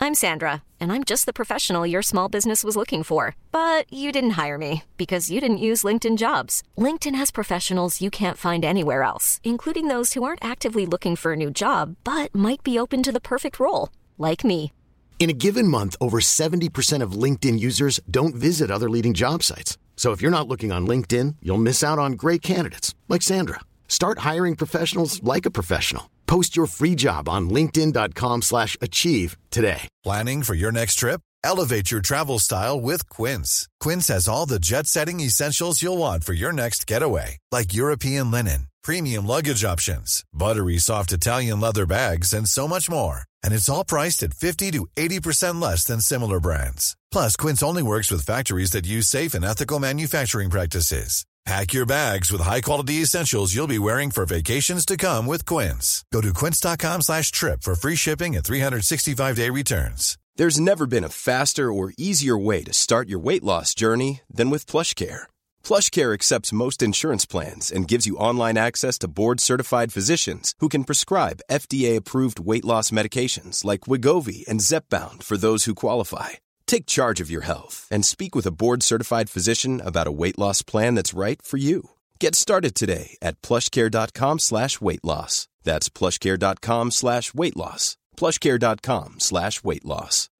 I'm Sandra, and I'm just the professional your small business was looking for. But you didn't hire me because you didn't use LinkedIn Jobs. LinkedIn has professionals you can't find anywhere else, including those who aren't actively looking for a new job, but might be open to the perfect role, like me. In a given month, over 70% of LinkedIn users don't visit other leading job sites. So if you're not looking on LinkedIn, you'll miss out on great candidates like Sandra. Start hiring professionals like a professional. Post your free job on linkedin.com/achieve today. Planning for your next trip? Elevate your travel style with Quince. Quince has all the jet-setting essentials you'll want for your next getaway, like European linen, premium luggage options, buttery soft Italian leather bags, and so much more. And it's all priced at 50 to 80% less than similar brands. Plus, Quince only works with factories that use safe and ethical manufacturing practices. Pack your bags with high-quality essentials you'll be wearing for vacations to come with Quince. Go to quince.com/trip for free shipping and 365-day returns. There's never been a faster or easier way to start your weight loss journey than with PlushCare. PlushCare accepts most insurance plans and gives you online access to board-certified physicians who can prescribe FDA-approved weight loss medications like Wegovy and Zepbound for those who qualify. Take charge of your health and speak with a board-certified physician about a weight loss plan that's right for you. Get started today at plushcare.com/weightloss. That's plushcare.com/weightloss. plushcare.com/weightloss.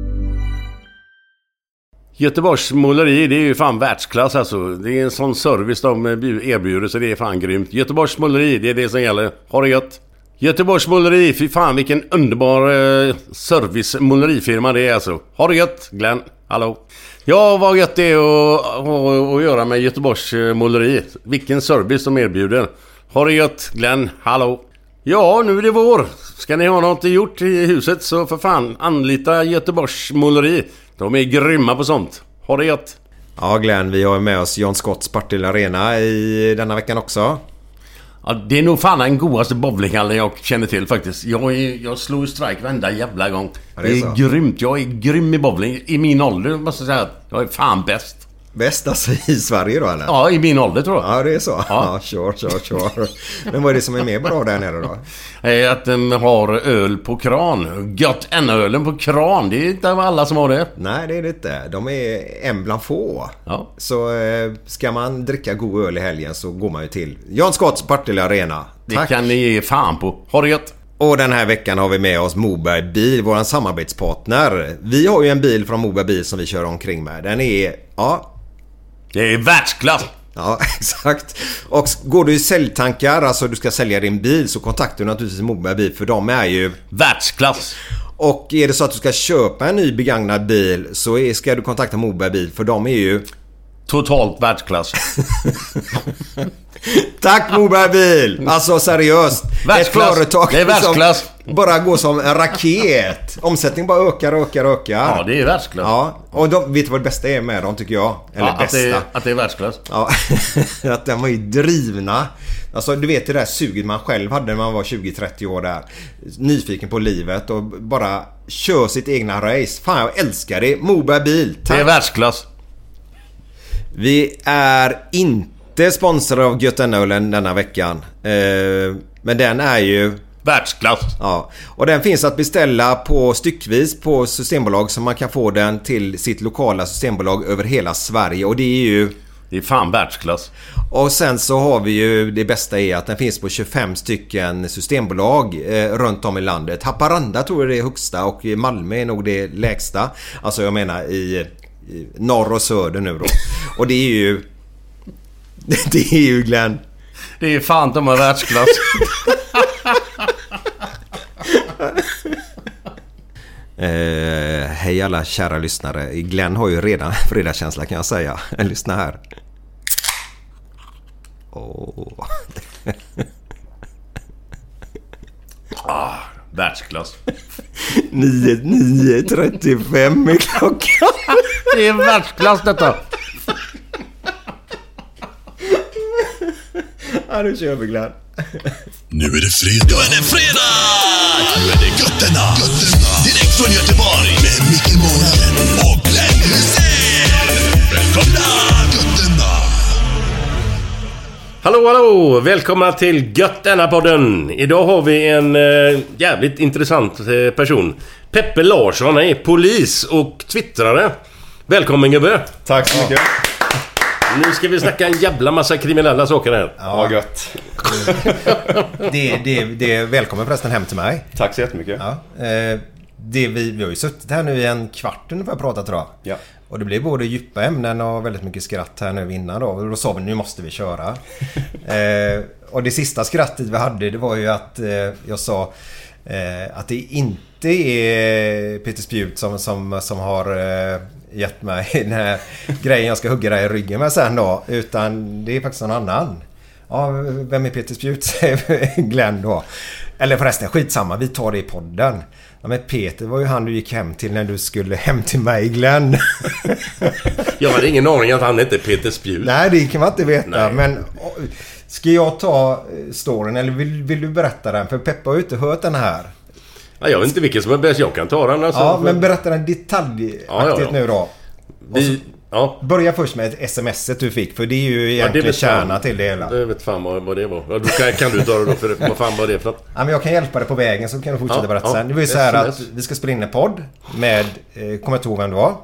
Göteborgs måleri, det är ju fan världsklass alltså. Det är en sån service de erbjuder, så det är fan grymt. Göteborgs måleri, det är det som gäller. Ha det gött. Göteborgs måleri, fy fan vilken underbar service målerifirma det är alltså. Ha det gött, Glenn. Hallå. Ja, vad gött det är att göra med Göteborgs måleri. Vilken service de erbjuder. Ha det gött, Glenn. Hallå. Ja, nu är det vår. Ska ni ha något gjort i huset så för fan anlita Göteborgs måleri. De är grymma på sånt. Ha det gött. Ja, Glenn, vi har med oss John Scotts Partille Arena i denna veckan också. Ja, det är nog fan den godaste bowlinghallen jag känner till faktiskt. Jag slår strike varenda jävla gång. Ja, det är grymt. Jag är grym i bowling. I min ålder måste jag säga att jag är fan bäst. Bäst alltså i Sverige då, eller? Ja, i min ålder tror jag. Ja, det är så. Ja, sure. Men vad är det som är mer bra där nere då? Att de har öl på kran. Gött ölen på kran. Det är inte alla som har det. Nej, det är det inte. De är en bland få. Ja. Så ska man dricka god öl i helgen så går man ju till John Scotts Partille Arena. Tack. Det kan ni ge fan på. Ha det gött. Och den här veckan har vi med oss Moberg Bil, våran samarbetspartner. Vi har ju en bil från Moberg Bil som vi kör omkring med. Den är, det är världsklass. Ja, exakt. Och går du i säljtankar, alltså du ska sälja din bil, så kontaktar du naturligtvis Moberg Bil, för de är ju världsklass. Och är det så att du ska köpa en ny begagnad bil så ska du kontakta Moberg Bil, för de är ju totalt världsklass. Tack Moberg Bil. Alltså seriöst. Världsklass. Ett företag det är världsklass. Bara går som en raket. Omsättning bara ökar. Ja, det är världsklass. Ja, och vet du vad det bästa är med dem tycker jag? Eller ja, bästa. Att det är världsklass. Ja, att de var ju drivna. Alltså du vet det där suget man själv hade när man var 20-30 år där. Nyfiken på livet och bara kör sitt egna race. Fan, jag älskar det. Moberg Bil. Tack. Det är världsklass. Vi är inte sponsrade av Götenölen denna veckan. Men den är ju världsklass. Ja, och den finns att beställa på styckvis på Systembolag, så man kan få den till sitt lokala Systembolag över hela Sverige. Och det är fan världsklass. Och sen så har vi ju, det bästa är att den finns på 25 stycken Systembolag runt om i landet. Haparanda tror jag det är högsta och Malmö är nog det lägsta. Alltså jag menar i norr och söder nu då. Och det är ju Glenn. Det är fan de har världsklass. Hej alla kära lyssnare. Glenn har ju redan fredagskänsla kan jag säga. Lyssna här. Världsklass. 9:35 är klockan. Det är världsklass detta. Ja, nu kör vi Glenn. Nu är det fredag. Nu är det Götterna. Direkt från Göteborg. Med Micke Månaden och Glenn Hussein. Välkomna Götterna. Hallå Hallå! Välkomna till Gött denna podden. Idag har vi en jävligt intressant person. Peppe Larsson är polis och twittrare. Välkommen gubbe. Tack så mycket. Nu ska vi snacka en jävla massa kriminella saker här. Ja, gött. Det är välkommen förresten hem till mig. Tack så jättemycket. Ja, vi har ju suttit här nu i en kvart ungefär pratat tror jag. Ja. Och det blev både djupa ämnen och väldigt mycket skratt här nu innan då. Och då sa vi, nu måste vi köra. Och det sista skrattet vi hade, det var ju att jag sa att det inte är Peter Spjut som har gett mig den här grejen jag ska hugga dig i ryggen med sen då. Utan det är faktiskt någon annan. Ja, vem är Peter Spjut? Säger Glenn då. Eller förresten, skitsamma, vi tar det i podden. Ja, men Peter var ju han du gick hem till när du skulle hem till mig, Glenn. Jag hade ingen aning att han hette Peter Spjut. Nej, det kan man inte veta. Nej. Men ska jag ta storyn eller vill du berätta den? För Peppa har ju inte hört den här. Ja, jag vet inte vilken som är bäst, jag kan ta den alltså. Ja, men berätta den detaljaktigt nu då. Börja först med ett smset du fick, för det är ju egentligen kärna till det hela. Jag vet fan vad det var. Kan du ta det då, för vad fan var det för något? Ja, men jag kan hjälpa dig på vägen så kan du fortsätta berätta sen. Det var ju så här att vi ska spela in en podd med, kommer jag ihåg vem det var.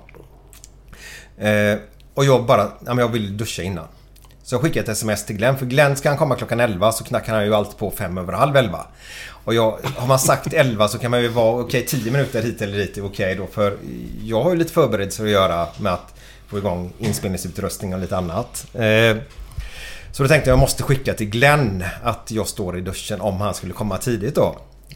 Och jag vill duscha innan. Så jag skickade ett sms till Glenn. För Glenn ska han komma klockan 11 så knackar han ju alltid på 11:05. Och har man sagt 11 så kan man ju vara 10 minuter hit eller dit är okej då. För jag har ju lite förberedelser att göra med att få igång inspelningsutrustning och lite annat. Så då tänkte jag måste skicka till Glenn att jag står i duschen om han skulle komma tidigt då.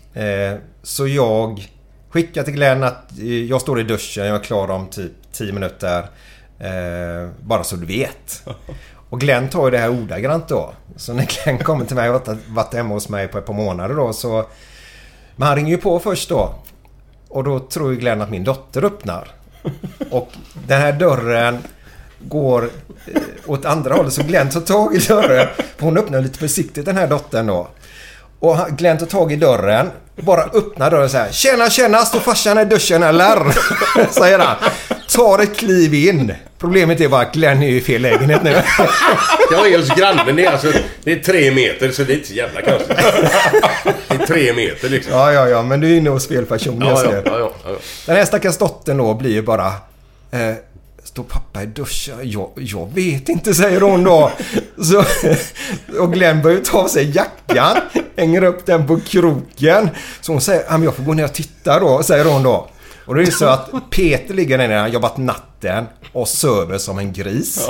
Så jag skickar till Glenn att jag står i duschen, jag är klar om typ 10 minuter. Bara så du vet. Och Glenn tar ju det här ordagrant då. Så när Glenn kommer till mig och varit hemma hos mig på ett par månader då så... Men han ringer ju på först då. Och då tror ju Glenn att min dotter öppnar. Och den här dörren går åt andra hållet. Så Glenn tar tag i dörren. För hon öppnar lite försiktigt den här dottern då. Och Glenn tar tag i dörren. Bara öppnar dörren så här. Tjena, står farsan i duschen eller? Säger han. Tar ett kliv in. Problemet är bara att Glenn är i fel lägenhet nu. Jag är hos grannen, det är 3 meter så det är inte så jävla konstigt. Det är 3 meter liksom. Ja, men du är inne hos fel person. Ja. Den här stackars dottern då blir ju bara... Står pappa i duschen? Jag vet inte, säger hon då. Så, och Glenn börjar ta av sig jackan. Hänger upp den på kroken. Så hon säger, men jag får gå ner och titta då, säger hon då. Och det är så att Peter ligger där nere, han har jobbat natten och söver som en gris.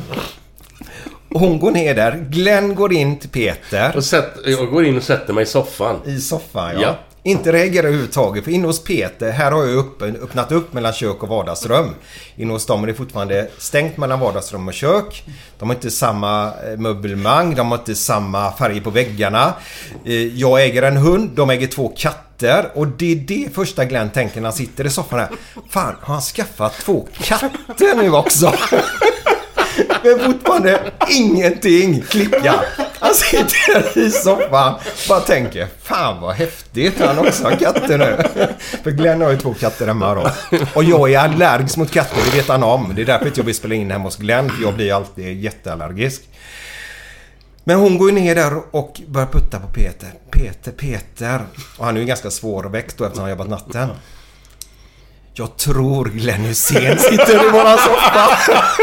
Och hon går ner där. Glenn går in till Peter. Jag går in och sätter mig i soffan. I soffan, ja. Inte reagerar överhuvudtaget. För inne hos Peter, här har jag öppnat upp mellan kök och vardagsrum. Inne hos dem är det fortfarande stängt mellan vardagsrum och kök. De har inte samma möbelmang. De har inte samma färg på väggarna. Jag äger en hund. De äger 2 katter. Och det är det första Glenn tänker när han sitter i soffan här. Fan, har han skaffat 2 katter nu också? Men fortfarande ingenting klickar. Han sitter i soffan. Bara tänker, fan vad häftigt. Han också har katter nu. För Glenn har ju 2 katter hemma då. Och jag är allergisk mot katter, det vet han om. Det är därför att jag vill spela in hemma hos Glenn. Jag blir alltid jätteallergisk. Men hon går ner där och börjar putta på Peter. Och han är ju ganska svår att växa då eftersom han har jobbat natten. Jag tror Glenn Hussein sitter i våran soffa.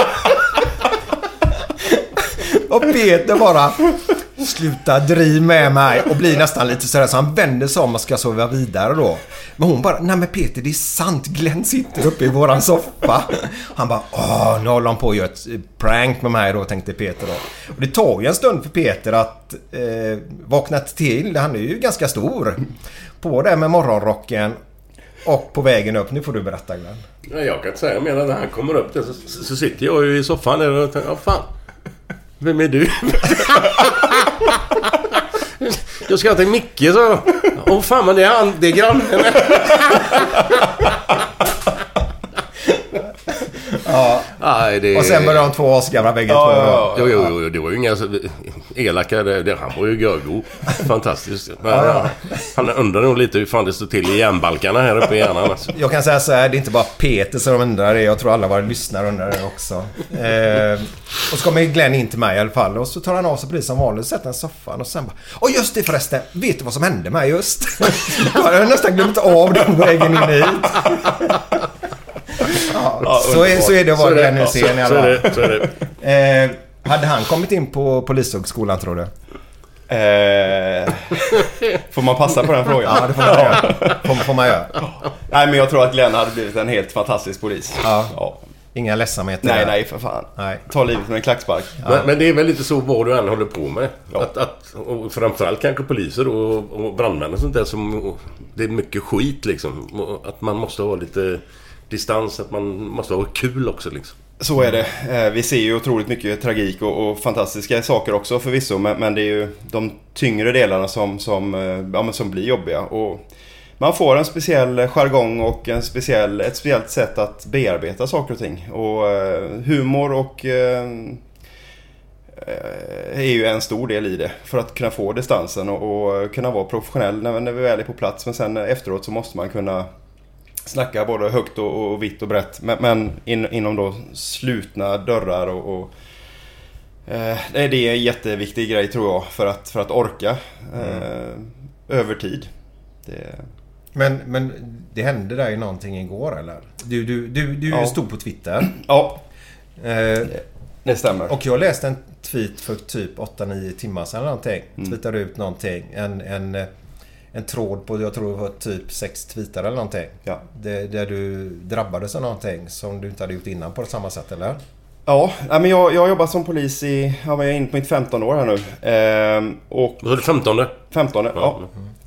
Och Peter bara slutar driv med mig och blir nästan lite sådär så han vänder sig om och ska sova vidare då. Men hon bara, nej men Peter, det är sant, Glenn sitter uppe i våran soffa. Han bara, nu håller han på att göra ett prank med mig då, tänkte Peter då. Och det tar ju en stund för Peter att vakna till, han är ju ganska stor. På det med morgonrocken och på vägen upp, nu får du berätta Glenn. Ja, jag kan inte säga, jag menar när han kommer upp där så sitter jag ju i soffan där och tänker, fan. Vem är du? Jag ska till Micke så. Fan, men det är han, det är grannen. Ja. Aj, det... Och sen började de 2 asgamla bägge två. Jo, det var ju inga... elaka, han var ju görgo. Fantastiskt. Han undrar nog lite hur fan det står till i järnbalkarna här uppe i hjärnan. Alltså. Jag kan säga så här, det är inte bara Peter som undrar det. Jag tror alla våra lyssnare undrar det också. Och så kommer Glenn in till mig i alla fall. Och så tar han av sig precis som vanligt och sätter en soffan. Och sen bara, just det förresten, vet du vad som hände mig just? Jag har nästan glömt av den vägen in hit. Så är det att vara Glenn Hussein i alla fall. Så är det. Hade han kommit in på polishögskolan, tror du? Får man passa på den frågan? Ja, det får man göra. Nej, men jag tror att Glenn hade blivit en helt fantastisk polis. Ja. Inga ledsamheter. Nej, för fan. Nej. Ta livet med en klackspark. Men det är väl lite så vad du än håller på med. Ja. Och framförallt kanske poliser och brandmän och sånt där som, det är mycket skit liksom. Att man måste ha lite distans, att man måste ha kul också liksom. Så är det. Vi ser ju otroligt mycket tragik och fantastiska saker också förvisso. Men det är ju de tyngre delarna som blir jobbiga. Och man får en speciell jargong och ett speciellt sätt att bearbeta saker och ting. Och humor och är ju en stor del i det. För att kunna få distansen och kunna vara professionell när vi väl är på plats. Men sen efteråt så måste man kunna snacka både högt och vitt och brett, men inom då slutna dörrar och det är en jätteviktig grej, tror jag, för att orka över tid. Men det hände där ju någonting igår, eller? Du stod på Twitter. Ja, det stämmer. Och jag läste en tweet för typ 8-9 timmar sedan eller någonting. Tweetade ut någonting. En tråd på, jag tror det var typ 6 tweetar eller någonting. Ja. Där du drabbades av någonting som du inte hade gjort innan på samma sätt, eller? Ja, men jag har jobbat som polis jag är inne på mitt 15 år här nu. Och var det 15? 15, ja.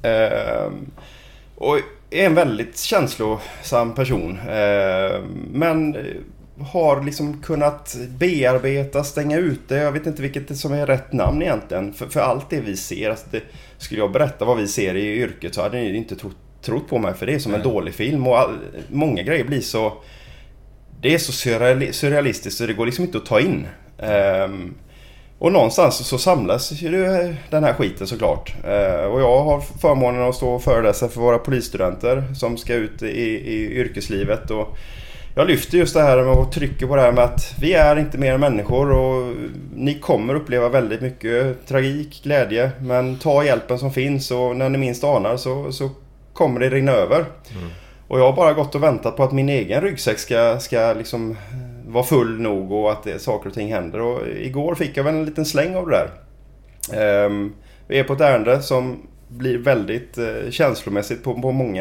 Och är en väldigt känslosam person. Men har liksom kunnat bearbeta, stänga ute. Jag vet inte vilket som är rätt namn egentligen. För allt det vi ser, alltså skulle jag berätta vad vi ser i yrket så hade ni inte trott på mig. För det är som en dålig film. Och många grejer blir så... Det är så surrealistiskt så det går liksom inte att ta in. Och någonstans så samlas ju den här skiten såklart. Och jag har förmånen att stå och föreläsa för våra polisstudenter som ska ut i yrkeslivet. Och jag lyfter just det här med och trycker på det här med att vi är inte mer människor och ni kommer uppleva väldigt mycket tragik, glädje. Men ta hjälpen som finns och när ni minst anar så kommer det rinna över. Och jag har bara gått och väntat på att min egen ryggsäck ska liksom vara full nog och att saker och ting händer. Och igår fick jag väl en liten släng av det där. Vi är på ett ärende som blir väldigt känslomässigt på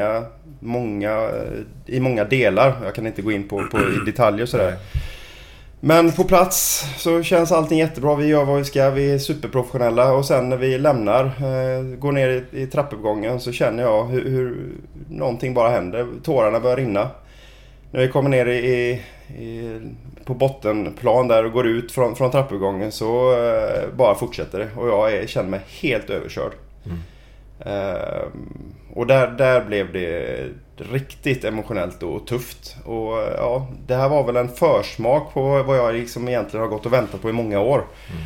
i många delar. Jag kan inte gå in på i detaljer och sådär. Men på plats så känns allting jättebra. Vi gör vad vi ska, vi är superprofessionella. Och sen när vi går ner i trappuppgången så känner jag hur någonting bara händer. Tårarna börjar rinna. När vi kommer ner på bottenplan där och går ut från trappuppgången så bara fortsätter det. Och jag känner mig helt överkörd. Och där blev det riktigt emotionellt och tufft. Och ja, det här var väl en försmak på vad jag liksom egentligen har gått och väntat på i många år.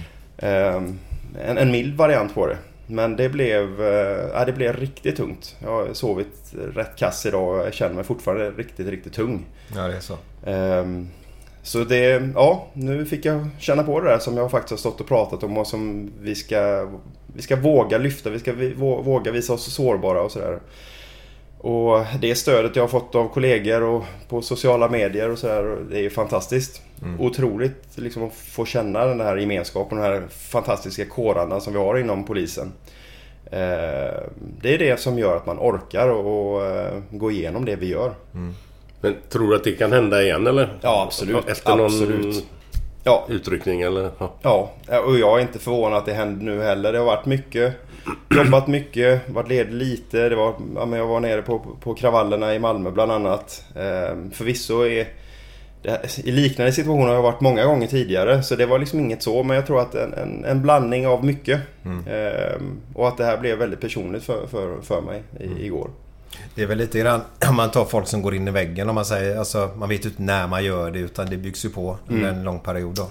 En mild variant på det. Men det blev riktigt tungt. Jag har sovit rätt kass idag och jag känner mig fortfarande riktigt, riktigt tung. Ja, det är så. Så nu fick jag känna på det där som jag faktiskt har stått och pratat om och som vi ska våga lyfta, vi ska våga visa oss sårbara och sådär. Och det stödet jag har fått av kollegor och på sociala medier och sådär, det är ju fantastiskt. Otroligt liksom att få känna den här gemenskapen, den här fantastiska kårandan som vi har inom polisen. Det är det som gör att man orkar och gå igenom det vi gör. Men tror du att det kan hända igen eller? Ja, absolut. Efter någon utryckning eller? Ja, och jag är inte förvånad att det händer nu heller. Det har varit mycket, jobbat mycket, varit ledig lite. Jag var nere på kravallerna i Malmö bland annat. Förvisso i liknande situationer har jag varit många gånger tidigare. Så det var liksom inget så. Men jag tror att en blandning av mycket. Och att det här blev väldigt personligt för mig igår. Det är väl lite grann om man tar folk som går in i väggen, om man säger, alltså man vet inte när man gör det utan det byggs ju på under en lång period då.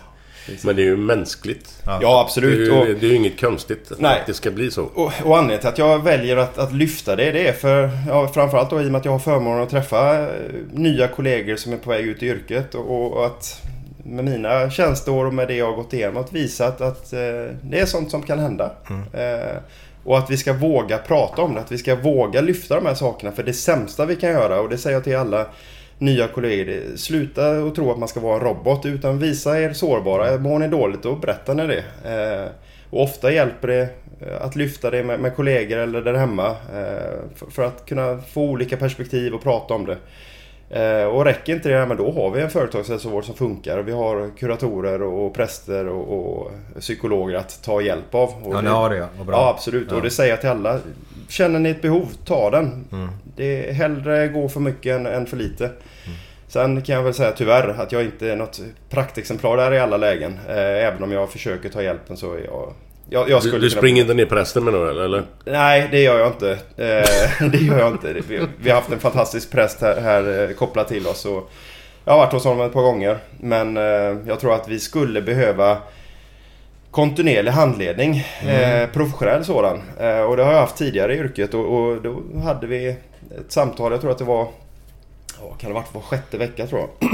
Men det är ju mänskligt. Ja, absolut. Det är ju inget konstigt att det ska bli så. Och anledningen till att jag väljer att lyfta det är för, framförallt då, i och med att jag har förmånen att träffa nya kollegor som är på väg ut i yrket och att med mina tjänsteår och med det jag har gått igenom att visa att det är sånt som kan hända. Och att vi ska våga prata om det, att vi ska våga lyfta de här sakerna, för det sämsta vi kan göra, och det säger jag till alla nya kollegor, sluta och tro att man ska vara en robot, utan visa er sårbara. Mår ni dåligt, då berättar ni det. Och ofta hjälper det att lyfta det med kollegor eller där hemma, för att kunna få olika perspektiv och prata om det. Och räcker inte det, men då har vi en företagshälsovård som funkar, och vi har kuratorer och präster och psykologer att ta hjälp av. Och det har det, vad bra. Ja, absolut. Ja. Och det säger jag till alla. Känner ni ett behov, ta den. Det är hellre gå för mycket än för lite. Sen kan jag väl säga tyvärr att jag inte är något praktexemplar där i alla lägen. Även om jag försöker ta hjälpen, så är jag skulle du springer inte ner prästen med någon, eller? Nej, det gör jag inte. Det gör jag inte. Vi har haft en fantastisk präst här kopplat till oss. Och jag har varit hos honom ett par gånger. Men jag tror att vi skulle behöva kontinuerlig handledning. Professionell sådan. Och det har jag haft tidigare i yrket. Och då hade vi ett samtal, jag tror att det var... kan det ha varit var 6:e vecka, tror jag.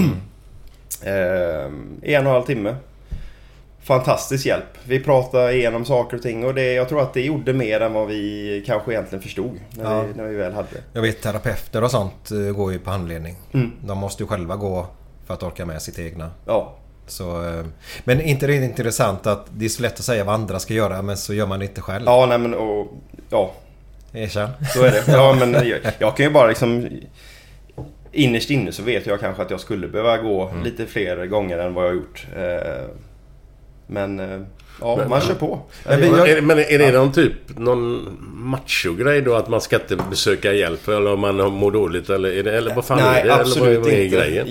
1,5 timme. Fantastisk hjälp. Vi pratade igenom saker och ting, och jag tror att det gjorde mer än vad vi kanske egentligen förstod när vi väl hade det. Jag vet, terapeuter och sånt går ju på handledning. De måste ju själva gå för att orka med sitt egna. Ja. Så, men inte det är intressant att det är så lätt att säga vad andra ska göra, men så gör man det inte själv. Ja, nej men Erkänn. Så är det. Ja, men jag kan ju bara liksom... Innerst inne så vet jag kanske att jag skulle behöva gå lite fler gånger än vad jag har gjort. Men man kör på. Men är det någon macho-grej då, att man ska inte besöka hjälp eller om man mår dåligt, eller vad fan nej, är det? Absolut eller vad är inte. grejen?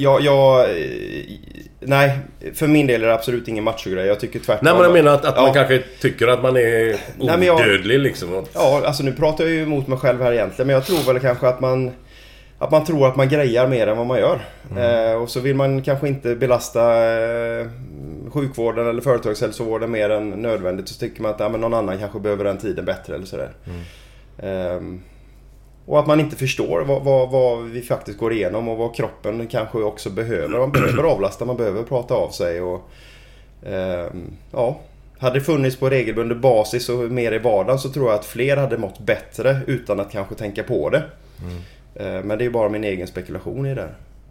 Nej, för min del är det absolut ingen macho-grej. Jag tycker tvärtom. Nej, men jag menar att man kanske tycker att man är odödlig liksom. Ja, alltså nu pratar jag ju emot mig själv här egentligen, men jag tror väl kanske att man tror att man grejar mer än vad man gör. Och så vill man kanske inte belasta sjukvården eller företagshälsovården mer än nödvändigt. Så tycker man att men någon annan kanske behöver den tiden bättre eller sådär. Och att man inte förstår vad vi faktiskt går igenom och vad kroppen kanske också behöver. Man behöver avlasta, man behöver prata av sig. Och, hade det funnits på regelbunden basis och mer i vardagen, så tror jag att fler hade mått bättre utan att kanske tänka på det. Men det är ju bara min egen spekulation i det.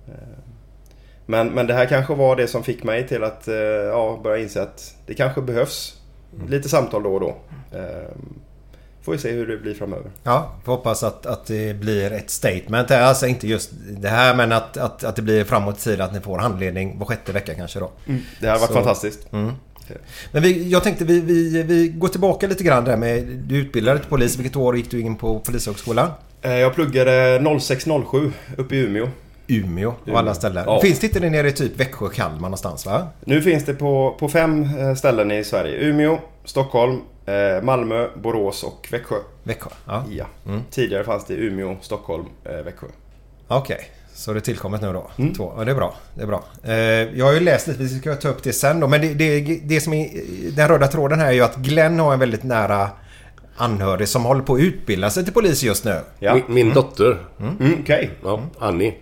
Men det här kanske var det som fick mig till att börja inse att det kanske behövs lite samtal då och då. Får vi se hur det blir framöver. Ja, får hoppas att det blir ett statement. Alltså inte just det här, men att det blir framåt i tiden, att ni får handledning var 6:e vecka kanske då. Det här har varit fantastiskt. Men jag tänkte vi går tillbaka lite grann där med, du utbildade till polis. Vilket år gick du in på polishögskolan? Jag pluggade 06-07 uppe i Umeå och alla ställen. Ja. Finns det inte det nere i typ Växjö, Kalmar någonstans, va? Nu finns det på 5 ställen i Sverige. Umeå, Stockholm, Malmö, Borås och Växjö. Ja. Tidigare fanns det Umeå, Stockholm, Växjö. Okej. Så det är tillkommet nu då. 2. Ja, det är bra. Jag har ju läst lite, vi ska ta upp det sen då. Men det som är den röda tråden här är ju att Glenn har en väldigt nära anhörig som håller på att utbilda sig till polis just nu. Ja. Min dotter. Okej. Ja, Annie.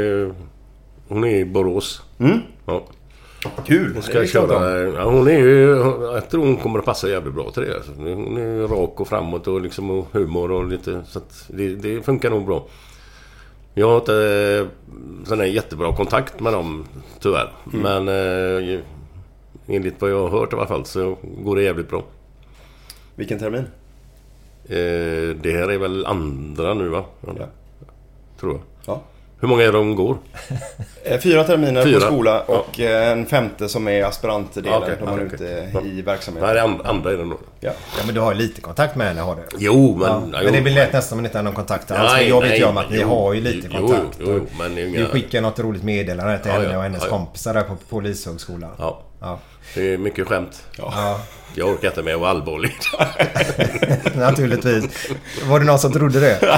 Hon är i Borås. Ja. Kul. Hon ska köra. Ja, hon är ju, jag tror hon kommer att passa jävligt bra till det. Alltså. Hon är rak och framåt och liksom och humor och lite, så att det funkar nog bra. Jag har inte sån här jättebra kontakt med dem tyvärr. Men enligt vad jag har hört i alla fall så går det jävligt bra. Vilken termin? Det här är väl andra nu, va? Ja. Tror jag. Ja. Hur många är de går? 4 terminer på skola och en 5:e som är aspirantdelen. De är ute i verksamheten. Nej, andra är det nog. Ja, men du har ju lite kontakt med henne, har du? Jo, men... men det blir lätt nästan om man inte har någon kontakt alls. Men jag vet ju om att ni har ju lite kontakt. Jo, men du skickar något roligt meddelande till henne och hennes kompisar där på polishögskolan. Ja. Det är mycket skämt. Ja. Jag orkar inte med att vara allvarlig. Naturligtvis. Var det någon som trodde det?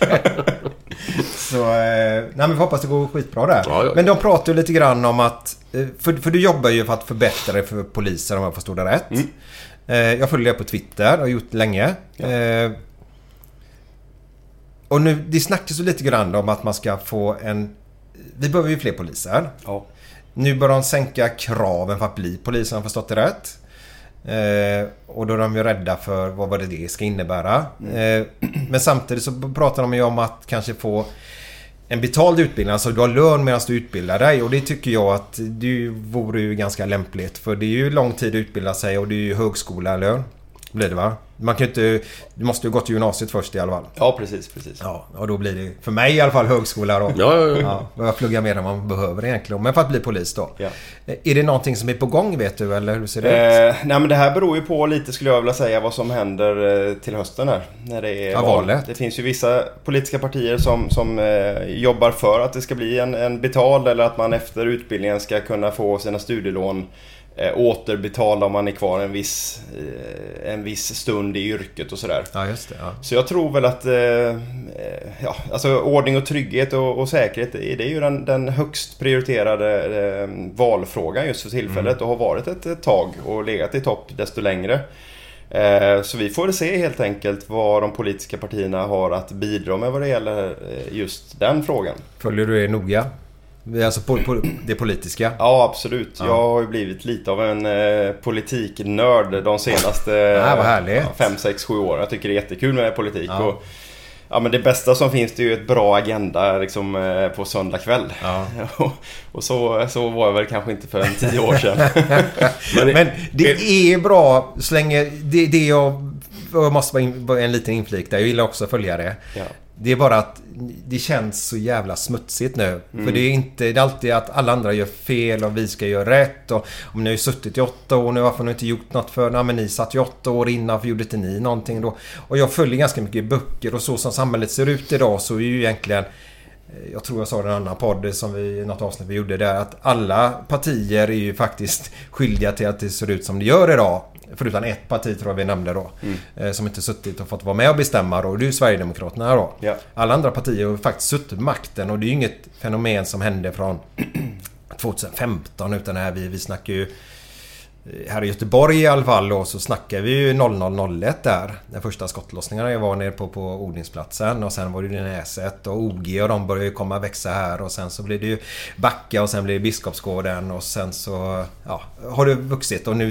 Så, men vi hoppas det går skitbra där. Ja. Men de pratar ju lite grann om att För du jobbar ju för att förbättra det för poliser, om jag förstår det rätt. Jag följer det på Twitter och har gjort det länge. Ja. Och nu, det snackas ju lite grann om att man ska få vi behöver ju fler poliser. Ja. Nu börjar de sänka kraven för att bli polis, om jag förstått det rätt. Och då är de ju rädda för vad det ska innebära. Men samtidigt så pratar de ju om att kanske få en betald utbildning, alltså du har lön medan du utbildar dig, och det tycker jag att det vore ju ganska lämpligt, för det är ju lång tid att utbilda sig och det är ju högskolalön blir det, va? Man kan inte, du måste ju gå till gymnasiet först i alla fall. Ja, precis. Ja, och då blir det för mig i alla fall högskola då. Ja, jag pluggar mer än man behöver egentligen, men för att bli polis då. Ja. Är det någonting som är på gång, vet du, eller hur ser det ut? Nej, men det här beror ju på lite, skulle jag vilja säga, vad som händer till hösten här, när det är valet. Det finns ju vissa politiska partier som jobbar för att det ska bli en betald, eller att man efter utbildningen ska kunna få sina studielån återbetala om man är kvar en viss stund i yrket och sådär. Ja, just det. Ja. Så jag tror väl att alltså ordning och trygghet och säkerhet, det är ju den högst prioriterade valfrågan just för tillfället, och har varit ett tag och legat i topp desto längre. Så vi får se helt enkelt vad de politiska partierna har att bidra med vad det gäller just den frågan. Följer du det noga? Alltså på det politiska? Ja, absolut. Ja. Jag har ju blivit lite av en politiknörd de senaste 5, 6, 7 år. Jag tycker det är jättekul med politik. Ja. Och, ja, men det bästa som finns, det är ju ett bra agenda liksom, på söndag kväll. Ja. Och så var jag väl kanske inte för 10 år sedan. Men det är bra så länge det jag måste vara en liten inflik där. Jag gillar också att följa det. Ja. Det är bara att det känns så jävla smutsigt nu. För det är alltid att alla andra gör fel och vi ska göra rätt. Och om ni har ju suttit i 8 år nu, varför har ni inte gjort något för? Nej, men ni satt ju 8 år innan, för gjorde inte ni någonting då? Och jag följer ganska mycket böcker, och så som samhället ser ut idag så är ju egentligen, jag tror jag sa det i en annan podd som något avsnitt vi gjorde där, att alla partier är ju faktiskt skyldiga till att det ser ut som det gör idag. Förutom ett parti tror jag vi nämnde då, som inte suttit och fått vara med och bestämma då, och det är ju Sverigedemokraterna då. Ja. Alla andra partier har faktiskt suttit på makten, och det är ju inget fenomen som hände från 2015, utan här vi snackar ju här i Göteborg i alla fall då, så snackar vi ju 0001 där. Den första skottlossningarna jag var nere på odlingsplatsen, och sen var det ju Näset och OG, och de började ju komma växa här, och sen så blev det ju Backa, och sen blev det Biskopsgården, och sen så har det vuxit, och nu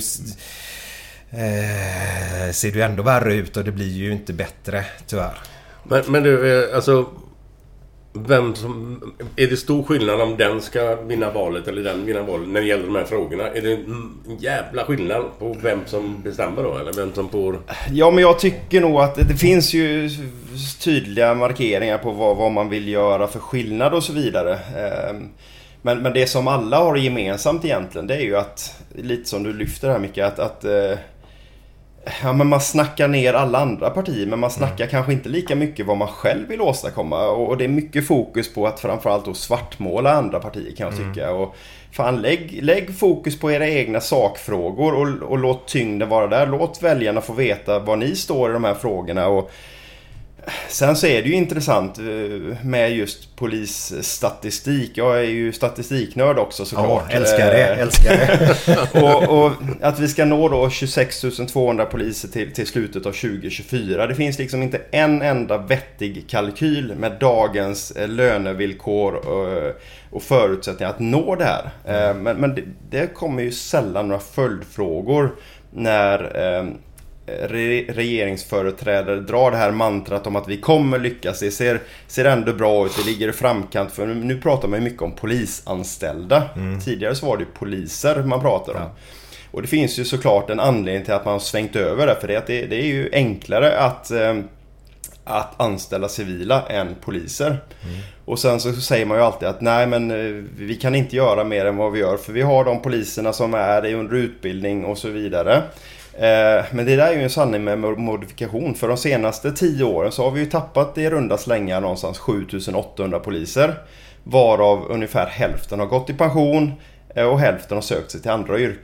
ser det ändå värre ut, och det blir ju inte bättre tyvärr. Men du, alltså vem som, är det stor skillnad om den ska vinna valet eller den vinna valet när det gäller de här frågorna? Är det en jävla skillnad på vem som bestämmer då, eller vem som får? Ja, men jag tycker nog att det finns ju tydliga markeringar på vad man vill göra för skillnad och så vidare. Men det som alla har gemensamt egentligen, det är ju att, lite som du lyfter här mycket, att men man snackar ner alla andra partier, men man snackar kanske inte lika mycket vad man själv vill åstadkomma, och det är mycket fokus på att framförallt då svartmåla andra partier, kan jag tycka. Och fan, lägg fokus på era egna sakfrågor och låt tyngden vara där. Låt väljarna få veta var ni står i de här frågorna. Och sen så är det ju intressant med just polisstatistik. Jag är ju statistiknörd också, såklart. Ja, älskar det. och att vi ska nå då 26 200 poliser till slutet av 2024. Det finns liksom inte en enda vettig kalkyl med dagens lönevillkor och förutsättningar att nå det här. Men det kommer ju sällan några följdfrågor när regeringsföreträdare drar det här mantrat om att vi kommer lyckas. Det ser ändå bra ut, vi ligger i framkant, för nu pratar man ju mycket om polisanställda. Tidigare så var det poliser man pratar om. Och det finns ju såklart en anledning till att man har svängt över det, för det är ju enklare att anställa civila än poliser. Och sen så säger man ju alltid att nej, men vi kan inte göra mer än vad vi gör, för vi har de poliserna som är under utbildning och så vidare. Men det där är ju en sanning med modifikation. För de senaste 10 åren så har vi ju tappat i runda slängar någonstans 7800 poliser, varav ungefär hälften har gått i pension och hälften har sökt sig till andra yrken.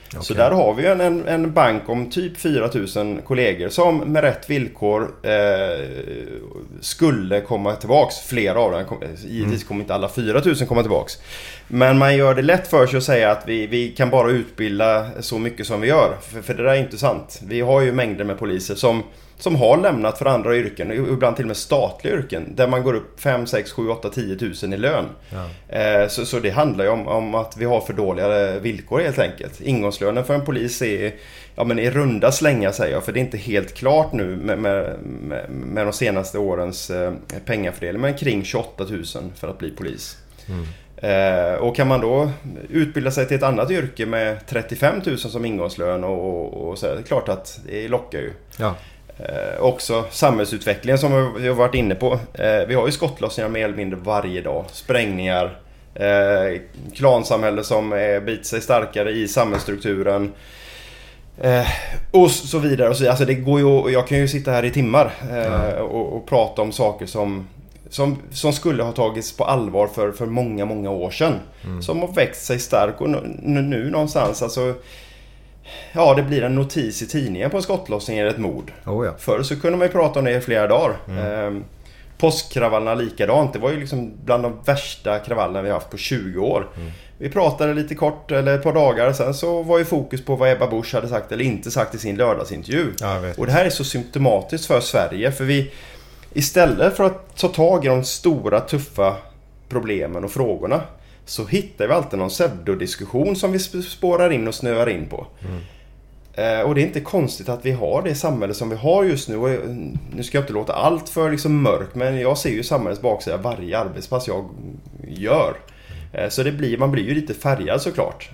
Okay. Så där har vi en bank om typ 4000 kollegor som med rätt villkor skulle komma tillbaks. Flera av dem, givetvis kommer inte alla 4000 komma tillbaks. Men man gör det lätt för sig att säga att vi kan bara utbilda så mycket som vi gör. För det där är inte sant. Vi har ju mängder med poliser som har lämnat för andra yrken, ibland till och med statliga yrken, där man går upp 5, 6, 7, 8, 10 000 i lön. Ja. Så det handlar ju om att vi har för dåliga villkor helt enkelt. Ingångslönen för en polis är i runda slängar, säger jag, för det är inte helt klart nu med de senaste årens pengafördelning, men kring 28 000 för att bli polis. Och kan man då utbilda sig till ett annat yrke med 35 000 som ingångslön och så är det klart att det lockar ju. Ja. Också samhällsutvecklingen som vi har varit inne på. Vi har ju skottlossningar mer eller mindre varje dag. Sprängningar, klansamhälle som biter sig starkare i samhällsstrukturen, och så vidare. Och så, alltså det går ju, jag kan ju sitta här i timmar och prata om saker som skulle ha tagits på allvar för många, många år sedan. Som har växt sig stark och nu någonstans, alltså, ja, det blir en notis i tidningen på en skottlossning eller ett mord. Förr så kunde man ju prata om det i flera dagar. Påskkravallerna likadant. Det var ju liksom bland de värsta kravallerna vi har haft på 20 år. Vi pratade lite kort eller ett par dagar. Sen så var ju fokus på vad Ebba Busch hade sagt eller inte sagt i sin lördagsintervju. Och det här är så symptomatiskt för Sverige. För vi, istället för att ta tag i de stora tuffa problemen och frågorna, så hittar vi alltid någon pseudodiskussion som vi spårar in och snöar in på. Och det är inte konstigt att vi har det samhälle som vi har just nu. Och nu ska jag inte låta allt för liksom mörkt, men jag ser ju samhällets baksida varje arbetspass jag gör. Så man blir ju lite färgad såklart.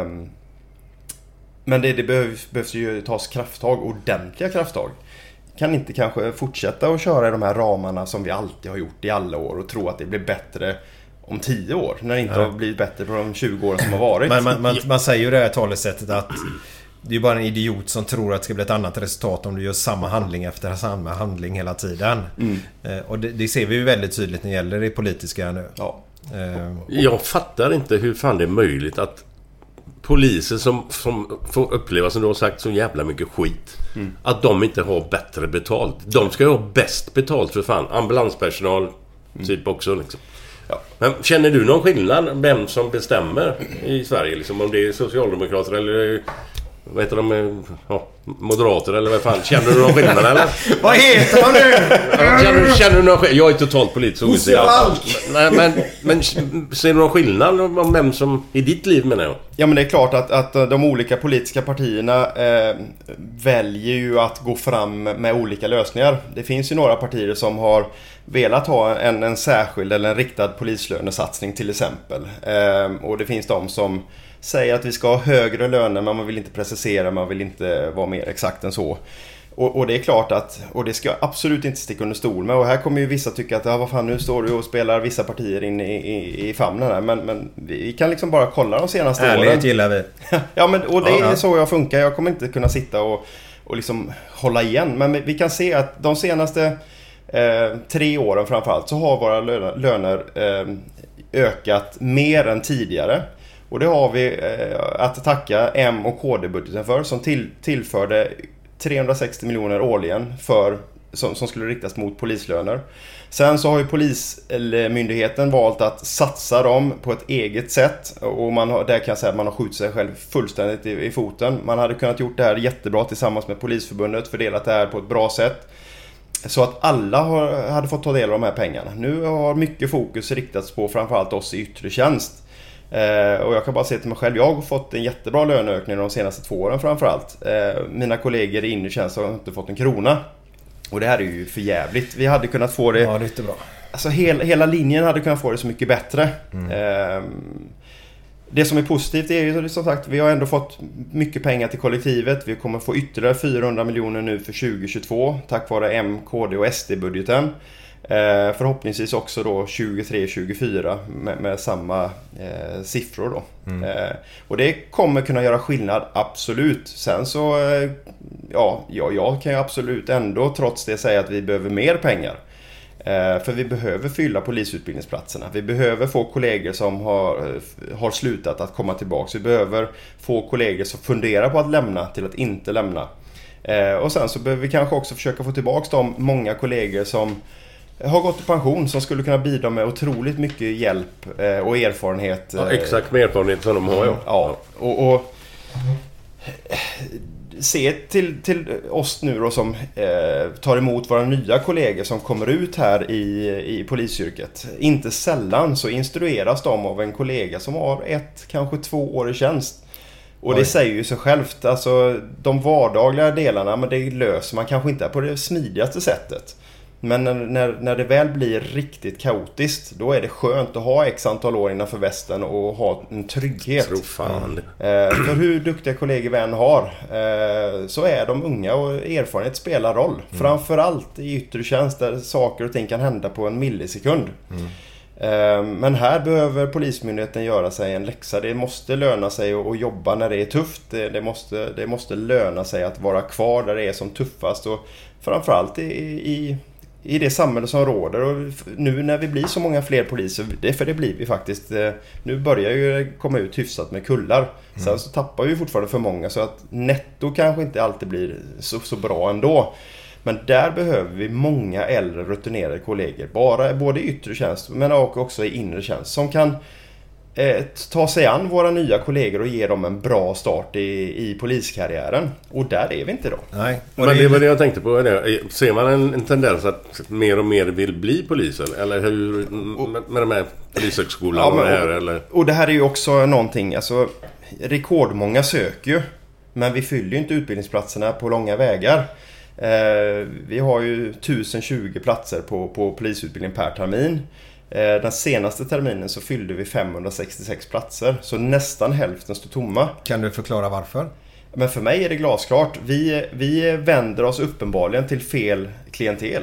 Men det behövs ju tas krafttag, ordentliga krafttag. Kan inte kanske fortsätta att köra i de här ramarna som vi alltid har gjort i alla år och tro att det blir bättre om 10 år, när det inte har blivit bättre på de 20 åren som har varit. Man säger ju det här talesättet att det är bara en idiot som tror att det ska bli ett annat resultat om du gör samma handling efter samma handling hela tiden. Och det ser vi ju väldigt tydligt när det gäller det politiska nu. Ja. Jag fattar inte hur fan det är möjligt att poliser som får uppleva, som du har sagt, så jävla mycket skit, att de inte har bättre betalt. De ska ju ha bäst betalt för fan. Ambulanspersonal typ också liksom. Ja. Men känner du någon skillnad vem som bestämmer i Sverige liksom, om det är socialdemokrater eller vad heter de, moderater eller vad fan? Känner du någon skillnad eller? Vad heter de nu? Känner du någon skillnad? Jag är totalt politiskt ointresserad. Men ser du någon skillnad om vem som i ditt liv, menar jag? Ja, men det är klart att de olika politiska partierna väljer ju att gå fram med olika lösningar. Det finns ju några partier som har velat ha en särskild eller en riktad polislönesatsning till exempel. Och det finns de som säger att vi ska ha högre löner, men man vill inte precisera, man vill inte vara mer exakt än så. Och det är klart att, och det ska jag absolut inte sticka under stol med, och här kommer ju vissa tycka att vad fan, nu står du och spelar vissa partier in i famnen här, men vi kan liksom bara kolla de senaste åren. Ärlighet gillar vi. Ja, men, och det är så jag funkar. Jag kommer inte kunna sitta och liksom hålla igen, men vi kan se att de senaste 3 åren framförallt så har våra löner ökat mer än tidigare. Och det har vi att tacka M- och KD-budgeten för, som tillförde 360 miljoner årligen som skulle riktas mot polislöner. Sen så har ju polismyndigheten valt att satsa dem på ett eget sätt, och där kan jag säga att man har skjutit sig själv fullständigt i foten. Man hade kunnat gjort det här jättebra tillsammans med Polisförbundet, fördelat det här på ett bra sätt, så att alla hade fått ta del av de här pengarna. Nu har mycket fokus riktats på framförallt oss i yttre tjänst. Och jag kan bara säga till mig själv, jag har fått en jättebra löneökning de senaste 2 åren framförallt. Mina kollegor i inre tjänst har inte fått en krona. Och det här är ju för jävligt. Vi hade kunnat få det... Ja, det är inte bra. Alltså hela linjen hade kunnat få det så mycket bättre. Det som är positivt är ju som sagt, vi har ändå fått mycket pengar till kollektivet. Vi kommer få ytterligare 400 miljoner nu för 2022 tack vare M, KD och SD-budgeten. Förhoppningsvis också då 23-24 med samma siffror då. Och det kommer kunna göra skillnad, absolut. Sen så jag kan ju absolut ändå trots det säga att vi behöver mer pengar. För vi behöver fylla polisutbildningsplatserna. Vi behöver få kollegor som har slutat att komma tillbaka. Vi behöver få kollegor som funderar på att lämna till att inte lämna. Och sen så behöver vi kanske också försöka få tillbaka de många kollegor som har gått i pension, som skulle kunna bidra med otroligt mycket hjälp och erfarenhet. Ja, exakt med erfarenhet som de har. Ja, och se till oss nu då som tar emot våra nya kollegor som kommer ut här i polisyrket. Inte sällan så instrueras de av en kollega som har 1, kanske 2 år i tjänst. Och det säger ju sig självt. Alltså de vardagliga delarna, men det löser man kanske inte på det smidigaste sättet. Men när det väl blir riktigt kaotiskt, då är det skönt att ha x antal år innanför västen och ha en trygghet. Tro fan. För hur duktiga kollegor vi än har, så är de unga och erfarenhet spelar roll. Framförallt i yttre tjänst där saker och ting kan hända på en millisekund. Men här behöver polismyndigheten göra sig en läxa. Det måste löna sig att jobba när det är tufft. Det måste löna sig att vara kvar där det är som tuffast. Och framförallt i det samhälle som råder. Och nu när vi blir så många fler poliser, för det blir vi faktiskt. Nu börjar ju komma ut hyfsat med kullar. Sen så tappar vi fortfarande för många, så att netto kanske inte alltid blir så bra ändå. Men där behöver vi många äldre rutinerade kollegor, både i yttre tjänst men också i inre tjänst, som kan ta sig an våra nya kollegor och ge dem en bra start i poliskarriären. Och där är vi inte då. Nej. Men det var det jag tänkte på. Ser man en tendens att mer och mer vill bli poliser? Eller hur med de här polishögskolan och det här? Eller? Och det här är ju också någonting, alltså rekordmånga söker ju, men vi fyller ju inte utbildningsplatserna på långa vägar. Vi har ju 1020 platser på polisutbildning per termin. Den senaste terminen så fyllde vi 566 platser, så nästan hälften står tomma. Kan du förklara varför? Men för mig är det glasklart. Vi vänder oss uppenbarligen till fel klientel.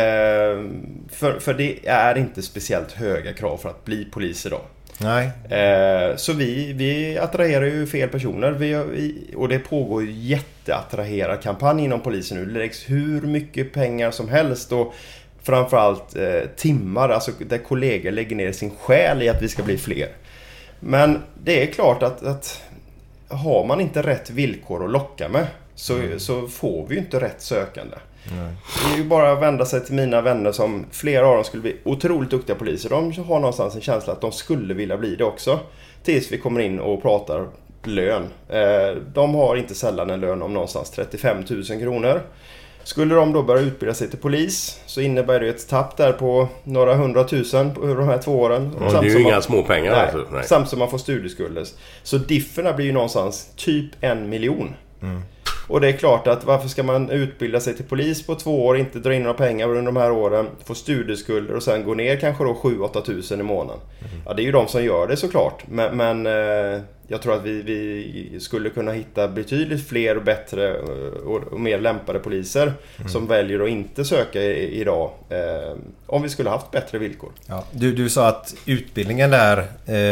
För det är inte speciellt höga krav för att bli polis idag. Nej. Så vi attraherar ju fel personer. Och det pågår ju jätteattraherad kampanj inom polisen nu. Det läggs hur mycket pengar som helst och framförallt timmar, alltså där kollegor lägger ner sin själ i att vi ska bli fler. Men det är klart att har man inte rätt villkor att locka med, så får vi ju inte rätt sökande. Nej. Det är ju bara att vända sig till mina vänner som flera av dem skulle bli otroligt duktiga poliser. De har någonstans en känsla att de skulle vilja bli det också. Tills vi kommer in och pratar lön. De har inte sällan en lön om någonstans 35 000 kronor. Skulle de då börja utbilda sig till polis, så innebär det ett tapp där på några 100 000 på de här 2 åren. Ja, det är ju inga små pengar. Nej, alltså. Nej. Samt som man får studieskulder. Så differna blir ju någonstans typ 1 miljon. Och det är klart att varför ska man utbilda sig till polis på 2 år, inte dra in några pengar under de här åren, få studieskulder och sen gå ner kanske då 7-8 000 i månaden. Ja, det är ju de som gör det såklart. Men jag tror att vi skulle kunna hitta betydligt fler och bättre och mer lämpade poliser som väljer att inte söka idag, om vi skulle haft bättre villkor. Ja, du sa att utbildningen där...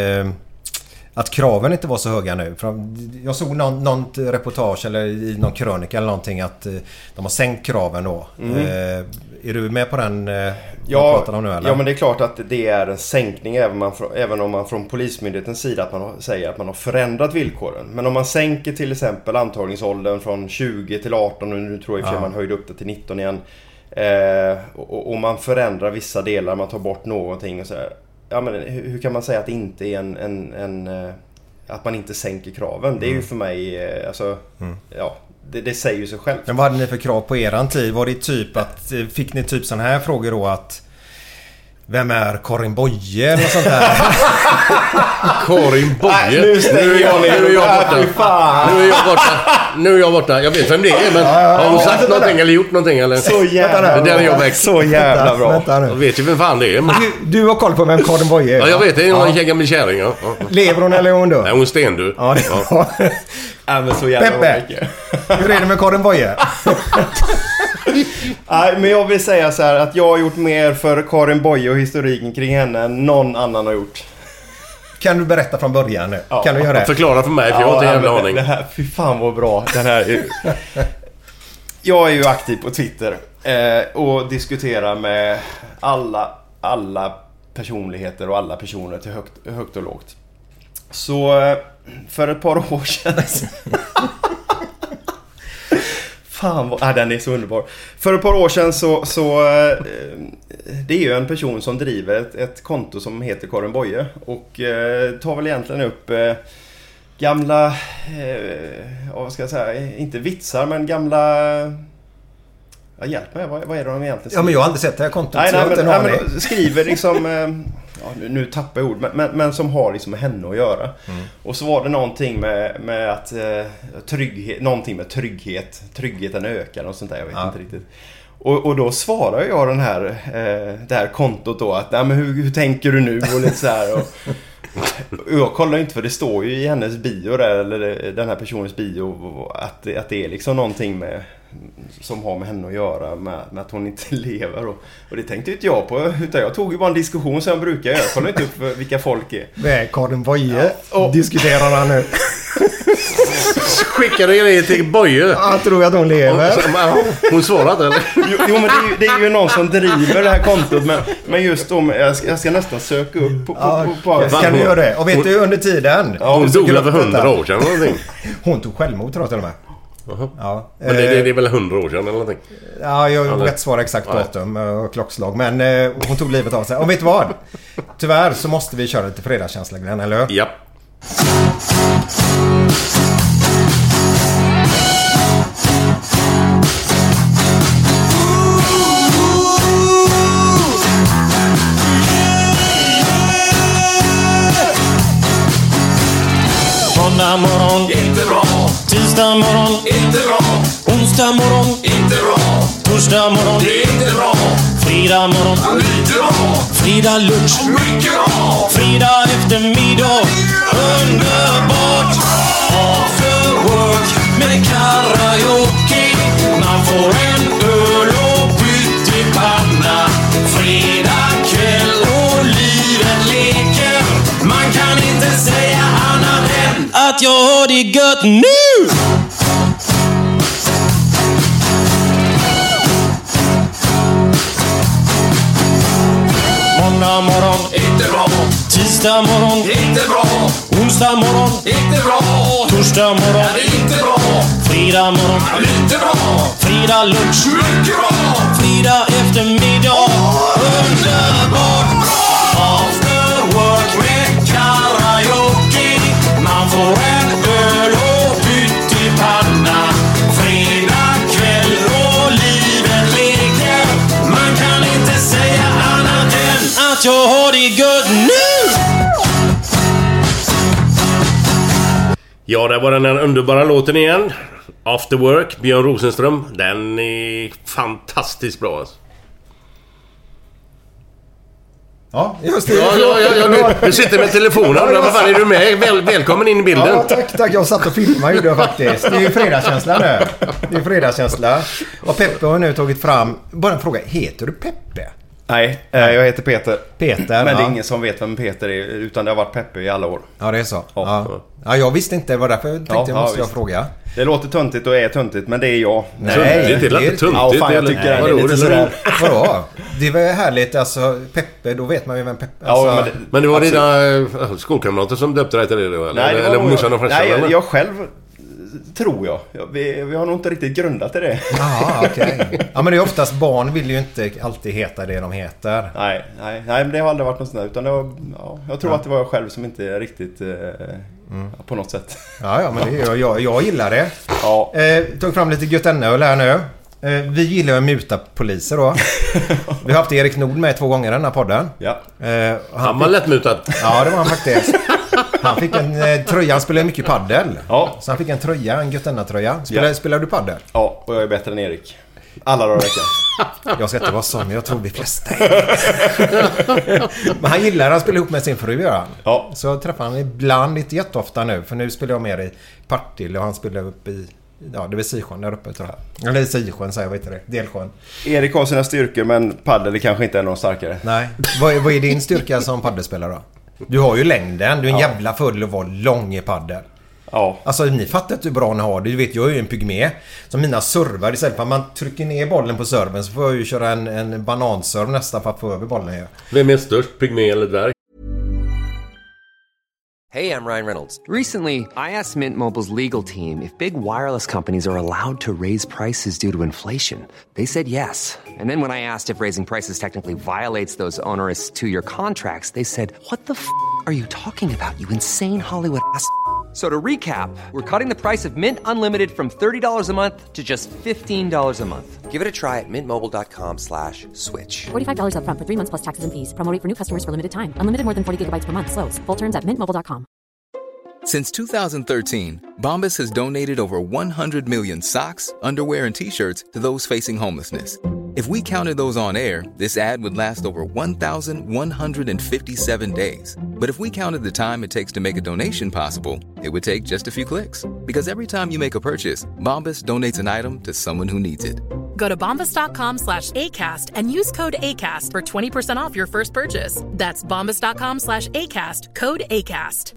att kraven inte var så höga nu. Jag såg någon reportage eller i någon krönika eller någonting att de har sänkt kraven då. Är du med på den? Pratar om nu, eller? Ja, men det är klart att det är en sänkning även om man från polismyndighetens sida att man säger att man har förändrat villkoren. Men om man sänker till exempel antagningsåldern från 20 till 18 och nu tror jag att man höjde upp det till 19 igen. Och man förändrar vissa delar, man tar bort någonting och så här. Ja, men hur kan man säga att det inte är att man inte sänker kraven? Det är ju för mig ja, det säger ju sig själv. Men vad hade ni för krav på eran tid? Var det typ att fick ni typ sån här frågor då att vem är Karin Boye eller sånt där? Karin Boye? Nu är jag borta. Jag vet vem det är, men har hon sagt någonting eller gjort någonting eller? Så jävla bra. Så jävla bra. Jag vet ju vem fan det är. Men... Du har koll på vem Karin Boye är? Ja, jag vet. Det är någon gammal kärring. Ja. Lever hon eller är hon död? Nej, hon är stendöd. Ja, det är ja, men så jävla Peppe, hur är det med Karin Boye? Nej, men jag vill säga så här att jag har gjort mer för Karin Boye och historiken kring henne än någon annan har gjort. Kan du berätta från början nu? Ja. Kan du göra det? Förklara för mig, för jag har inte en jävla aning. Det här, fy fan vad bra. Den här jag är ju aktiv på Twitter. Och diskutera med alla personligheter och alla personer till högt och lågt. Så för ett par år sedan den är så underbar. För ett par år sedan så det är ju en person som driver ett konto som heter Karin Boye och tar väl egentligen upp gamla vad ska jag säga, inte vitsar men gamla hjälp mig, vad är det de egentligen skriver? Ja, men jag har aldrig sett det här kontot. Nej, men skriver liksom nu tappar jag ord, men som har liksom med henne att göra. Och så var det någonting med att tryggheten ökar och sånt där, jag vet inte riktigt. Och då svarar jag det här kontot då att nej, men hur tänker du nu och lite så här och jag kollar inte, för det står ju i hennes bio där, eller den här personens bio, att det är liksom någonting som har med henne att göra med att hon inte lever och det tänkte inte jag på, utan jag tog ju bara en diskussion som jag brukar göra. Jag kollar inte upp vilka folk är. Nej, Karin Boye diskuterar han nu. Skickar du ner till Boye? Jag tror att hon lever. Hon svarade eller? Jo, men det är ju någon som driver det här kontot, men just om jag ska nästan söka upp på kan du göra det? Och vet du, under tiden hon dog för 100 år sedan någonting. Hon tog självmord, tror jag till och med. Ja. Men det är väl 100 år sedan eller någonting? Ja, jag vågar inte svara exakt datum och klockslag. Men hon tog livet av sig. Och vet du vad? Tyvärr så måste vi köra lite fredagskänsla, Glenn, eller? Ja. Måndag morgon, inte bra. Tisdag morgon, inte bra. Onsdag morgon, inte bra. Torsdag morgon, det är inte bra. Fredag morgon, lite bra. Fredag lunch, mycket bra. Fredag eftermiddag, underbart. After work med karaoke. Man får en öl och pyttipanna. Fredag kväll och livet leker. Man kan inte säga annat än att jag har det gött nu. Måndag morgon, inte bra. Tisdag morgon, inte bra. Onsdag morgon, inte bra. Torsdag morgon, inte bra. Fredag morgon, lite bra. Fredag lunch, mycket bra. Fredag eftermiddag, underbart bra. After work med karaoke. Man får en öl och pyttipanna. Fredag kväll och livet leker. Man kan inte säga annat än att jag har det gött nu. Ja, det var den här underbara låten igen. After Work, Björn Rosenström. Den är fantastiskt bra alltså. Ja, just det. Du sitter med telefonen. Vad fan är du med? Välkommen in i bilden. Ja, tack. Jag satt och filmade gjorde jag faktiskt. Det är ju fredagskänsla nu. Det är fredagskänsla. Och Peppe har nu tagit fram. Bara en fråga. Heter du Peppe? Nej, jag heter Peter. Peter, men det är ingen som vet vem Peter är, utan det har varit Peppe i alla år. Ja, det är så. Ja, jag visste inte. Det var därför jag tänkte jag måste fråga. Det låter töntigt och är töntigt, men det är jag. Nej, det är inte töntigt. Ja, fan, jag tycker det är lite sådär. Vadå? Det var härligt, alltså Peppe, då vet man ju vem Peppe alltså. Ja, men det var dina skolkamrater som döpte dig till det då? Nej, det var eller morsan och farsan? Nej, jag själv tror jag. Vi har nog inte riktigt grundat i det. Jaha, okej. Ja, men det är oftast barn vill ju inte alltid heta det de heter. Nej, men det har aldrig varit något sånt där, utan det var, jag tror att det var jag själv som inte är riktigt på något sätt. Ja, men det är jag gillar det. Ja. Tog fram lite göttenöl här nu. Vi gillar att muta poliser då. Vi har haft Erik Nord med 2 gånger i den här podden. Ja. Han var lättmutad. Ja, det var han faktiskt. Han fick en tröja, han spelade mycket paddel. Ja. Så han fick en tröja, en Göttenna-tröja. Spelar du paddel? Ja, och jag är bättre än Erik. Alla dagar veckan. Jag ska inte vara sån, men jag tror vi flesta. Men han gillar att spela ihop med sin fru, gör han. Ja. Så träffar han ibland, inte jätteofta nu. För nu spelar jag mer i Partille och han spelar upp i... Ja, det är Sisjön där uppe, tror jag. Eller Sisjön, säger jag, vet inte det. Delsjön. Erik har sina styrkor, men paddel är kanske inte är någon starkare. Nej. Vad är din styrka som paddelspelare då? Du har ju längden. Du är en jävla full och var lång i paddel. Ja. Alltså ni fattar inte hur bra ni har det. Du vet, jag är ju en pygmé. Så mina servar, istället för att man trycker ner bollen på serven så får jag ju köra en bananserv nästan för att få över bollen. Ja. Vem är störst, pygmé eller dvärg? Hey, I'm Ryan Reynolds. Recently, I asked Mint Mobile's legal team if big wireless companies are allowed to raise prices due to inflation. They said yes. And then when I asked if raising prices technically violates those onerous 2-year contracts, they said, "What the f*** are you talking about, you insane Hollywood ass?" So to recap, we're cutting the price of Mint Unlimited from $30 a month to just $15 a month. Give it a try at mintmobile.com/switch. $45 up front for 3 months plus taxes and fees. Promo rate for new customers for limited time. Unlimited more than 40 gigabytes per month. Slows full terms at mintmobile.com. Since 2013, Bombas has donated over 100 million socks, underwear, and T-shirts to those facing homelessness. If we counted those on air, this ad would last over 1,157 days. But if we counted the time it takes to make a donation possible, it would take just a few clicks. Because every time you make a purchase, Bombas donates an item to someone who needs it. Go to bombas.com/ACAST and use code ACAST for 20% off your first purchase. That's bombas.com/ACAST, code ACAST.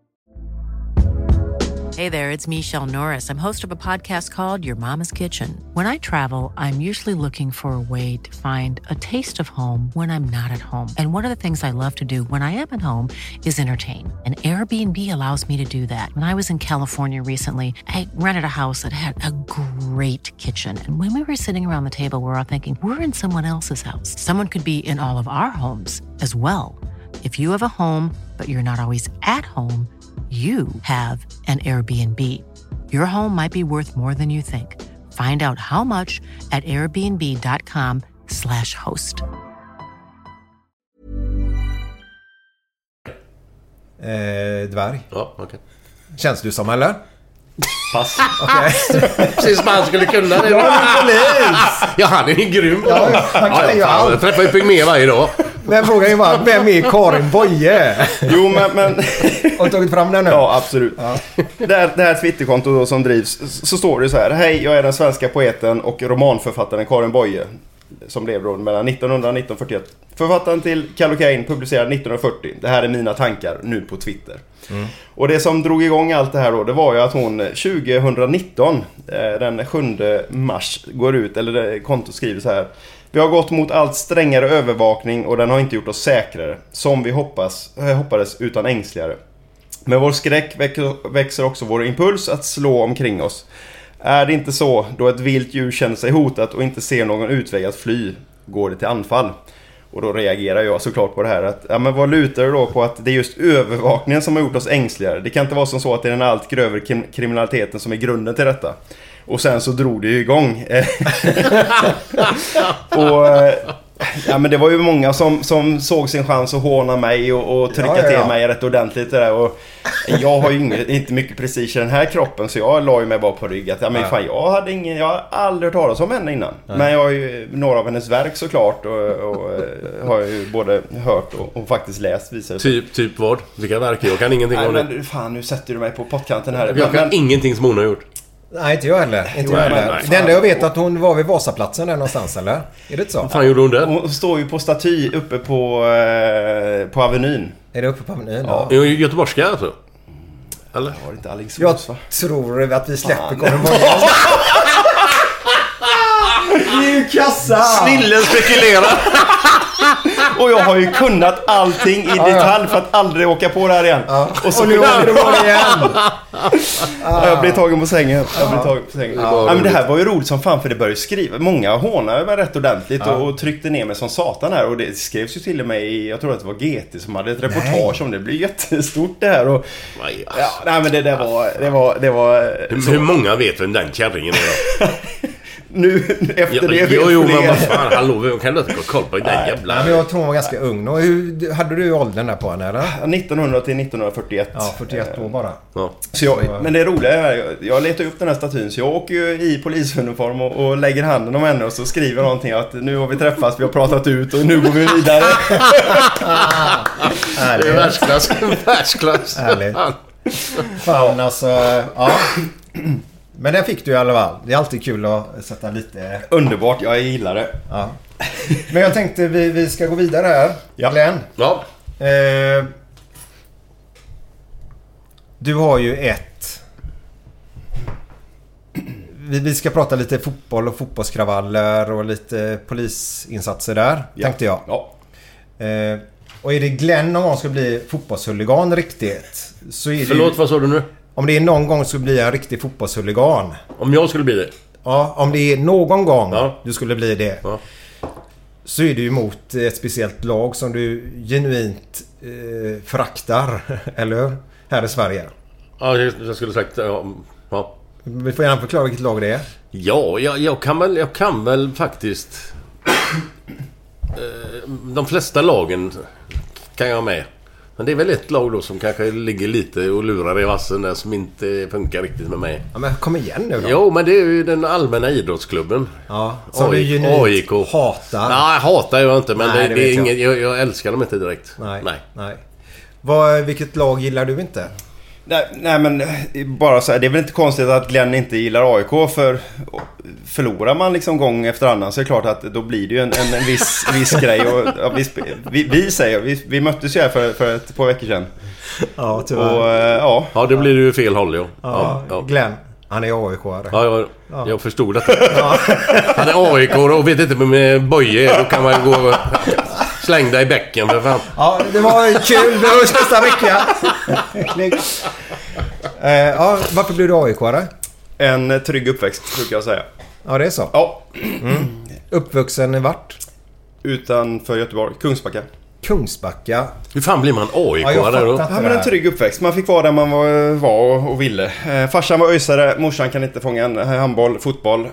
Hey there, it's Michelle Norris. I'm host of a podcast called Your Mama's Kitchen. When I travel, I'm usually looking for a way to find a taste of home when I'm not at home. And one of the things I love to do when I am at home is entertain. And Airbnb allows me to do that. When I was in California recently, I rented a house that had a great kitchen. And when we were sitting around the table, we were all thinking, we're in someone else's house. Someone could be in all of our homes as well. If you have a home, but you're not always at home, you have an Airbnb. Your home might be worth more than you think. Find out how much at airbnb.com/host. Dvärg. Ja, okej. Känns du som, eller? Pass. Okej. Precis som han skulle kunna det. Jag är polis! Ja, han är ju grym. Ja, han kan ju allt. Jag träffar ju pygmé varje dag. Men frågan är bara, vem är Karin Boye? Jo, men... Har du tagit fram den nu? Ja, absolut. Ja. Det här Twitterkontot som drivs, så står det så här: hej, jag är den svenska poeten och romanförfattaren Karin Boye, som blev då mellan 1900 och 1941. Författaren till Kalle Kane publicerad 1940. Det här är mina tankar nu på Twitter. Mm. Och det som drog igång allt det här då, det var ju att hon 2019, den 7 mars, går ut, eller kontot skriver så här: vi har gått mot allt strängare övervakning och den har inte gjort oss säkrare, som vi hoppades, utan ängsligare. Med vår skräck växer också vår impuls att slå omkring oss. Är det inte så, då ett vilt djur känner sig hotat och inte ser någon utväg att fly, går det till anfall. Och då reagerar jag såklart på det här att, ja, men vad lutar det då på att det är just övervakningen som har gjort oss ängsligare? Det kan inte vara som så att det är den allt grövre kriminaliteten som är grunden till detta. Och sen så drog det ju igång. Och ja, men det var ju många som såg sin chans att håna mig och trycka till mig rätt ordentligt det där. Och jag har ju inte mycket prestige i den här kroppen, så jag la ju mig bara på rygg att, ja, men fan, jag har aldrig hört talas om henne innan. Men jag har ju några av hennes verk såklart och har ju både hört och faktiskt läst, visar det. Typ vad? Vilka verk? Jag kan ingenting om det. Men fan, nu sätter du mig på pottkanten här. Jag kan ingenting som hon har gjort. Nej, inte jag heller. Det enda jag vet att hon var vid Vasaplatsen där någonstans, eller? Är det så? Vad fan gjorde hon där? Hon står ju på staty uppe på Avenyn. Är det uppe på Avenyn? Ja. Är hon göteborgska alltså? Eller? Var det inte Alingsås, jag va? tror att vi släpper Karin Boye. Det är ju kassa! Snillen spekulerar! Och jag har ju kunnat allting i detalj för att aldrig åka på det här igen. Och så nu åker du på det igen. Jag blev tagen på sängen. Men det här var ju roligt som fan, för det började skriva. Många hånade mig rätt ordentligt och tryckte ner mig som satan här. Och det skrevs ju till och med i, jag tror att det var GT som hade ett reportage om det. Det blev jättestort det här. Och, nej, men det var hur många vet vem den kärringen är? Nu efter det jo, men vad fan, hallå, vi kan inte gå koll på den jävla. Men jag tror hon var ganska ung. Och hur hade du åldern där på henne, eller? 1900 till 1941. Ja, 41 år bara. Ja. Så men det är roliga är, jag letar upp den här statyn, så jag åker ju i polisuniform och lägger handen om henne och så skriver någonting att nu har vi träffats, vi har pratat ut och nu går vi vidare. Det är världsklass. Härligt. Fan, alltså, ja. Men den fick du i alla fall. Det är alltid kul att sätta lite... Underbart, jag gillar det. Ja. Men jag tänkte vi ska gå vidare här. Ja. Glenn. Ja. Du har ju ett vi ska prata lite fotboll och fotbollskravaller och lite polisinsatser där, tänkte jag. Ja. Och är det Glenn någon gång ska bli fotbollshuligan riktigt, så är det Förlåt, vad sa du nu? Om det är någon gång ska bli en riktig fotbollshuligan. Om jag skulle bli det? Ja, om det är någon gång du skulle bli det. Ja. Så är det ju mot ett speciellt lag som du genuint föraktar, eller hur? Här i Sverige. Ja, jag skulle sagt ja. Vi får gärna förklara vilket lag det är. Ja, jag kan väl faktiskt de flesta lagen kan jag med. Men det är väl ett lag då som kanske ligger lite och lurar i vassen där, som inte funkar riktigt med mig. Ja, men kom igen nu då. Jo, men det är ju den allmänna idrottsklubben. Ja, som du genuint AIK. hatar. Nej, hatar jag inte, men Nej, det är inget, jag älskar dem inte direkt. Nej. Vilket lag gillar du inte? Nej, men bara så här, det är väl inte konstigt att Glenn inte gillar AIK, för förlorar man liksom gång efter annan så är det klart att då blir det ju en viss grej. Och, ja, vi möttes ju här för ett par veckor sedan. Ja, tyvärr. Och, ja, det blir ju fel håll. Ja. Glenn, han är AIK-are. Ja, jag förstod det. Han är AIK och vet inte med Böje, då kan man gå och slängda i bäcken för fan. Ja, det var kul. Vi hörs nästa vecka. Varför blev du AIK-are? En trygg uppväxt, brukar jag säga. Ja, det är så. Ja. Uppvuxen i vart? Utanför Göteborg, Kungsbacka. Hur fan blir man AIK-are då? Ja, men en trygg uppväxt. Man fick vara där man var och ville. Farsan var öjsare, morsan kan inte fånga en handboll, fotboll.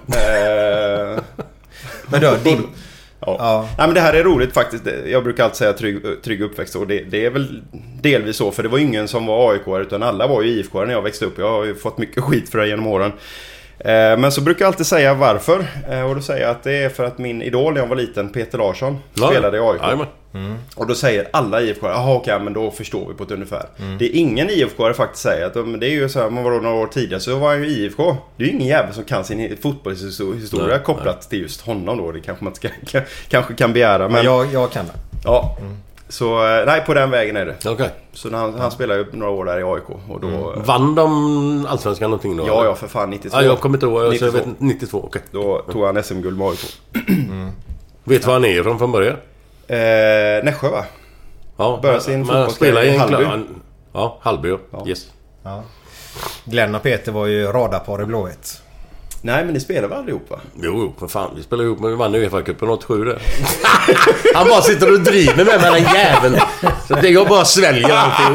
Men då, Ja. Nej, men det här är roligt faktiskt. Jag brukar alltid säga trygg uppväxt, och det är väl delvis så, för det var ingen som var AIK, utan alla var ju IFK när jag växte upp. Jag har ju fått mycket skit för det genom åren. Men så brukar jag alltid säga varför. Och då säger jag att det är för att min idol när jag var liten, Peter Larsson, spelade i AIK. Och då säger alla IFK, jaha okej, men då förstår vi på ett ungefär. Det är ingen IFK faktiskt säger att det är ju så här, man var då några år tidigare så var han ju IFK. Det är ju ingen jävel som kan sin fotbollshistoria kopplat till just honom då. Det kanske man kanske kan begära. Men jag kan det. Ja. Så nej, på den vägen är det. Okay. Så när han spelade ju några år där i AIK och då vann de allsvenskan någonting då? Ja, för fan 92. Ja, jag kommer inte ihåg, 92. Jag vet 92, okej. Okay. Då tog han SM-guld med AIK. Vet du vad han är från början? Nässjö, va? Ja, började sin fotbollskarriär i Hallby. Ja, Hallby, yes. Ja. Glenn och Peter var ju radarpar i Blåvitt. Nej, men ni spelar väl allihop, va? Jo, för fan. Vi spelar ihop, men vi vann ju UEFA-cupen 87 där. Han bara sitter och driver med den jäveln. Så det jag bara sväljer alltihop.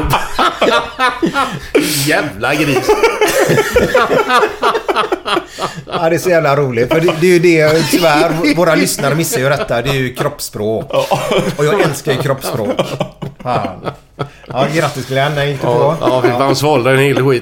Jävla gris. Ja, det är så jävla roligt. För det är ju det, tyvärr, våra lyssnare missar ju detta. Det är ju kroppsspråk. Och jag älskar ju kroppsspråk. Fan. Ja, grattis Glenn, jag är inte på. Ja, vi fan svalde en hel skit.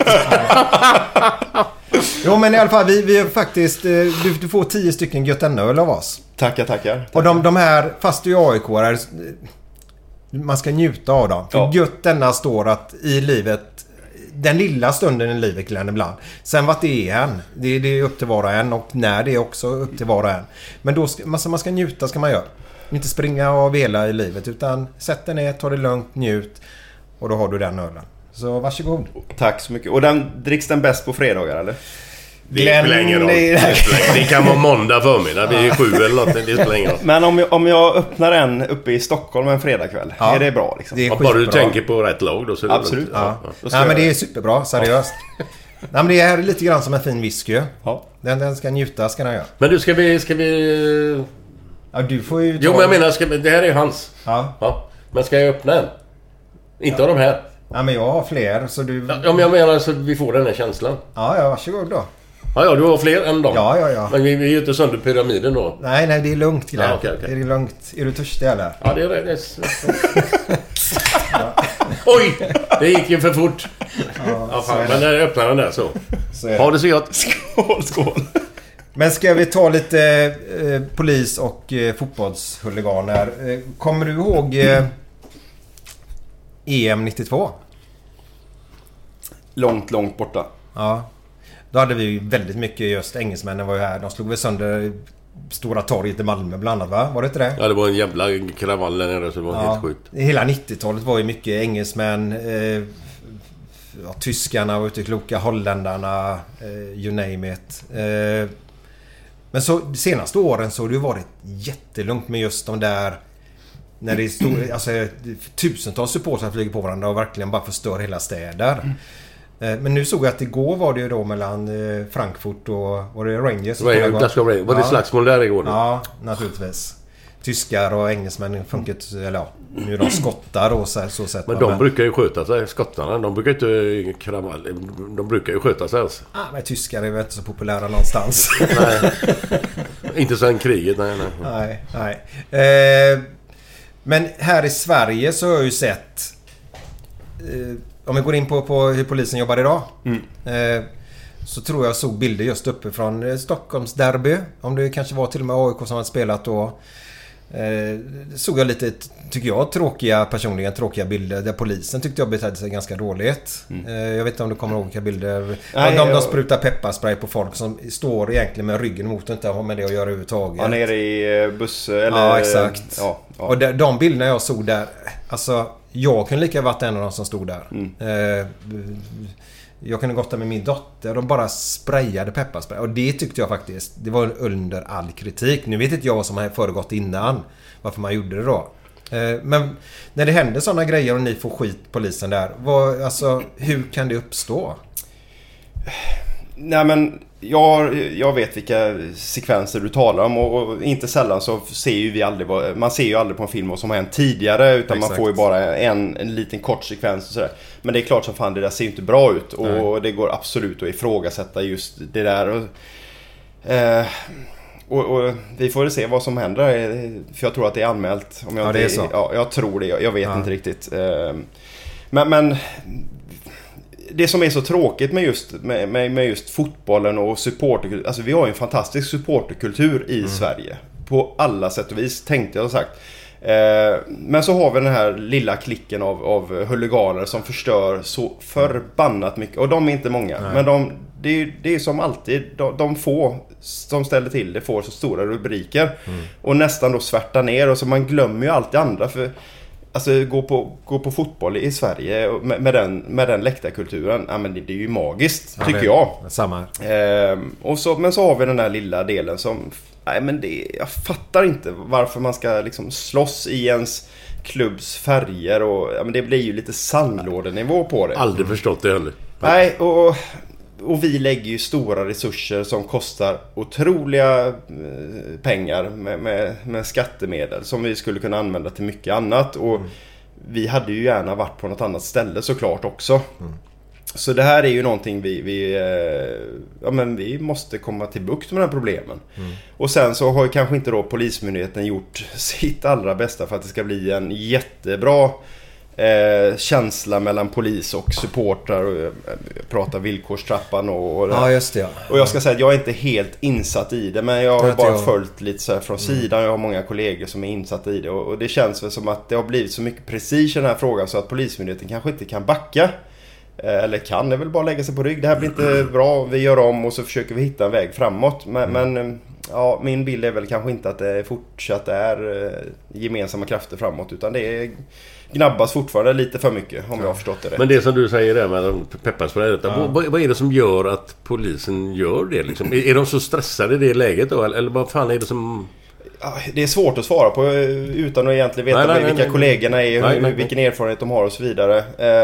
Jo, men i alla fall, vi har faktiskt, du får 10 stycken Göttenöl av oss. Tackar. Och de här, fast du är AIK-are, man ska njuta av dem. För Götterna står att i livet, den lilla stunden i livet, Glenn, ibland. Sen vad det är en, det är upp till var och en, och när det är också upp till var och en. Men då man ska njuta, ska man göra. Inte springa och vela i livet, utan sätt dig ner, ta det lugnt, njut, och då har du den ölen. Så varsågod. Tack så mycket. Och dricks den bäst på fredagar, eller? Det spelar ingen roll. Det kan vara måndag förmiddag. Vi är 7 eller något. Det spelar ingen roll. Men om jag öppnar en uppe i Stockholm en fredagkväll, är det bra liksom? Det är bara du tänker på rätt lag då, så absolut. Nej, men det är superbra, seriöst. Nej, men det är lite grann som en fin whisky. Ja. Den ska njuta, ska den göra. Men du, ska vi... Ja, du får ju... Jo, men jag menar, det här är ju hans. Ja. Men ska jag öppna en? Inte av de här. Ja, men jag har fler, så du... Ja, men jag menar så vi får den här känslan. Ja, varsågod då. Ja, du har fler än dem. Ja. Men vi är ju inte sönder pyramiden då. Nej, det är lugnt, Glenn. Ja, okay. Det är lugnt. Är du törstig eller? Ja, det är det. Oj, det gick ju för fort. Ja, fan, men där öppnar den där så. Ha det så gott. Skål. Men ska vi ta lite polis och fotbollshuliganer. Kommer du ihåg EM 92? Långt borta. Ja. Då hade vi ju väldigt mycket, just engelsmännen var ju här. De slog väl sönder Stora torget i Malmö bland annat, va? Var det inte det? Ja, det var en jävla kravall där nere, så det var helt sjukt. Hela 90-talet var ju mycket engelsmän, tyskarna var ute kloka, holländarna, you name it. Men så de senaste åren så har det ju varit jättelugnt med just de där, när det är alltså, tusentals supportrar flyger på varandra och verkligen bara förstör hela städer. Men nu såg jag att igår var det ju då mellan Frankfurt och var det Rangers? Var det slagsmål där igår? Ja, naturligtvis. Tyskar och engelsmän funkat, eller ja, nu är de skottar och så sätt. Men de brukar ju sköta sig, skottarna. De brukar inte kravall. De brukar ju sköta sig alltså. Men tyskar är väl inte så populära någonstans. Nej. Inte sen kriget, nej. Men här i Sverige så har jag ju sett, om vi går in på hur polisen jobbar idag, så tror jag såg bilder just uppe från Stockholms derby. Om det kanske var till och med AIK som hade spelat då. Såg jag lite, tycker jag, tråkiga bilder där polisen tyckte jag betedde sig ganska dåligt. Jag vet inte om du kommer ihåg vilka bilder. De sprutar pepparspray på folk som står egentligen med ryggen mot och inte har med det att göra överhuvudtaget. Ja, nere i buss eller... Ja, exakt. Ja. Och de bilderna jag såg där, alltså jag kunde lika varit en av de som stod där. Jag kunde gått där med min dotter och bara sprayade pepparspray. Och det tyckte jag faktiskt, det var under all kritik. Nu vet inte jag vad som har föregått innan, varför man gjorde det då. Men när det händer sådana grejer och ni får skit polisen där, hur kan det uppstå? Nej, men jag vet vilka sekvenser du talar om, och inte sällan så ser ju vi aldrig man ser ju aldrig på en film vad som har hänt tidigare, utan man får ju bara en liten kort sekvens och sådär. Men det är klart som fan, det där ser inte bra ut, och det går absolut att ifrågasätta just det där, och vi får se vad som händer, för jag tror att det är anmält, om jag det är så. Ja, jag tror det, jag vet inte riktigt, men det som är så tråkigt med just fotbollen och supporterkultur, alltså vi har ju en fantastisk supporterkultur i Sverige på alla sätt och vis, tänkte jag sagt. Men så har vi den här lilla klicken av huliganer som förstör så förbannat mycket, och de är inte många. Nej. Men det är som alltid, de få som ställer till det får så stora rubriker och nästan då svärtar ner, och så man glömmer ju allt det andra, för alltså gå på fotboll i Sverige med den läktarkulturen, men det är ju magiskt, tycker jag. Samma. Men så har vi den här lilla delen som, jag fattar inte varför man ska liksom slåss i ens klubbs färger, och det blir ju lite sandlådenivå på det. Aldrig förstått det heller. Nej, och vi lägger ju stora resurser som kostar otroliga pengar med skattemedel som vi skulle kunna använda till mycket annat, och vi hade ju gärna varit på något annat ställe såklart också. Så det här är ju någonting vi måste komma till bukt med de här problemen. Och sen så har ju kanske inte då Polismyndigheten gjort sitt allra bästa för att det ska bli en jättebra känsla mellan polis och supportrar, och prata villkorstrappan och ja, just det, ja. Och jag ska säga att jag är inte helt insatt i det, men jag har bara följt lite så här från sidan. Jag har många kollegor som är insatta i det, och det känns väl som att det har blivit så mycket precis i den här frågan så att Polismyndigheten kanske inte kan backa, eller kan det väl bara lägga sig på rygg. Det här blir inte bra, vi gör om och så försöker vi hitta en väg framåt. Men min bild är väl kanske inte att det fortsatt är gemensamma krafter framåt, utan det är gnabbas fortfarande lite för mycket, om jag har förstått det rätt. Men det som du säger där med pepparspray, vad är det som gör att polisen gör det liksom? Är de så stressade i det läget då, eller vad fan är det som... Det är svårt att svara på utan att egentligen veta vilka kollegorna är, vilken erfarenhet de har och så vidare.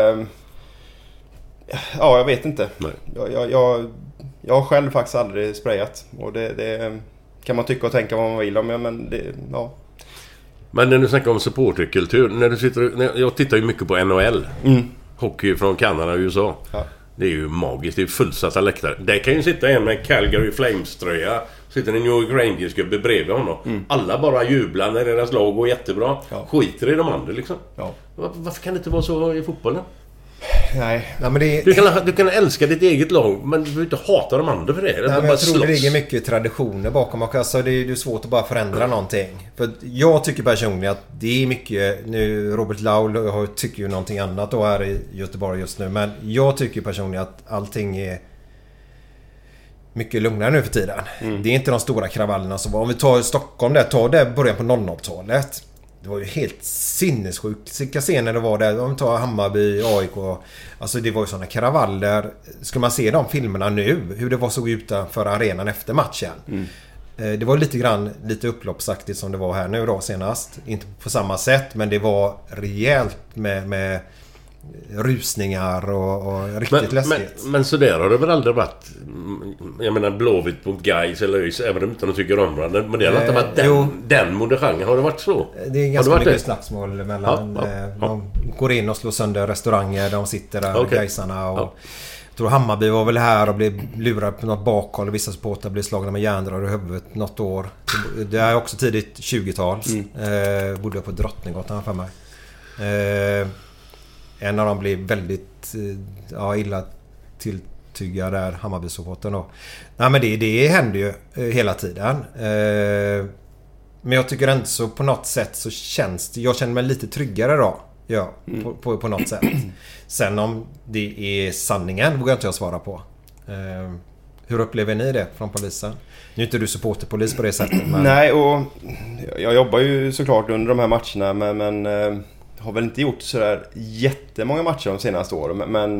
Jag vet inte. Jag har själv faktiskt aldrig sprayat, och det kan man tycka och tänka vad man vill om, men det, ja. Men när du snackar om supporterkultur, jag tittar ju mycket på NHL. Hockey från Kanada och USA. Ja. Det är ju magiskt, det är fullsatta läktare. Där kan ju sitta en med Calgary Flames-tröja, sitter en New York Rangers-gubbe bredvid honom. Alla bara jublar när deras lag går jättebra. Skiter i de andra liksom. Varför kan det inte vara så i fotbollen? Nej. Men det... du kan älska ditt eget lag, men du vill inte hata de andra för det. Jag tror det ligger mycket traditioner bakom, och alltså det är svårt att bara förändra någonting. För jag tycker personligen att det är mycket, nu Robert Laul tycker ju någonting annat då här i Göteborg just nu, men jag tycker personligen att allting är mycket lugnare nu för tiden. Det är inte de stora kravallerna som var. Om vi tar Stockholm där, tar det början på 00-talet. det var ju helt sinnessjukt. Vilka scener det var där. Om vi tar Hammarby, AIK. Alltså det var ju sådana kravaller. Ska man se de filmerna nu, hur det var såg utanför arenan efter matchen. Det var lite upploppsaktigt som det var här nu då senast. Inte på samma sätt, men det var rejält med rusningar och riktigt läskigt. Men så där har det väl aldrig varit. Jag menar Blåvitt mot Gais eller ÖIS, även om inte de tycker om varandra. Men det har inte varit den modegenren. Har det varit så? Det är ganska mycket slagsmål mellan de går in och slår sönder restauranger. De sitter där, Gaisarna och jag tror Hammarby var väl här och blev lurad på något bakhåll. Vissa supportrar blev slagna med järnrör i huvudet något år. Det är också tidigt 20-tal. Bodde på Drottninggatan för mig. En av dem blev väldigt illa tilltyggad där, Hammarby-supporten då. Nej, men det händer ju hela tiden. Men jag tycker ändå så på något sätt så jag känner mig lite tryggare då. Ja, på något sätt. Sen om det är sanningen vågar inte jag svara på. Hur upplever ni det från polisen? Nu är inte du supporterpolis på det sättet. Men... Nej, och jag jobbar ju såklart under de här matcherna, men har väl inte gjort sådär jättemånga matcher de senaste åren. Men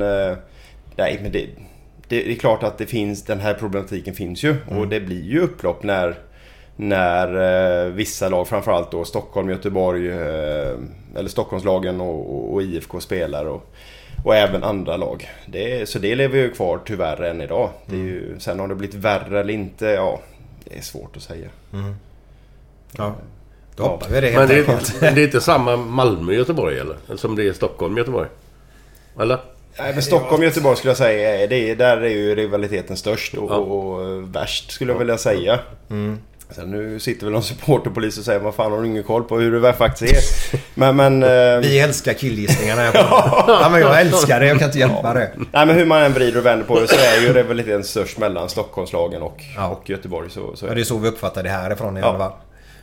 det är klart att det finns, den här problematiken finns ju. Och det blir ju upplopp när vissa lag, framförallt då Stockholm, Göteborg eller Stockholmslagen och IFK spelar och även andra lag. Så det lever ju kvar tyvärr än idag. Det är ju, sen har det blivit värre eller inte, det är svårt att säga. Ja. Då hoppar vi det men det är inte samma Malmö-Göteborg eller? Som det är Stockholm-Göteborg? Eller? Nej, men Stockholm-Göteborg skulle jag säga där är ju rivaliteten störst och värst skulle jag vilja säga. Sen nu sitter väl någon supporterpolis och säger vad fan har du ingen koll på hur det faktiskt är. Men vi älskar killgissningarna här. Ja, men jag älskar det, jag kan inte hjälpa det. Nej, men hur man än vrider och vänder på det så är ju rivaliteten störst mellan Stockholmslagen och Göteborg. Så det är så vi uppfattar det härifrån i alla fall.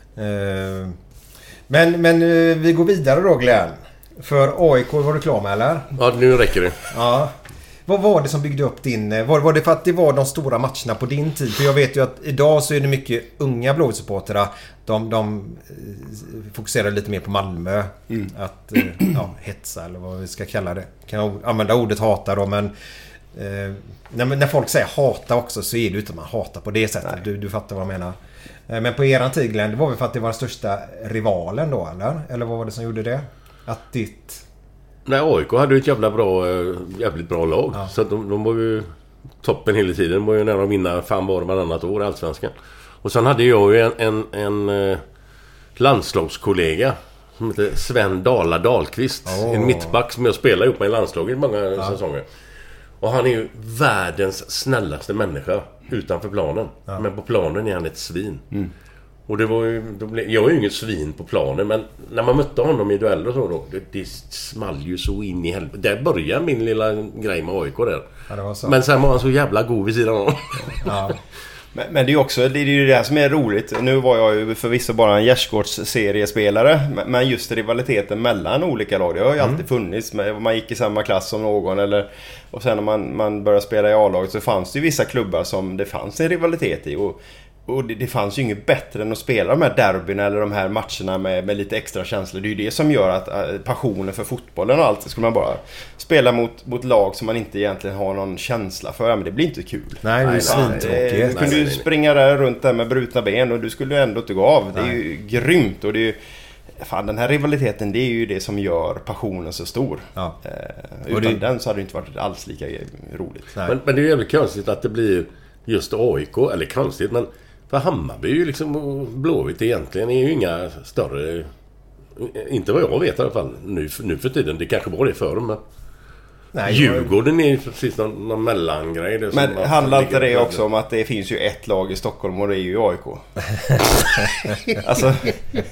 Men vi går vidare då, Glenn. För AIK var du klar med, eller? Ja, nu räcker det. Ja. Vad var det som byggde upp din... Var det för att det var de stora matcherna på din tid? För jag vet ju att idag så är det mycket unga Blåvitt-supportrar. De fokuserar lite mer på Malmö. Att hetsa eller vad vi ska kalla det. Kan använda ordet hata då, men... när folk säger hata också så är det ju inte man hatar på det sättet. Du fattar vad jag menar. Men på eran tid, Glenn, det var väl för att det var den största rivalen då, eller? Eller vad var det som gjorde det? Att ditt... Nej, AIK hade ju ett jävligt bra lag. Ja. Så att de var ju toppen hela tiden. De var ju nära att vinna varannat år i Allsvenskan. Och sen hade jag ju en landslagskollega som heter Sven Dahlqvist. En mittback som jag spelade ihop med i landslaget i många säsonger. Och han är ju världens snällaste människa utanför planen. Ja. Men på planen är han ett svin. Och det var ju, jag är ju inget svin på planen, men när man mötte honom i dueller och så då, det small ju så in i helvete. Där började min lilla grej med AIK där. Ja, det var så. Men sen var han så jävla god vid sidan om. Ja. Men det är ju också, det är ju det som är roligt. Nu var jag ju förvisso bara en gärdsgårdsseriespelare, men just rivaliteten mellan olika lag, det har ju alltid funnits. Man gick i samma klass som någon, och sen när man började spela i A-laget så fanns det ju vissa klubbar som det fanns en rivalitet i. Och det fanns ju inget bättre än att spela de här derbyn eller de här matcherna med lite extra känslor. Det är ju det som gör att passionen för fotbollen och allt, skulle man bara spela mot lag som man inte egentligen har någon känsla för, men det blir inte kul. Nej, det är svintråkigt. Du kunde ju springa där runt där med brutna ben och du skulle ju ändå inte gå av. Det är ju grymt, och det är ju... Fan, den här rivaliteten, det är ju det som gör passionen så stor. Ja. Utan den så hade det inte varit alls lika roligt. Men det är ju jävligt konstigt att det blir just AIK, eller konstigt, men för Hammarby är ju liksom, och Blåvitt egentligen är ju inga större, inte vad jag vet i alla fall nu för tiden. Det kanske var det förr, men Djurgården är ju precis någon mellangrej. Men handlar inte det också om att det finns ju ett lag i Stockholm och det är ju AIK? Alltså,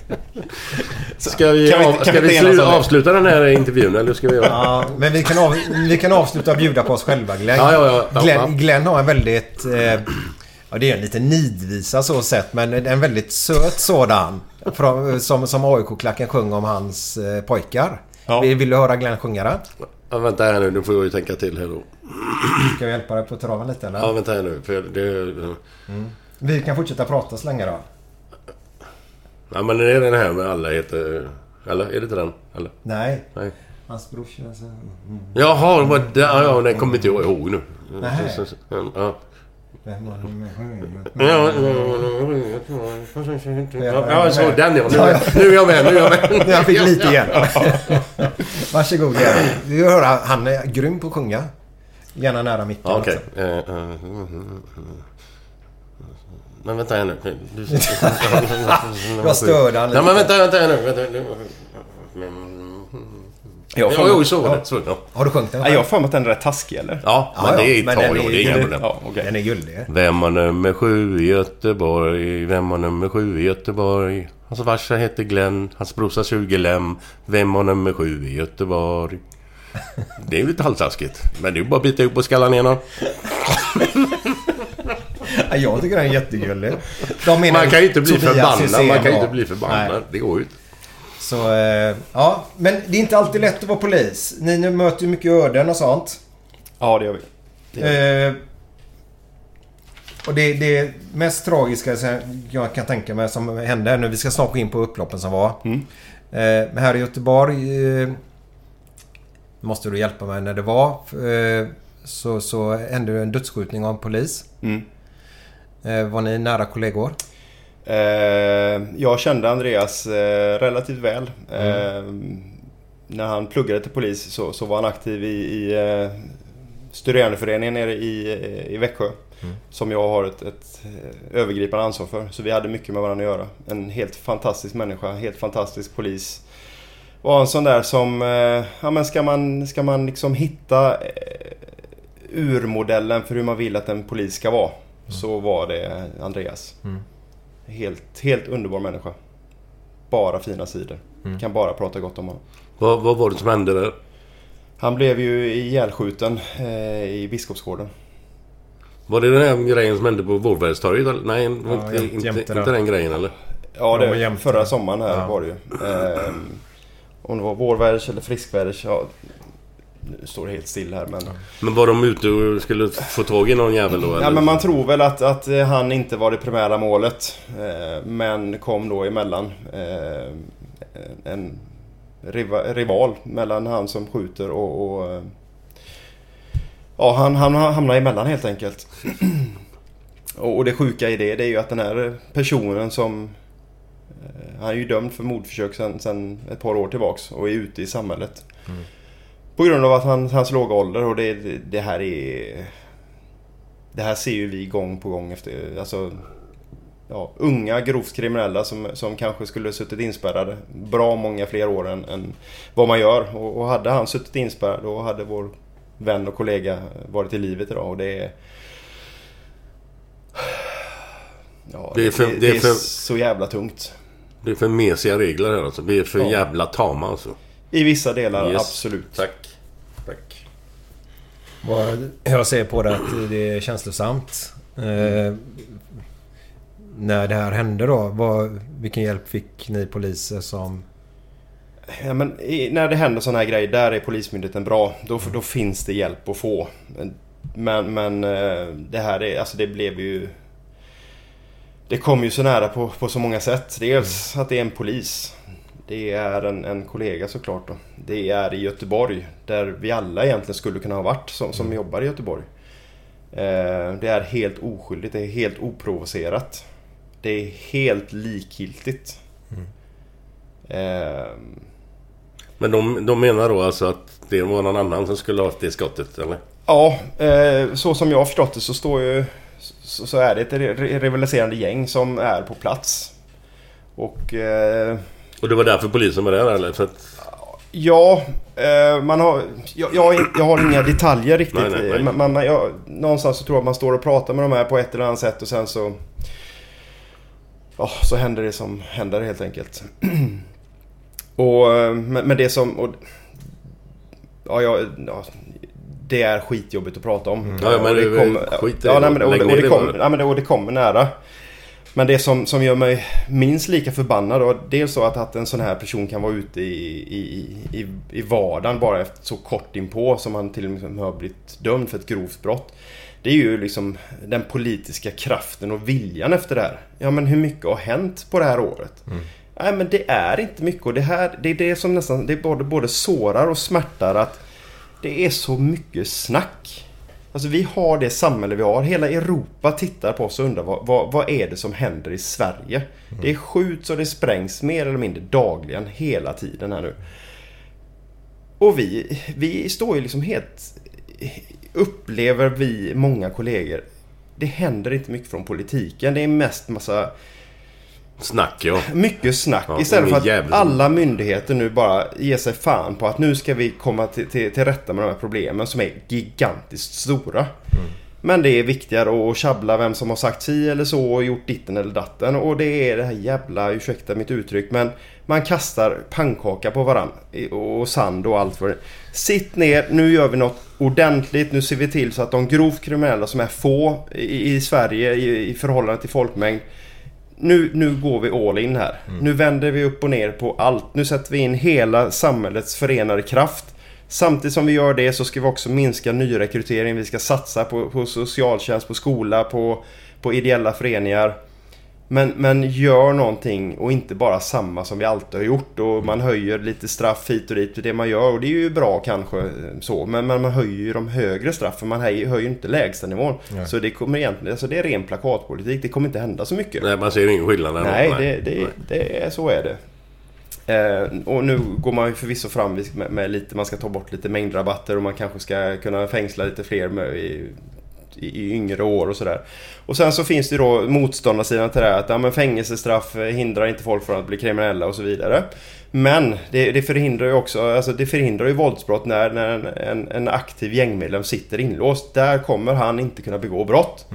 ska vi avsluta den här intervjun, eller ska vi göra? Ja, men vi kan avsluta och bjuda på oss själva, Glenn. Glenn har en väldigt... det är en liten nidvisa så sett, men en väldigt söt sådan som AIK-klacken sjöng om hans pojkar. Ja. Vill du höra Glenn sjunga det? Ja, vänta här nu får jag ju tänka till här då. Ska jag hjälpa dig på traven lite, eller? Ja, vänta här nu. För det... Vi kan fortsätta prata så länge då. Ja, men är det den här med alla heter... Eller är det inte den? Eller? Nej. Nej. Hans brorsa. Jaha, det var det. Ja, det kommer inte jag ihåg nu. Nej. Ja. Ja, så den ja. Nu är jag med. Jag fick lite igen. Varsågod. Du hör, han är grym på att sjunga. Gärna nära micken. Okej. Men vänta här nu. Jag störde han lite. Nej, men vänta här nu. Har du sjungit den? Jag har för mig att den är rätt taskig, eller? Ja, men det är Italien. Det är ingen problem. Den är gullig. Vem har nummer 7 i Göteborg? Vem har nummer 7 i Göteborg? Hans farsa heter Glenn. Hans brorsa 20 lem. Vem har nummer 7 i Göteborg? Det är ju lite halvtaskigt. Men det är ju bara att bita upp på skallan igen. Jag tycker den är jättegullig. Man kan ju inte bli förbannad. Det går ju inte. Så, ja. Men det är inte alltid lätt att vara polis. Ni möter ju mycket öden och sånt. Ja, det gör vi. Och det mest tragiska jag kan tänka mig som hände nu. Vi ska snart gå in på upploppen som var. Men här i Göteborg måste du hjälpa mig när det var. Så hände en dödsskjutning av en polis. Var ni nära kollegor? Jag kände Andreas relativt väl. När han pluggade till polis så var han aktiv i studerandeföreningen nere i Växjö. Som jag har ett övergripande ansvar för. Så vi hade mycket med varandra att göra. En helt fantastisk människa, helt fantastisk polis. Och en sån där som, ja men ska man liksom hitta urmodellen för hur man vill att en polis ska vara. Så var det Andreas. Helt underbar människa. Bara fina sidor. Kan bara prata gott om honom. Vad var det som hände där? Han blev ju ihjälskjuten i Biskopsgården. Var det den här grejen som hände på Vårbergstorget? Nej, inte den grejen eller? Ja, det förra sommaren här var det ju. Om det var vårvärders eller friskvärders, ja, nu står det helt still här. Men var de ute och skulle få tag i någon jävel då? Eller? Ja, men man tror väl att han inte var det primära målet. Men kom då emellan. En rival mellan han som skjuter och ja, han hamnar emellan helt enkelt. Och det sjuka i det är ju att den här personen som han är ju dömd för mordförsök sen ett par år tillbaks och är ute i samhället. På grund av att hans låga ålder, och det här ser ju vi gång på gång efter, alltså ja, unga grovt kriminella som kanske skulle suttit inspärrade bra många fler år än vad man gör. Och hade han suttit inspärrad, då hade vår vän och kollega varit i livet idag. Och det är... Ja, det är så jävla tungt. Det är för mesiga regler här alltså. Vi är för jävla tama alltså. I vissa delar, absolut. Tack. Jag ser på det att det är känslosamt. När det här hände då, vilken hjälp fick ni poliser som... Ja, men när det händer såna här grejer, där är polismyndigheten bra. Då finns det hjälp att få. Men det här är, alltså det blev ju... Det kom ju så nära på så många sätt. Dels att det är en polis. Det är en kollega såklart då. Det är i Göteborg, där vi alla egentligen skulle kunna ha varit som jobbar i Göteborg. Det är helt oskyldigt, det är helt oprovocerat. Det är helt likgiltigt. Men de menar då alltså att det var någon annan som skulle ha haft det skottet, eller? Ja, så som jag har förstått det så står ju... Så är det ett rivaliserande gäng som är på plats. Och det var därför polisen var där, eller? För att... Ja, jag har inga detaljer riktigt. Nej. Någonstans så tror jag att man står och pratar med de här på ett eller annat sätt. Och sen så... Ja, så händer det som händer helt enkelt. Men det som... det är skitjobbigt att prata om. Ja, men det kommer... det kommer nära. Men det som gör mig minst lika förbannad då, det är så att en sån här person kan vara ute i vardagen bara efter så kort inpå som han till och med har blivit dömd för ett grovt brott. Det är ju liksom den politiska kraften och viljan efter det här. Ja, men hur mycket har hänt på det här året? Nej, men det är inte mycket. Och det är det som nästan, det är både sårar och smärtar, att det är så mycket snack. Alltså vi har det samhälle vi har. Hela Europa tittar på oss och undrar vad är det som händer i Sverige? Det skjuts och det sprängs mer eller mindre dagligen hela tiden här nu. Och vi står ju liksom helt... Upplever vi många kollegor, det händer inte mycket från politiken. Det är mest massa... Snack, ja. Mycket snack. Ja, istället för att alla myndigheter nu bara ger sig fan på att nu ska vi komma till rätta med de här problemen som är gigantiskt stora. Men det är viktigare att tjabbla vem som har sagt si eller så och gjort ditten eller datten. Och det är det här jävla, ursäkta mitt uttryck, men man kastar pannkaka på varann och sand och allt för det. Sitt ner, nu gör vi något ordentligt. Nu ser vi till så att de grovt kriminella som är få i Sverige i förhållande till folkmängd, nu går vi all in här. Nu vänder vi upp och ner på allt. Nu sätter vi in hela samhällets förenade kraft. Samtidigt som vi gör det så ska vi också minska nyrekrytering. Vi ska satsa på socialtjänst, på skola, på ideella föreningar. Men gör någonting och inte bara samma som vi alltid har gjort. Och man höjer lite straff hit och dit för det man gör. Och det är ju bra kanske så. Men man höjer ju de högre straffen. Man höjer ju inte lägsta nivån. Ja. Så det kommer egentligen, alltså det är ren plakatpolitik. Det kommer inte hända så mycket. Nej, man ser ingen skillnad där. Nej, så är det. Och nu går man ju förvisso fram med lite, man ska ta bort lite mängdrabatter och man kanske ska kunna fängsla lite fler i yngre år och sådär. Och sen så finns det då motståndarsidan till det här, att men fängelsestraff hindrar inte folk från att bli kriminella och så vidare. Men det förhindrar ju också, alltså det förhindrar ju våldsbrott när en aktiv gängmedlem sitter inlåst. Där kommer han inte kunna begå brott.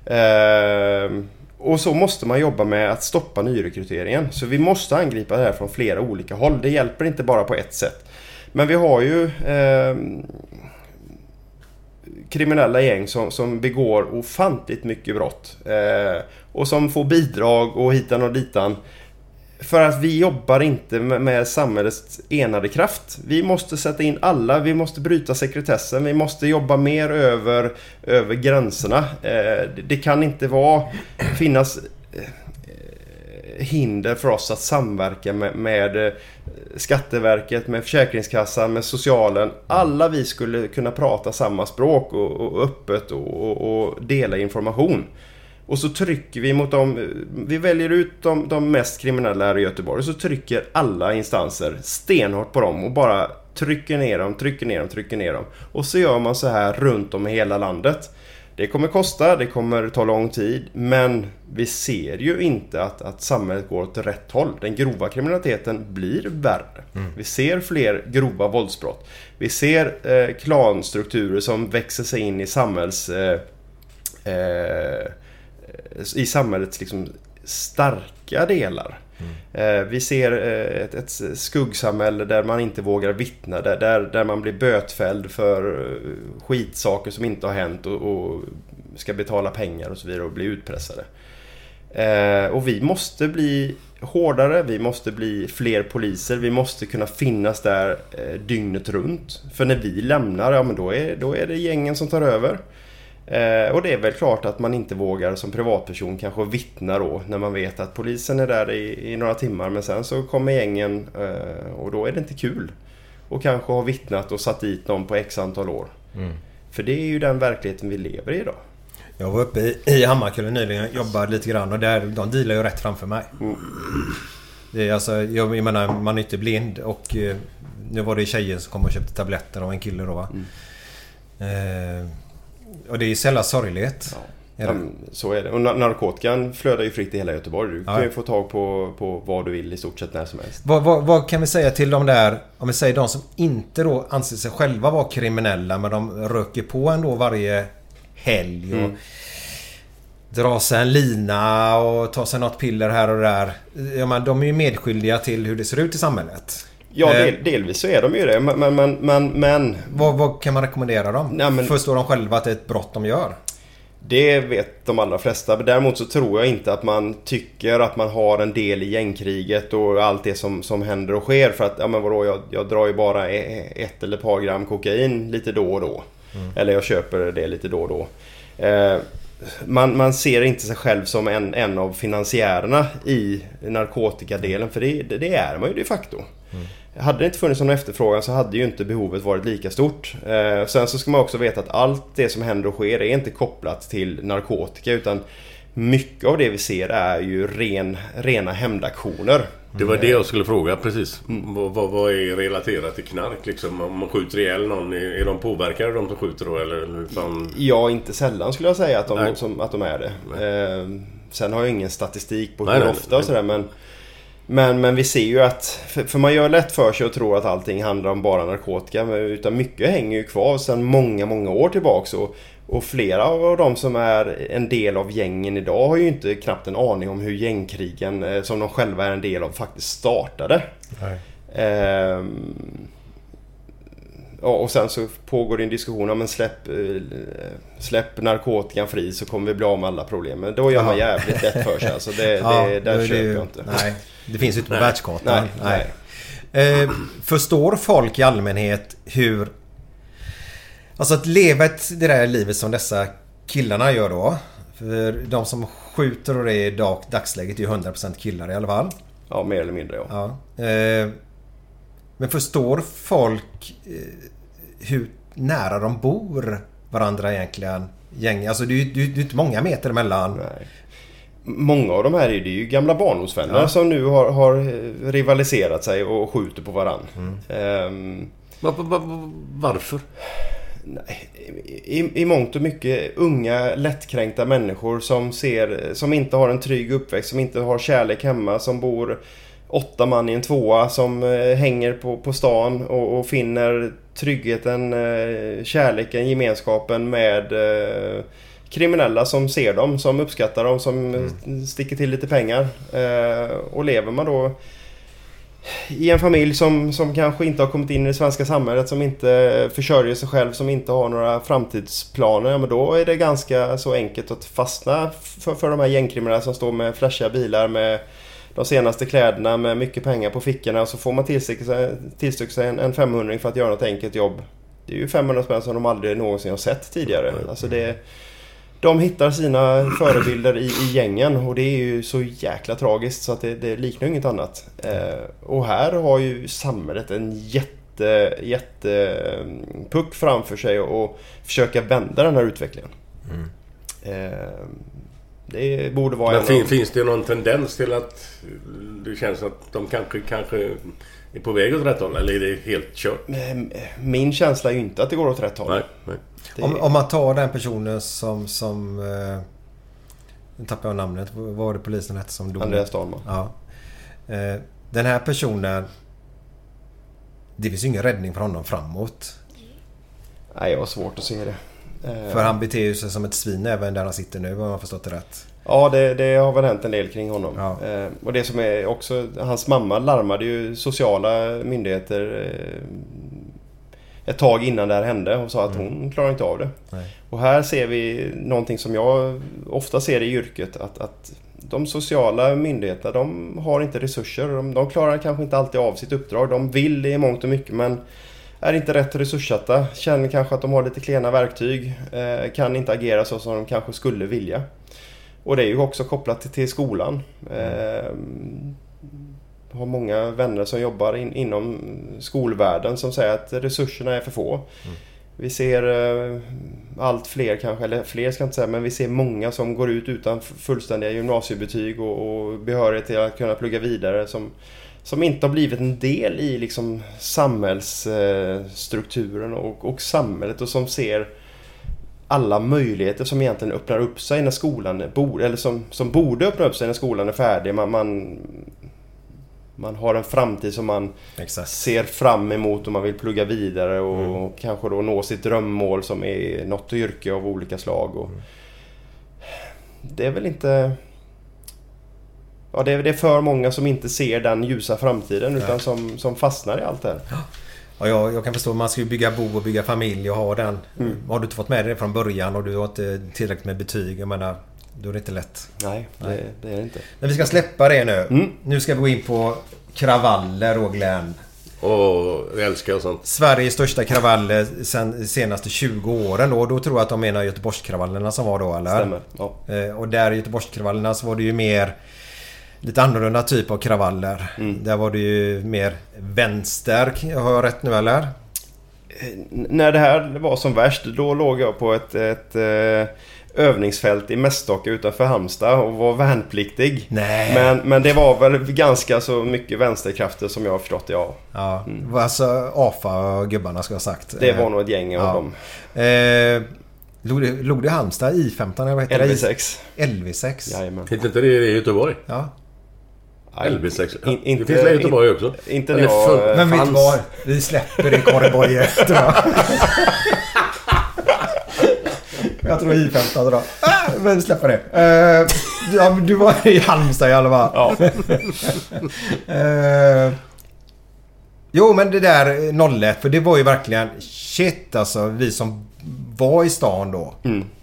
Och så måste man jobba med att stoppa nyrekryteringen. Så vi måste angripa det här från flera olika håll. Det hjälper inte bara på ett sätt. Men vi har ju kriminella gäng som begår ofantligt mycket brott. Och som får bidrag och hitan och ditan. För att vi jobbar inte med samhällets enade kraft. Vi måste sätta in alla, vi måste bryta sekretessen, vi måste jobba mer över gränserna. Det kan inte finnas hinder för oss att samverka med Skatteverket, med Försäkringskassan, med socialen. Alla vi skulle kunna prata samma språk och öppet och dela information. Och så trycker vi mot dem. Vi väljer ut de mest kriminella här i Göteborg. Och så trycker alla instanser stenhårt på dem. Och bara trycker ner dem. Och så gör man så här runt om i hela landet. Det kommer kosta, det kommer ta lång tid. Men vi ser ju inte att samhället går åt rätt håll. Den grova kriminaliteten blir värre. Vi ser fler grova våldsbrott. Vi ser klanstrukturer som växer sig in i samhällets liksom starka delar. Vi ser ett skuggsamhälle där man inte vågar vittna, där man blir bötfälld för skitsaker som inte har hänt och ska betala pengar och så vidare och bli utpressade. Och vi måste bli hårdare, vi måste bli fler poliser, vi måste kunna finnas där dygnet runt. För när vi lämnar, ja men då är det gängen som tar över. Och det är väl klart att man inte vågar som privatperson kanske vittna då när man vet att polisen är där i några timmar, men sen så kommer gängen och då är det inte kul och kanske har vittnat och satt dit någon på x antal år. För det är ju den verkligheten vi lever i idag. Jag var uppe i Hammarkullen nyligen, jobbade lite grann och där, de dealar ju rätt framför mig. Det är alltså, jag menar, man är inte blind och nu var det tjejer som kom och köpte tabletter av en kille då va. Och det är ju sällan sorgligt. Ja, så är det. Och narkotikan flödar ju fritt i hela Göteborg. Du kan ju få tag på vad du vill i stort sett när som helst. Vad kan vi säga till de där, om vi säger de som inte då anser sig själva vara kriminella, men de röker på ändå varje helg och drar sig en lina och tar sig något piller här och där. Ja, men de är ju medskyldiga till hur det ser ut i samhället. Ja, delvis så är de ju det. Men vad kan man rekommendera dem? Ja, Förstår de själva att det är ett brott de gör? Det vet de allra flesta. Men däremot så tror jag inte att man tycker att man har en del i gängkriget och allt det som händer och sker. För att, ja men vadå, jag drar ju bara 1 eller ett par gram kokain lite då och då. Eller jag köper det lite då och då. Man ser inte sig själv som en av finansiärerna i narkotikadelen. För det är man ju de facto. Hade det inte funnits någon efterfrågan så hade ju inte behovet varit lika stort. Sen så ska man också veta att allt det som händer och sker är inte kopplat till narkotika, utan mycket av det vi ser är ju rena hämndaktioner. Det var det jag skulle fråga, precis. Vad är relaterat till knark? Liksom? Om man skjuter ihjäl någon, är de påverkade de som skjuter då? Eller fan? Ja, inte sällan skulle jag säga att de är det. Sen har jag ingen statistik på hur ofta och sådär, men vi ser ju att, för man gör lätt för sig och tror att allting handlar om bara narkotika, utan mycket hänger ju kvar sedan många år tillbaks, och flera av de som är en del av gängen idag har ju inte knappt en aning om hur gängkrigen som de själva är en del av faktiskt startade. Och sen så pågår det en diskussion om släpp narkotikan fri så kommer vi bli av med alla problem. Men då gör man jävligt lätt för sig. Alltså där köper jag inte. Nej, det finns inte på världskartan. Nej. Förstår folk i allmänhet hur... Alltså att leva det där livet som dessa killarna gör då. För de som skjuter och det är dagsläget är ju 100% killar i alla fall. Ja, mer eller mindre, ja. Men förstår folk hur nära de bor varandra egentligen? Alltså det är inte många meter emellan. Nej. Många av de här är det ju gamla barndomsvänner som nu har rivaliserat sig och skjuter på varann. Varför? Nej, i mångt och mycket unga, lättkränkta människor som inte har en trygg uppväxt, som inte har kärlek hemma, som bor 8 man i en 2:a, som hänger på stan och finner tryggheten, kärleken, gemenskapen med kriminella som ser dem, som uppskattar dem, som sticker till lite pengar. Och lever man då i en familj som kanske inte har kommit in i det svenska samhället, som inte försörjer sig själv, som inte har några framtidsplaner, ja, men då är det ganska så enkelt att fastna för de här gängkriminella som står med flashiga bilar, med de senaste kläderna, med mycket pengar på fickorna, så får man tillstycka sig en 500 för att göra något enkelt jobb. Det är ju 500 spänn som de aldrig någonsin har sett tidigare. Alltså de hittar sina förebilder i gängen, och det är ju så jäkla tragiskt så att det liknar inget annat. Och här har ju samhället en jätte puck framför sig och försöka vända den här utvecklingen. Det borde vara. Men finns det någon tendens till att det känns att de kanske är på väg åt rätt håll, eller är det helt kört? Min känsla är ju inte att det går åt rätt håll. Nej. Om man tar den personen som nu tappar jag namnet. Vad var det polisen hette som dog? Andreas Dahlman. Ja. Den här personen, det finns ju ingen räddning för honom framåt. Nej, jag har svårt att se det. För han beter sig som ett svin även där han sitter nu, om jag har förstått det rätt. Ja, det har väl hänt en del kring honom. Ja. Och det som är också, hans mamma larmade ju sociala myndigheter ett tag innan det här hände och sa att hon klarar inte av det. Nej. Och här ser vi någonting som jag ofta ser i yrket, att de sociala myndigheterna, de har inte resurser. De klarar kanske inte alltid av sitt uppdrag. De vill i mångt och mycket, men är inte rätt resurssatta. Känner kanske att de har lite klena verktyg. Kan inte agera så som de kanske skulle vilja. Och det är ju också kopplat till skolan. Har många vänner som jobbar inom skolvärlden som säger att resurserna är för få. Vi ser allt fler kanske, eller fler ska jag inte säga, men vi ser många som går ut utan fullständiga gymnasiebetyg och behörighet till att kunna plugga vidare, som inte har blivit en del i liksom samhällsstrukturen och samhället, och som ser alla möjligheter som egentligen öppnar upp sig när skolan eller som borde öppna upp sig när skolan är färdig. Man har en framtid som man ser fram emot, och man vill plugga vidare och kanske då nå sitt drömmål som är något yrke av olika slag. Och det är väl inte... Ja, det är för många som inte ser den ljusa framtiden utan som fastnar i allt det här. Ja, Och jag kan förstå att man ska ju bygga bo och bygga familj och ha den. Har du inte fått med det från början och du har inte tillräckligt med betyg, jag menar, då är det inte lätt. Nej, det är det inte. Men vi ska släppa det nu. Nu ska vi gå in på kravaller och Glenn. Och älskar och sånt. Sveriges största kravaller sen senaste 20 åren då tror jag att de menar Göteborgskravallerna som var då, eller? Stämmer, ja. Och där i Göteborgskravallerna så var det ju mer lite annorlunda typ av kravaller. Där var det ju mer vänster, har jag rätt nu eller? När det här var som värst, då låg jag på ett övningsfält i Mästocka utanför Halmstad och var värnpliktig. Nej. Men det var väl ganska så mycket vänsterkrafter som jag har förstått, ja. Ja, alltså AFA och gubbarna ska ha sagt. Det var nog ett gäng av dem. Låg det Halmstad I-15 eller vad heter det? LV6. LV6. Jajamän. Heter inte det i Göteborg? Ja. LV6. Inte, det finns i Göteborg också. Inte jag. Men vet du vad? Vi släpper det Korreborg. Jag tror I-15 då. Men vi släpper det. Ja, du var i Halmstad i alla fall. Ja. Jo, men det där 01, för det var ju verkligen shit alltså, vi som var i stan då.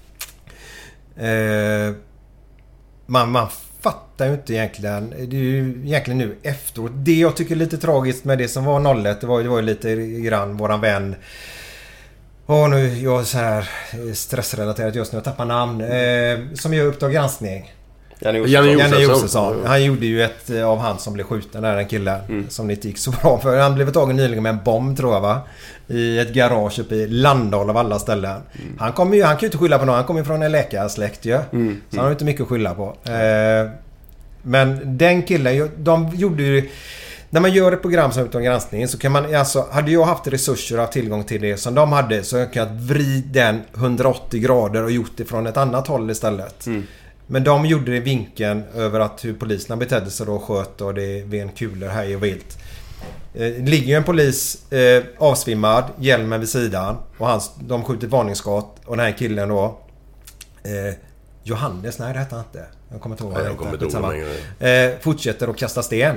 Man fattar ju inte egentligen. Det är ju egentligen nu efteråt. Det jag tycker är lite tragiskt med det som var 01, det var ju lite grann våran vän. Nu jag är så här stressrelaterat just nu, jag tappar namn. Som gör Uppdrag granskning. Janne Josefsson. Han gjorde ju ett av han som blev skjuten där, en kille som det inte gick så bra för. Han blev tagen nyligen med en bomb, tror jag, va? I ett garage uppe i Landal av alla ställen. Han kan ju inte skylla på någon. Han kommer ju från en läkarsläkt ju. Så han har inte mycket att skylla på. Men den killen, de gjorde ju... När man gör ett program som Uppdrag granskning så kan man, alltså, hade jag haft resurser och tillgång till det som de hade, så jag kan vrida den 180 grader och gjort det från ett annat håll istället. Men de gjorde det i vinkeln över att hur poliserna betedde sig då, sköt och det vid en kulor här och vilt. Ligger ju en polis avsvimmad, hjälmen vid sidan, och de skjuter ett varningsskott, och den här killen då Johannes, nej det heter han inte. Jag kommer inte ihåg. Fortsätter att kasta sten.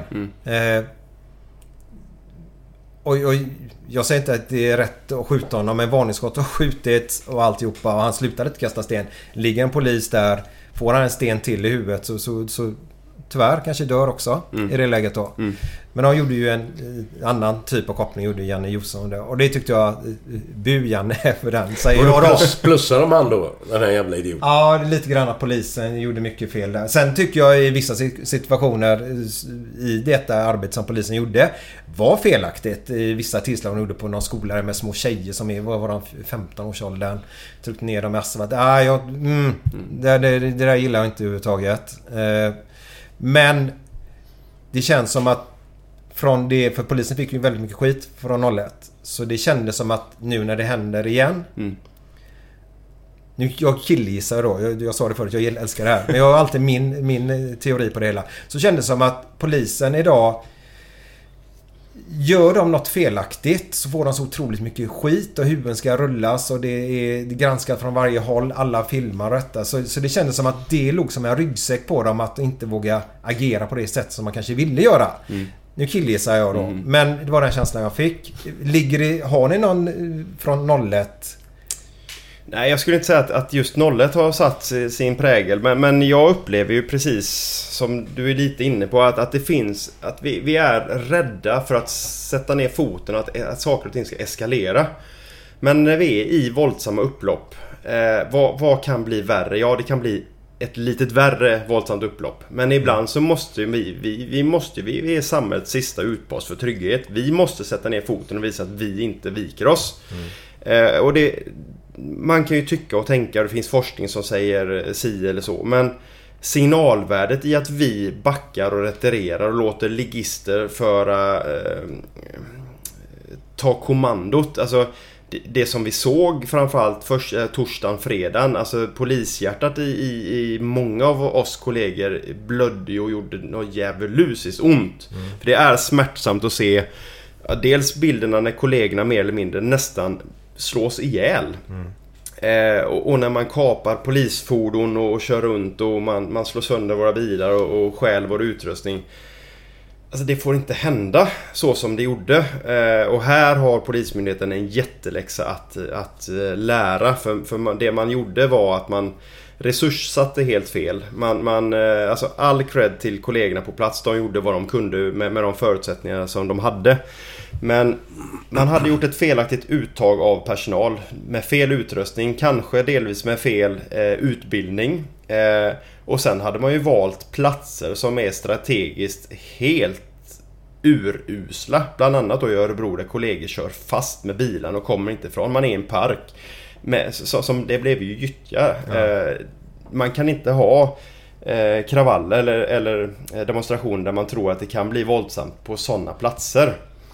Och jag säger inte att det är rätt att skjuta honom, men varningsskott har skjutit och alltihopa, och han slutade inte kasta sten. Ligger en polis där, får han en sten till i huvudet så tyvärr kanske dör också i det läget då. Men han gjorde ju en annan typ av koppling, gjorde Janne Josefsson där. Och det tyckte jag Janne för den. Plussar de han då, den här jävla idioten? Ja, lite grann att polisen gjorde mycket fel där. Sen tycker jag i vissa situationer i detta arbete som polisen gjorde var felaktigt. I vissa tillslag de gjorde på någon skola med små tjejer som var 15-årsåldern. Tryckte ner dem i asfalt. Det där gillar jag inte överhuvudtaget. Men det känns som att från det, för polisen fick ju väldigt mycket skit från 01. Så det kändes som att nu när det händer igen. Nu, jag killgissar då. Jag sa det förut, jag älskar det här. Men jag har alltid min teori på det hela. Så kändes det som att polisen idag, gör de något felaktigt så får de så otroligt mycket skit och huvuden ska rullas och det är granskat från varje håll, alla filmar och detta. Så det kändes som att det låg som en ryggsäck på dem att inte våga agera på det sätt som man kanske ville göra. Nu killgissar jag då. Men det var den känslan jag fick. Har ni någon från 01? Nej, jag skulle inte säga att just 01 har satt sin prägel. Men jag upplever ju precis som du är lite inne på att det finns, att vi är rädda för att sätta ner foten, att saker och ting ska eskalera. Men när vi är i våldsamma upplopp, vad kan bli värre? Ja, det kan bli ett litet värre våldsamt upplopp. Men ibland så måste vi är samhällets sista utpost för trygghet. Vi måste sätta ner foten och visa att vi inte viker oss. Och det, man kan ju tycka och tänka, det finns forskning som säger si eller så, men signalvärdet i att vi backar och retirerar och låter ligister ta kommandot, alltså det som vi såg framförallt torsdagen, fredagen, alltså polishjärtat i många av oss kollegor blödde och gjorde något djävulusiskt ont. För det är smärtsamt att se dels bilderna när kollegorna mer eller mindre nästan slås ihjäl. Och när man kapar polisfordon och kör runt och man slår sönder våra bilar och stjäl vår utrustning. Alltså det får inte hända så som det gjorde. Och här har Polismyndigheten en jätteläxa att lära. För det man gjorde var att man resurssatte helt fel. Alltså all cred till kollegorna på plats. De gjorde vad de kunde med de förutsättningar som de hade. Men man hade gjort ett felaktigt uttag av personal med fel utrustning, kanske delvis med fel utbildning. Och sen hade man ju valt platser som är strategiskt helt urusla. Bland annat då i Örebro där kollegor kör fast med bilen och kommer inte ifrån. Man är i en park. Som det blev ju gyttja. Man kan inte ha kravaller eller demonstrationer där man tror att det kan bli våldsamt på sådana platser.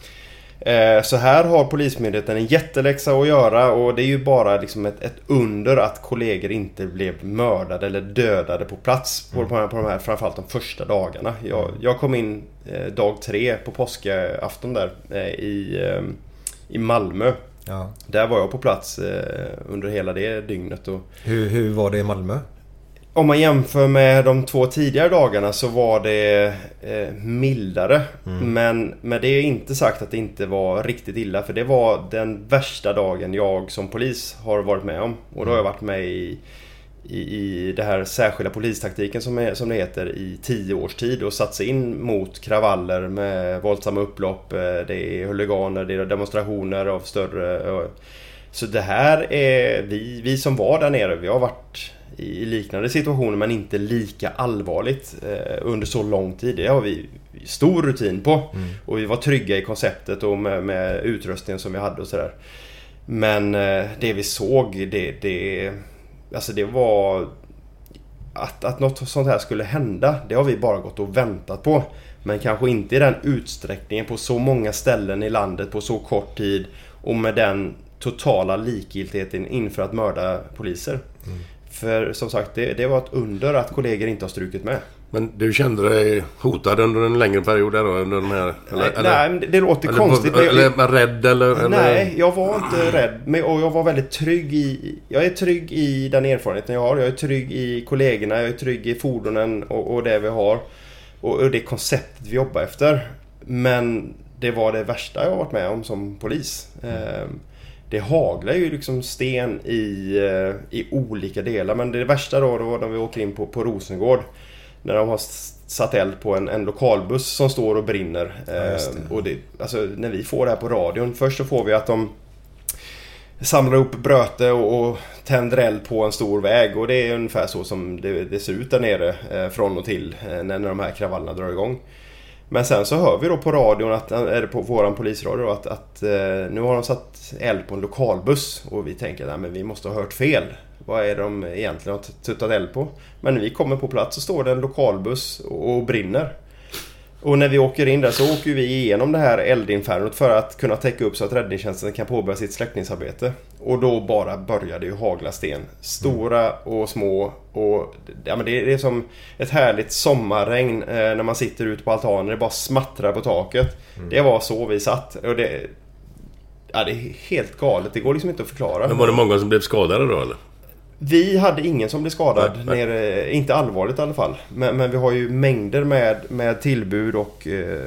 Så här har Polismyndigheten en jätteläxa att göra, och det är ju bara liksom ett under att kollegor inte blev mördade eller dödade på plats på de här, framförallt de första dagarna. Jag kom in dag 3 på påskafton där i Malmö. Ja. Där var jag på plats under hela det dygnet. Och hur var det i Malmö? Om man jämför med de 2 tidigare dagarna så var det mildare. Men med det är inte sagt att det inte var riktigt illa. För det var den värsta dagen jag som polis har varit med om. Och då har jag varit med i det här särskilda polistaktiken som det heter i 10 års tid. Och satt sig in mot kravaller med våldsamma upplopp. Det är huliganer, det är demonstrationer av större. Så det här är vi som var där nere. Vi har varit i liknande situationer men inte lika allvarligt under så lång tid. Det har vi stor rutin på. Och vi var trygga i konceptet och med utrustningen som vi hade och sådär. Men det vi såg det var att något sånt här skulle hända. Det har vi bara gått och väntat på. Men kanske inte i den utsträckningen på så många ställen i landet på så kort tid och med den totala likgiltigheten inför att mörda poliser. För som sagt, det var ett under att kollegor inte har strukit med. Men du kände dig hotad under en längre period där då? Under de här, nej, det låter konstigt. Eller rädd eller? Nej, jag var inte rädd. Och jag var väldigt trygg jag är trygg i den erfarenheten jag har. Jag är trygg i kollegorna, jag är trygg i fordonen och det vi har. Och det konceptet vi jobbar efter. Men det var det värsta jag har varit med om som polis. Det haglar ju liksom sten i olika delar. Men det värsta då var när vi åker in på Rosengård. När de har satt eld på en lokalbuss som står och brinner. Och alltså, när vi får det här på radion. Först så får vi att de samlar upp bröte och tänder eld på en stor väg. Och det är ungefär så som det ser ut där nere från och till när de här kravallerna drar igång. Men sen så hör vi då på radion, eller på våran polisradio då, att nu har de satt eld på en lokalbuss. Och vi tänker att vi måste ha hört fel. Vad är de egentligen har tuttat eld på? Men när vi kommer på plats så står det en lokalbuss och brinner. Och när vi åker in där så åker vi igenom det här eldinfernot för att kunna täcka upp så att räddningstjänsten kan påbörja sitt släckningsarbete. Och då bara började ju hagla sten. Stora och små. Och men det är som ett härligt sommarregn när man sitter ute på altanen. Det bara smattrar på taket. Det var så vi satt. Och det är helt galet. Det går liksom inte att förklara. Men var det många som blev skadade då eller? Vi hade ingen som blev skadad, nere, inte allvarligt i alla fall. Men vi har ju mängder med tillbud och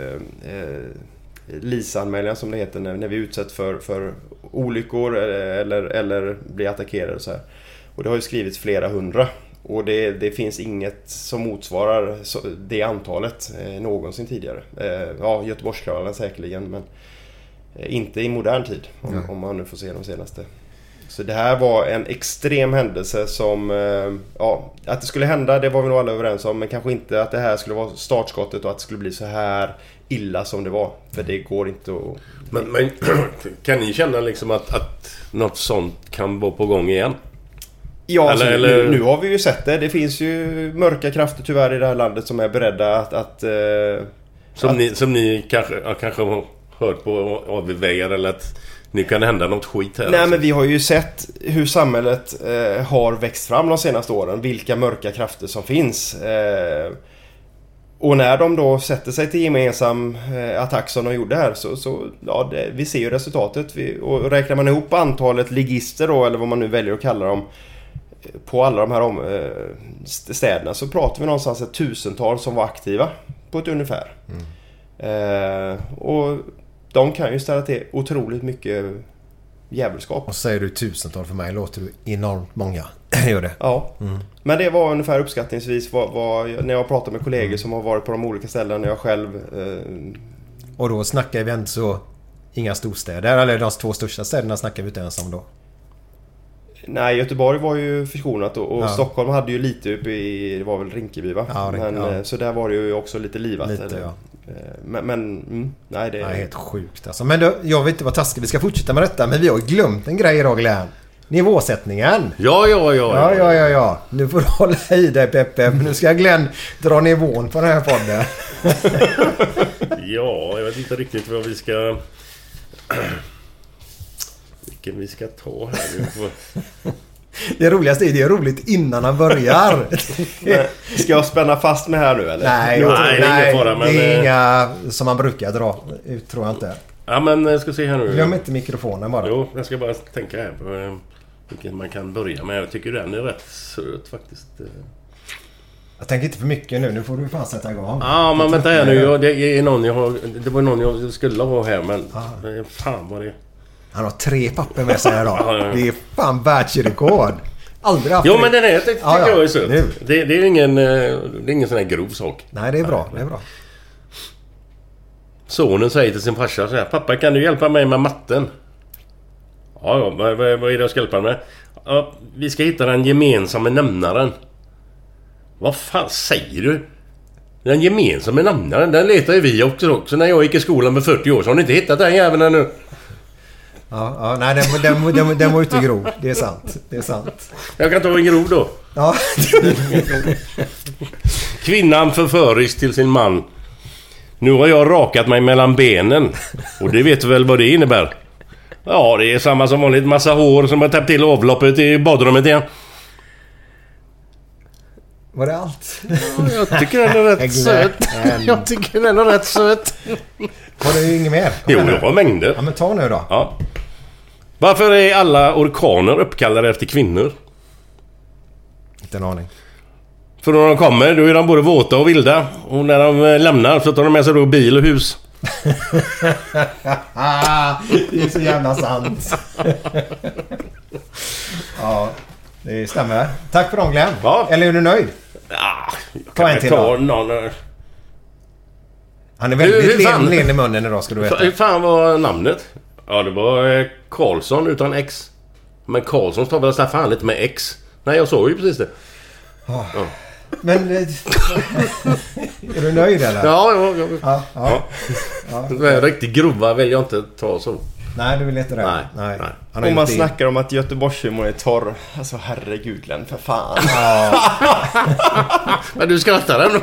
LIS-anmälningar som det heter när vi utsätts för olyckor eller blir attackerade och så här. Och det har ju skrivits flera hundra. Och det finns inget som motsvarar det antalet någonsin tidigare. Göteborgskravallerna säkerligen, men inte i modern tid om man nu får se de senaste. Så det här var en extrem händelse som, att det skulle hända, det var vi nog alla överens om. Men kanske inte att det här skulle vara startskottet och att det skulle bli så här illa som det var. För det går inte att... Men kan ni känna liksom att något sånt kan vara på gång igen? Ja, eller... Nu har vi ju sett det. Det finns ju mörka krafter tyvärr i det här landet som är beredda att som ni kanske har hört på avvägar eller att... Nu kan det hända något skit här. Nej, men vi har ju sett hur samhället har växt fram de senaste åren. Vilka mörka krafter som finns. Och när de då sätter sig till gemensam attack som de gjorde här vi ser ju resultatet. Och räknar man ihop antalet ligister då, eller vad man nu väljer att kalla dem, på alla de här städerna, så pratar vi någonstans ett 1000-tal som var aktiva på ett ungefär. Och de kan ju ställa till otroligt mycket jävelskap. Och säger du tusental, för mig låter du enormt många. Gör det. Ja. Men det var ungefär uppskattningsvis vad när jag pratar med kollegor som har varit på de olika ställena, jag själv. Och då snackar vi inte så inga storstäder, eller de 2 största städerna snackar vi inte ens om då. Nej, Göteborg var ju förskonat och Stockholm hade ju lite uppe i, det var väl Rinkeby va? Ja, men så där var det ju också lite livat. Lite, ja. Nej, det är helt sjukt alltså. Men då, jag vet inte vad taskigt vi ska fortsätta med detta, men vi har glömt en grej idag, Glenn. Nivåsättningen. Ja. Nu får du hålla i dig, Peppe. Men nu ska Glenn dra nivån på den här podden. Ja, jag vet inte riktigt vad vi ska... Vilken vi ska ta här. Det roligaste är det är roligt innan han börjar. Ska jag spänna fast mig här nu eller? Nej, det är ingen fara, men... det är inga som man brukar dra ut, tror jag inte. Ja, men jag ska se här nu. Glöm inte mikrofonen bara. Jo, jag ska bara tänka här på vilken man kan börja med. Jag tycker den är rätt söt faktiskt. Jag tänker inte för mycket nu får du fan sätta igång. Ja, men vänta här nu. Det var någon jag skulle ha här, men fan vad det... Han har 3 papper med sig idag. Det är fan världsrekord. Aldrig haft. Jo, men den är, tycker jag är söt. Det är ingen sån här grov sak. Nej, det är bra. Det är bra. Sonen säger till sin farsa så här: pappa, kan du hjälpa mig med matten? Ja, vad är det jag ska hjälpa med? Ja, vi ska hitta den gemensamma nämnaren. Vad fan säger du? Den gemensamma nämnaren, den letar ju vi också när jag gick i skolan med 40 år. Så har ni inte hittat den jäveln ännu? Ja, nej, den var inte grov. Det är sant. Jag kan ta en grov då. Ja. Kvinnan förföris till sin man. Nu har jag rakat mig mellan benen. Och det vet du väl vad det innebär? Ja, det är samma som vanligt. Massa hår som har täppt till avloppet i badrummet igen. Var det allt? Ja, jag tycker den är rätt söt. Har du inget mer? Jo, jag har mängder. Ja, men ta nu då. Ja. Varför är alla orkaner uppkallade efter kvinnor? Inte en aning. För när de kommer, då är de både våta och vilda. Och när de lämnar så tar de med sig då bil och hus. Det är så jävla sant. Ja, det stämmer. Tack för dem, Glenn. Ja. Eller är du nöjd? Ja, ta en till då. Han är väldigt len i munnen idag, ska du veta. Hur fan var namnet? Ja, det var Karlsson utan X. Men Karlsson står väl så här fan lite med X. Nej, jag såg ju precis det. Ja. Men är du nöjd eller? Ja. Ja. Riktigt grova vill jag inte ta så. Nej, du vill inte det. Nej. Om man snackar om att Göteborgshumor är torr. Alltså herregud, Glenn, för fan. Ja. Men du skrattar ändå.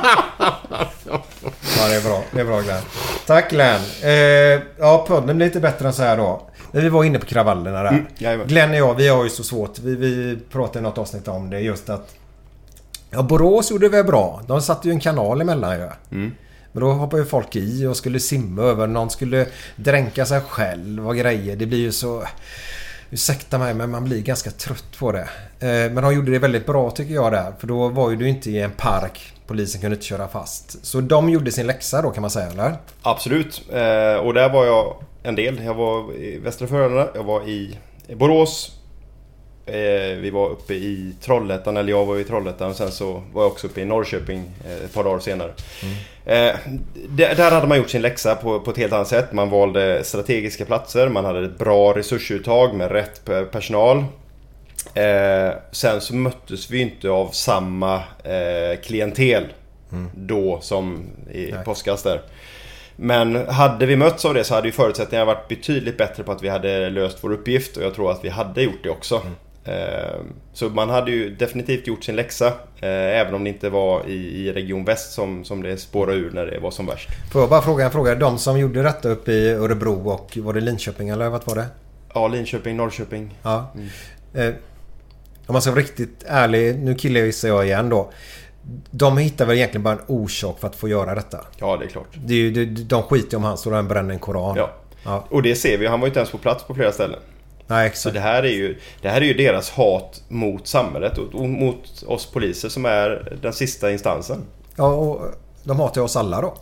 Ja, det är bra Glenn. Tack Glenn. Podden är lite bättre än så här då. Vi var inne på kravallerna där. Glenn och jag, vi har ju så svårt. Vi pratade i något avsnitt om det. Just att Borås gjorde det väl bra. De satte ju en kanal emellan ju. Men då hoppade ju folk i och skulle simma över. Någon skulle dränka sig själv och grejer. Det blir ju så... Ursäkta mig, men man blir ganska trött på det. Men de gjorde det väldigt bra tycker jag där. För då var ju du inte i en park. Polisen kunde inte köra fast. Så de gjorde sin läxa då, kan man säga, eller? Absolut. Och där var jag en del. Jag var i Västra Frölunda. Jag var i Borås. Vi var uppe i Trollhättan. Eller jag var i Trollhättan. Och sen så var jag också uppe i Norrköping ett par dagar senare. Där hade man gjort sin läxa på ett helt annat sätt. Man valde strategiska platser. Man hade ett bra resursuttag med rätt personal. Sen så möttes vi inte av samma klientel då som i påskas där. Men hade vi mötts av det så hade ju förutsättningarna varit betydligt bättre på att vi hade löst vår uppgift. Och jag tror att vi hade gjort det också. Så man hade ju definitivt gjort sin läxa. Även om det inte var i Region Väst som det spårade ur när det var som värst. Får jag bara fråga en fråga? De som gjorde detta uppe i Örebro och var det Linköping eller vad var det? Ja, Linköping, Norrköping. Ja. Om man ska vara riktigt ärlig, nu killar jag igen då. De hittar väl egentligen bara en orsak för att få göra detta. Ja, det är klart. De skiter om han står där och bränner en koran. Ja. Och det ser vi, han var ju inte ens på plats på flera ställen. Nej, exakt. Så det här är ju deras hat mot samhället och mot oss poliser som är den sista instansen. Ja, och de hatar oss alla då. Ja.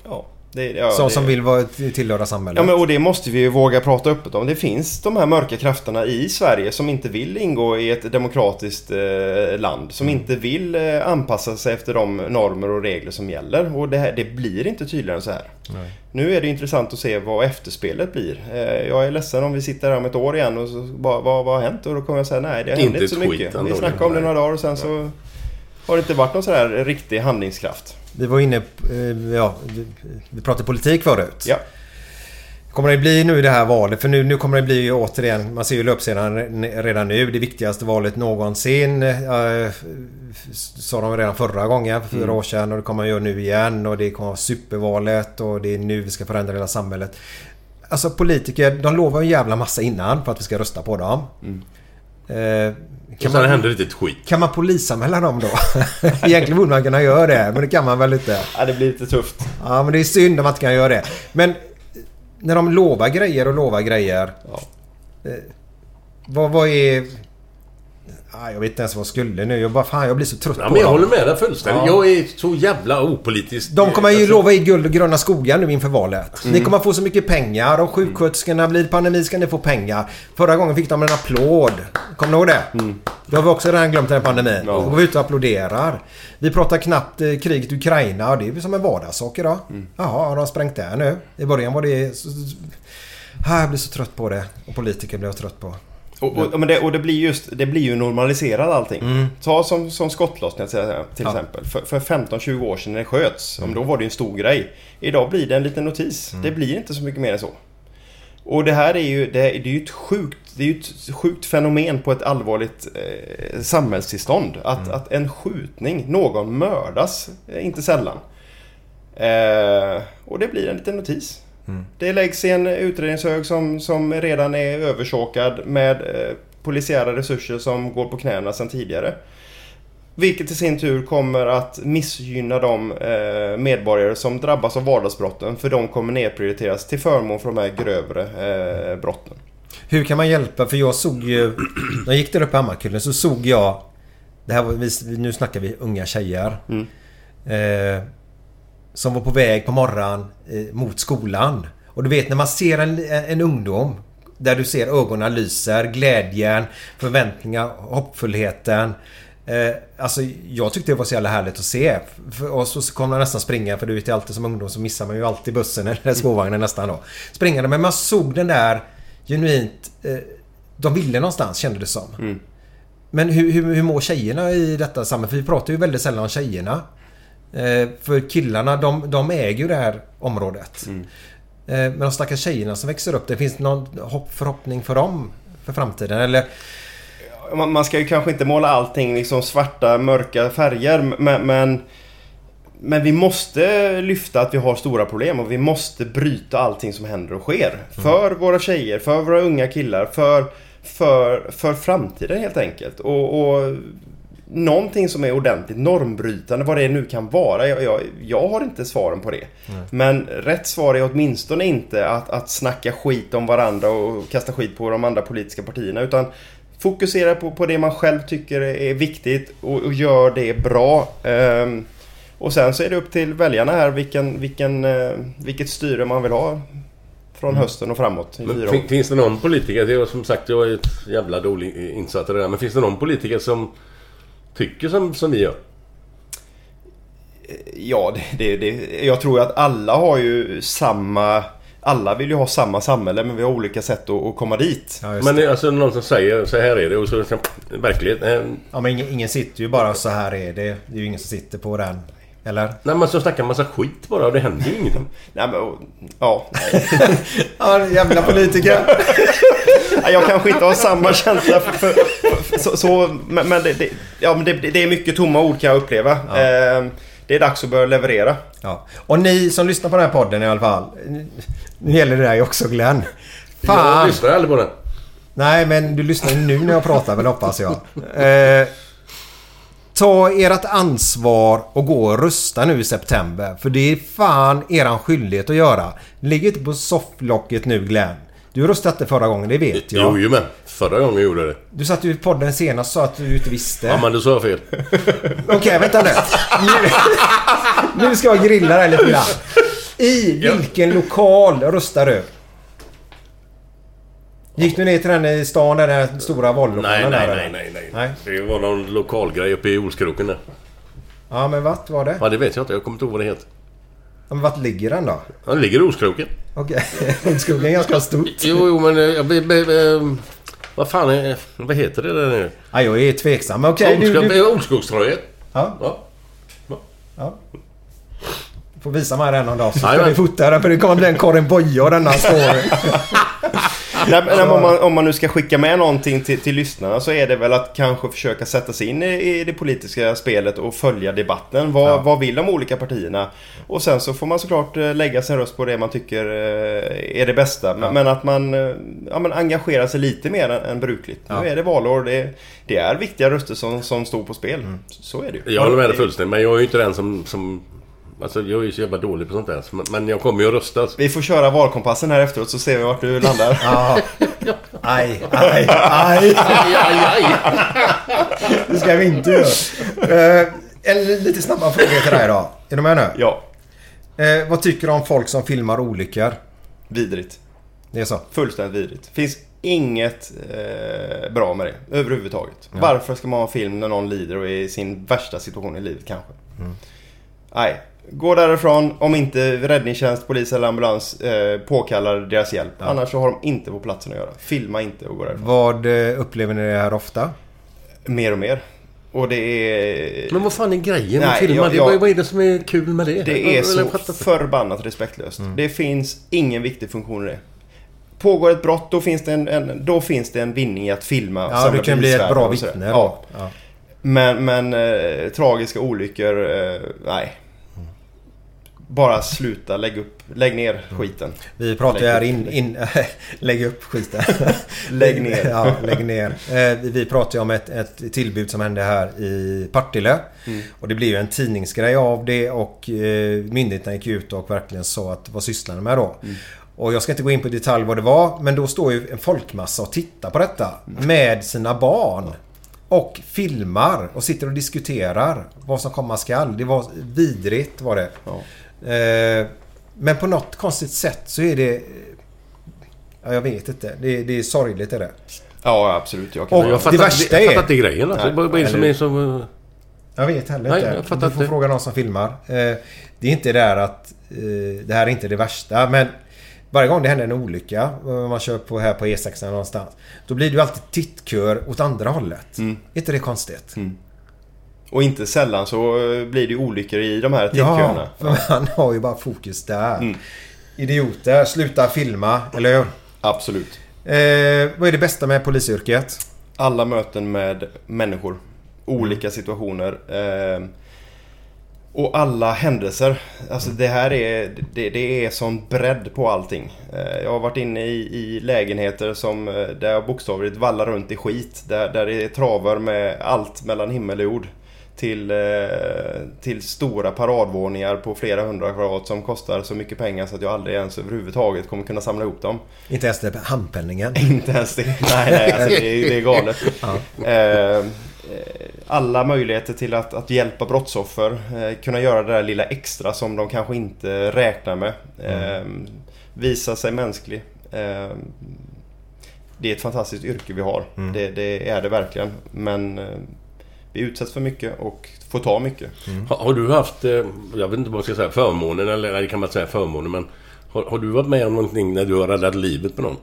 Som vill tillhöra samhället. Ja, men, och det måste vi ju våga prata öppet om. Det finns de här mörka krafterna i Sverige som inte vill ingå i ett demokratiskt land. Som inte vill anpassa sig efter de normer och regler som gäller. Och det blir inte tydligare än så här. Nej. Nu är det intressant att se vad efterspelet blir. Jag är ledsen om vi sitter här om ett år igen och så vad har hänt? Och då kommer jag säga nej, det har hänt inte så mycket. Vi snackade om det några dagar och sen så har det inte varit någon så här riktig handlingskraft. Vi var inne, vi pratade politik förut. Ja. Kommer det bli nu det här valet? För nu kommer det bli återigen, man ser ju löpsedan redan nu, det viktigaste valet någonsin. Sa de redan förra gången, för 4 år sedan, och det kommer man göra nu igen. Och det kommer vara supervalet och det är nu vi ska förändra hela samhället. Alltså politiker, de lovar en jävla massa innan för att vi ska rösta på dem. Kan man, händer lite skit. Kan man polisanmäla dem då? Egentligen borde man kunna göra det, men det kan man väl inte. Ja, det blir lite tufft. Ja, men det är synd om man inte kan göra det. Men när de lovar grejer. Ja. Vad är... Jag vet inte ens vad jag skulle nu. Jag blir så trött på men jag håller med dig fullständigt. Ja. Jag är så jävla opolitisk. De kommer ju lova i guld och gröna skogar nu inför valet. Ni kommer få så mycket pengar. Och sjuksköterskorna blir pandemi ska ni få pengar. Förra gången fick de en applåd. Kommer ni ihåg det? Det har vi också redan glömt den pandemin. Ja. Och vi är ute och applåderar. Vi pratar knappt kriget i Ukraina. Och det är som en vardagssak idag. Jaha, har de sprängt där nu? I början var det... Jag blir så trött på det. Och politiker blir jag trött på. Och det blir ju normaliserad allting. Ta som skottlossning till exempel. För 15-20 år sedan när det sköts, då var det en stor grej. Idag blir det en liten notis. Det blir inte så mycket mer än så. Och det här är ju ett sjukt fenomen på ett allvarligt samhällstillstånd. Att en skjutning, någon mördas inte sällan. Och det blir en liten notis. Det läggs i en utredningshög som redan är översåkad med polisiära resurser som går på knäna sedan tidigare. Vilket i sin tur kommer att missgynna de medborgare som drabbas av vardagsbrotten, för de kommer nedprioriteras till förmån för de här grövre brotten. Hur kan man hjälpa? För jag såg ju, när jag gick där uppe i Hammarkullen så såg jag, nu snackar vi unga tjejer, som var på väg på morgonen mot skolan. Och du vet, när man ser en ungdom där du ser ögonen lyser, glädjen, förväntningar, hoppfullheten. Alltså jag tyckte det var så jävla härligt att se. Och så kom man nästan springa, för du vet ju alltid som ungdom så missar man ju alltid bussen eller spårvagnen nästan då. Springande, men man såg den där genuint, de ville någonstans, kände det som. Men hur mår tjejerna i detta sammanhang? För vi pratar ju väldigt sällan om tjejerna. För killarna, de äger ju det här området. Men de stackars tjejerna som växer upp, det finns någon förhoppning för dem för framtiden, eller? Man ska ju kanske inte måla allting liksom svarta, mörka färger, men vi måste lyfta att vi har stora problem, och vi måste bryta allting som händer och sker. För våra tjejer, för våra unga killar, för framtiden helt enkelt. Och någonting som är ordentligt normbrytande, vad det nu kan vara. Jag har inte svaren på det. Men rätt svar är åtminstone inte att snacka skit om varandra och kasta skit på de andra politiska partierna, utan fokusera på det man själv tycker är viktigt och gör det bra. Och sen så är det upp till väljarna här vilket styre man vill ha från hösten och framåt. Finns det någon politiker, det är som sagt, jag är ett jävla dålig insatt i det där, men finns det någon politiker som tycker som vi gör? Ja, jag tror att alla har ju alla vill ju ha samma samhälle, men vi har olika sätt att komma dit. Ja, men det är alltså någon som säger så här är det, och så verkligen. Ja, men ingen sitter ju bara så här är det. Det är ju ingen som sitter på den. Eller? Nej, men så snackar man massa skit bara och det händer ju ingenting. Nej, men ja. Ja, jävla politiker. Jag kanske inte har samma känsla men det är mycket tomma ord, kan jag uppleva. Ja. Det är dags att börja leverera. Ja. Och ni som lyssnar på den här podden i alla fall, nu gäller det här också, Glenn. Fan. Jag lyssnar aldrig på den. Nej, men du lyssnar nu när jag pratar, väl, hoppas jag. Ta ert ansvar och gå och rösta nu i september. För det är fan eran skyldighet att göra. Ligg inte på sofflocket nu, Glenn. Du röstade inte förra gången, det vet jag. Jo, men förra gången jag gjorde det. Du satt ju i podden senast och sa att du inte visste. Ja, men du sa fel. Okej, vänta nu. Nu ska jag grilla dig lite grann. I vilken lokal röstar du? Gick du ner till den i stan där den stora vallokalen? Nej. Det var någon lokalgrej uppe i Olskroken där. Ja, men vart var det? Ja, det vet jag inte. Jag kommer inte ihåg vad det heter. Ja, men vart ligger den då? Ja, den ligger i Olskroken. Okej. Olskroken är ganska stort. Jo, men... vad fan är... Vad heter det där nu? Ja, jag är tveksam. Men okej, Olskogströjet. Ja. Får visa mig den någon dag så ska vi fota den, för det kommer bli en Karin Boye och denna story. Om man nu ska skicka med någonting till lyssnarna, så är det väl att kanske försöka sätta sig in i det politiska spelet och följa debatten. Vad vill de olika partierna? Och sen så får man såklart lägga sin röst på det man tycker är det bästa. Men att man engagerar sig lite mer än brukligt. Nu är det valår, det är viktiga röster som står på spel. Så är det ju. Jag håller med dig fullständigt, men jag är ju inte den som alltså, jag är ju så jävla dålig på sånt där. Men jag kommer ju att rösta. Vi får köra valkompassen här efteråt, så ser vi vart du landar. Aj. Det ska vi inte göra. En lite snabba fråga till dig då. Är du med nu? Ja. Vad tycker du om folk som filmar olyckor? Vidrigt. Det är så? Fullständigt vidrigt. Finns inget bra med det överhuvudtaget. Ja. Varför ska man ha en film när någon lider och är i sin värsta situation i livet kanske? Nej. Gå därifrån om inte räddningstjänst, polis eller ambulans påkallar deras hjälp. Ja. Annars så har de inte på platsen att göra. Filma inte och gå därifrån. Vad upplever ni det här ofta? Mer och mer. Och det är... Men vad fan är grejen med filmar? Vad är det som är kul med det? Det är så förbannat respektlöst. Det finns ingen viktig funktion i det. Pågår ett brott, då finns det en vinning i att filma. Ja, det kan bli ett bra vittne. Ja. Men tragiska olyckor, nej. Bara sluta, lägg ner skiten. Vi pratar ju här lägg upp skiten. Lägg ner. Ja, lägg ner. Vi pratar ju om ett tillbud som hände här i Partille. Och det blev ju en tidningsgrej av det, och myndigheterna gick ut och verkligen sa att vad sysslar de med då? Och jag ska inte gå in på detalj vad det var, men då står ju en folkmassa och tittar på detta med sina barn. Och filmar och sitter och diskuterar vad som komma skall. Det var vidrigt var det. Ja. Men på något konstigt sätt så är det... Ja, jag vet inte. Det är sorgligt är det. Ja, absolut. Jag fattar inte grejen. Alltså. Vad är det som är så... Jag vet heller inte. Du får fråga någon som filmar. Det är inte där att... det här är inte det värsta. Men varje gång det händer en olycka, man kör på här på E6 någonstans, då blir det ju alltid tittkör åt andra hållet. Är inte det konstigt? Och inte sällan så blir det olyckor i de här tittkörerna. Ja, för man har ju bara fokus där. Idioter, sluta filma, eller hur? Absolut. Vad är det bästa med polisyrket? Alla möten med människor. Olika situationer. Och alla händelser. Alltså det här är sån bredd på allting. Jag har varit inne i lägenheter där jag bokstavligt vallar runt i skit. Där det är travar med allt mellan himmel och jord. Till stora paradvåningar på flera 100 kvadrat som kostar så mycket pengar så att jag aldrig ens överhuvudtaget kommer kunna samla ihop dem. Inte ens det handpenningen? Inte ens det. Nej, alltså det är galet. Alla möjligheter till att hjälpa brottsoffer, kunna göra det där lilla extra som de kanske inte räknar med, visa sig mänsklig. Det är ett fantastiskt yrke vi har. Det är det verkligen, men vi utsätts för mycket och får ta mycket. Har du haft, jag vet inte vad man ska säga, förmånen, eller kan man säga förmånen, men har du varit med om någonting när du har räddat livet på någon?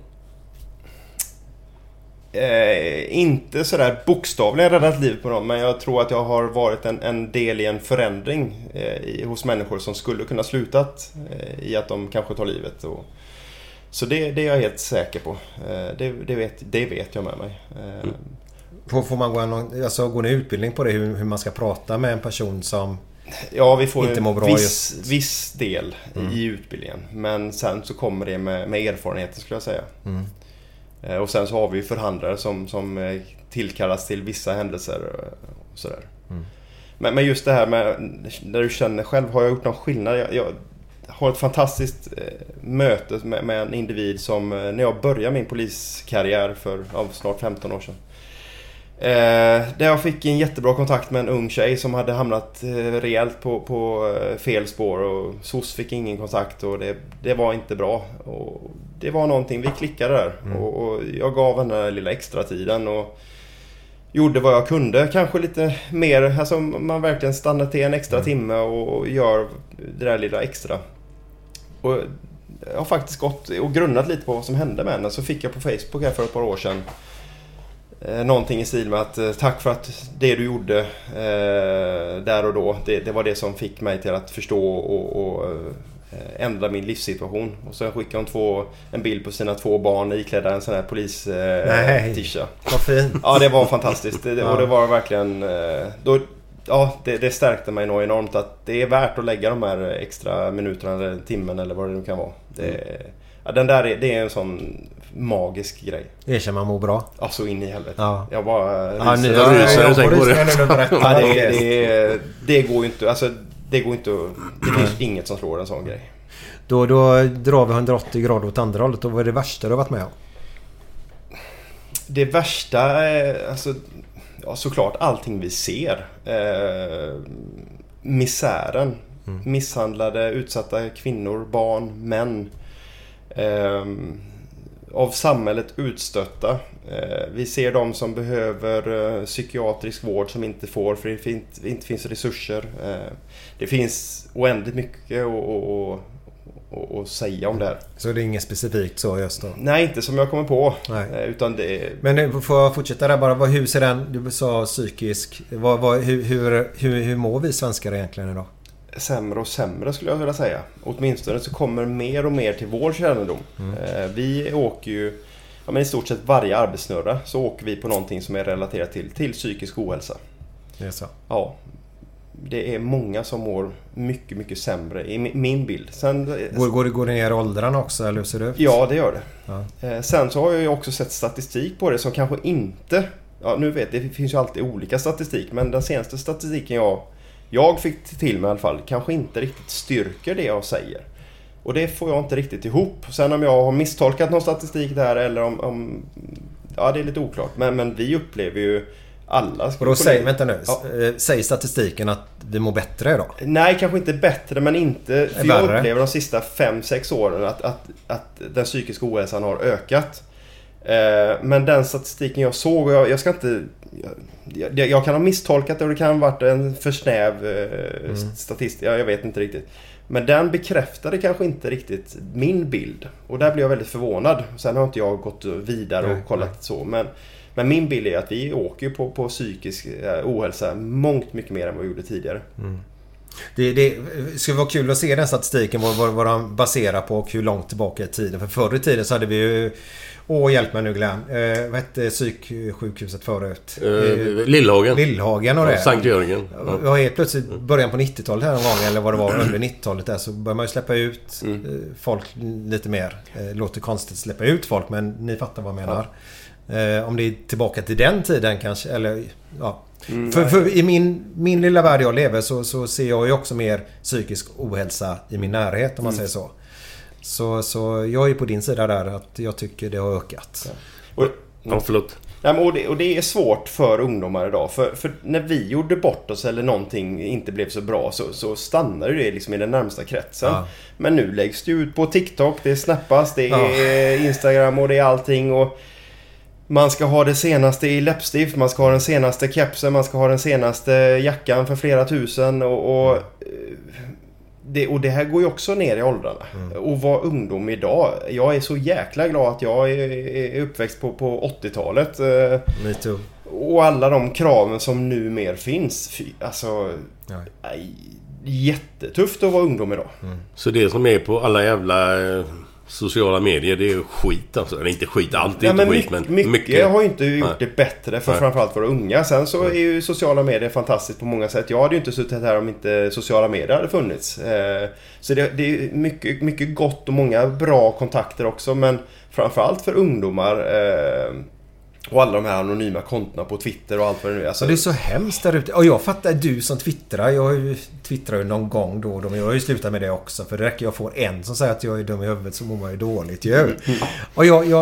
Inte sådär bokstavligen räddat livet på någon, men jag tror att jag har varit en del i en förändring hos människor som skulle kunna slutat i att de kanske tar livet. Så det är jag helt säker på. Det vet jag med mig. Får man gå en utbildning på det, hur man ska prata med en person som vi får inte mår bra viss del i utbildningen, men sen så kommer det med erfarenheten, skulle jag säga. Och sen så har vi förhandlare som tillkallas till vissa händelser och sådär. Men just det här med när du känner själv, har jag gjort någon skillnad? Jag har ett fantastiskt möte med en individ som när jag började min poliskarriär för snart 15 år sedan. Där jag fick en jättebra kontakt med en ung tjej som hade hamnat rejält på fel spår, och SOS fick ingen kontakt, och det var inte bra. Och det var någonting, vi klickade där, och jag gav henne den lilla extra tiden och gjorde vad jag kunde, kanske lite mer, alltså man verkligen stannar till en extra timme och gör det där lilla extra. Och jag har faktiskt gått och grunnat lite på vad som hände med henne. Så fick jag på Facebook här för ett par år sedan någonting i stil med att tack för att det du gjorde där och då, det var det som fick mig till att förstå och ändra min livssituation. Och så skickade hon en bild på sina 2 barn iklädda en sån här polis-tisha. Vad fint. Ja, det var fantastiskt. Och det var verkligen det stärkte mig nog enormt att det är värt att lägga de här extra minuterna eller timmen eller vad det nu kan vara. Det är en sån magisk grej. Det känner man mår bra. Alltså in i helvete. Ja. Jag bara det går ju inte, alltså det går inte, det finns inget som slår en sån grej. Då drar vi 180 grader åt andra hållet. Och vad är det värsta du har varit med om? Det värsta är alltså, såklart allting vi ser. Misären. Misshandlade, utsatta kvinnor, barn, män. Av samhället utstötta. Vi ser de som behöver psykiatrisk vård som inte får, för det inte finns resurser. Det finns oändligt mycket att säga om det här. Så det är inget specifikt så just då? Nej, inte som jag kommer på. Utan det... Men får jag fortsätta där bara? Hur ser den, du sa psykisk, hur mår vi svenskar egentligen idag? Sämre och sämre skulle jag vilja säga. Åtminstone så kommer mer och mer till vår kännedom. Vi åker ju, i stort sett varje arbetssnurra så åker vi på någonting som är relaterat till psykisk ohälsa. Det är så? Ja. Det är många som mår mycket, mycket sämre i min bild. Sen, går det ner i åldrarna också, eller hur ser det ut? Ja, det gör det. Ja. Sen så har jag ju också sett statistik på det som kanske inte... Ja, det finns ju alltid olika statistik, men den senaste statistiken jag fick till mig i alla fall kanske inte riktigt styrker det jag säger. Och det får jag inte riktigt ihop. Sen om jag har misstolkat någon statistik där eller om ja, det är lite oklart. Men vi upplever ju alla... Och då säger statistiken att vi mår bättre idag? Nej, kanske inte bättre, men inte... För jag upplever de sista 5-6 åren att den psykiska ohälsan har ökat. Men den statistiken jag såg, och jag ska inte... Jag kan ha misstolkat det, och det kan ha varit en för snäv statistik. Jag vet inte riktigt. Men den bekräftade kanske inte riktigt min bild. Och där blev jag väldigt förvånad. Sen har inte jag gått vidare och kollat så. Men min bild är att vi åker på psykisk ohälsa mångt mycket mer än vad vi gjorde tidigare. Det skulle vara kul att se den statistiken, vad de baserar på och hur långt tillbaka i tiden. För förr i tiden så hade vi ju... hjälp mig nu Glenn. Vad hette psyksjukhuset förut? Lillhagen och det. Sankt Jörgen. Ja, helt plötsligt början på 90-talet här någon gång, eller vad det var under 90-talet där, så började man ju släppa ut folk lite mer. Låter konstigt att släppa ut folk, men ni fattar vad jag menar. Om det är tillbaka till den tiden kanske, eller ja. För i min lilla värld jag lever så ser jag ju också mer psykisk ohälsa i min närhet, om man säger så. Så jag är på din sida där, att jag tycker det har ökat. Förlåt. Och det är svårt för ungdomar idag. För när vi gjorde bort oss eller någonting inte blev så bra, så stannar det liksom i den närmsta kretsen. Men nu läggs det ut på TikTok, det snappas, det är Instagram och det är allting. Och man ska ha det senaste i läppstift, man ska ha den senaste kepsen, man ska ha den senaste jackan för flera tusen. Och det här går ju också ner i åldrarna. Och vara ungdom idag, jag är så jäkla glad att jag är uppväxt på 80-talet. Me too. Och alla de kraven som nu mer finns. Alltså, jättetufft att vara ungdom idag. Så det som är på alla jävla sociala medier, det är skit alltså. Eller inte skit, allt är inte skit, men mycket har ju inte gjort det bättre för framförallt våra unga. Sen så är ju sociala medier fantastiskt på många sätt. Jag hade ju inte suttit här om inte sociala medier hade funnits. Så det är mycket, mycket gott och många bra kontakter också. Men framförallt för ungdomar Och alla de här anonyma kontona på Twitter och allt vad det nu är. Alltså, det är så hemskt där ute. Och jag fattar, du som twittrar, jag twittrar ju någon gång då och då, men jag har ju slutat med det också. För det räcker jag får en som säger att jag är dum i huvudet, så mår man ju dåligt ju. Och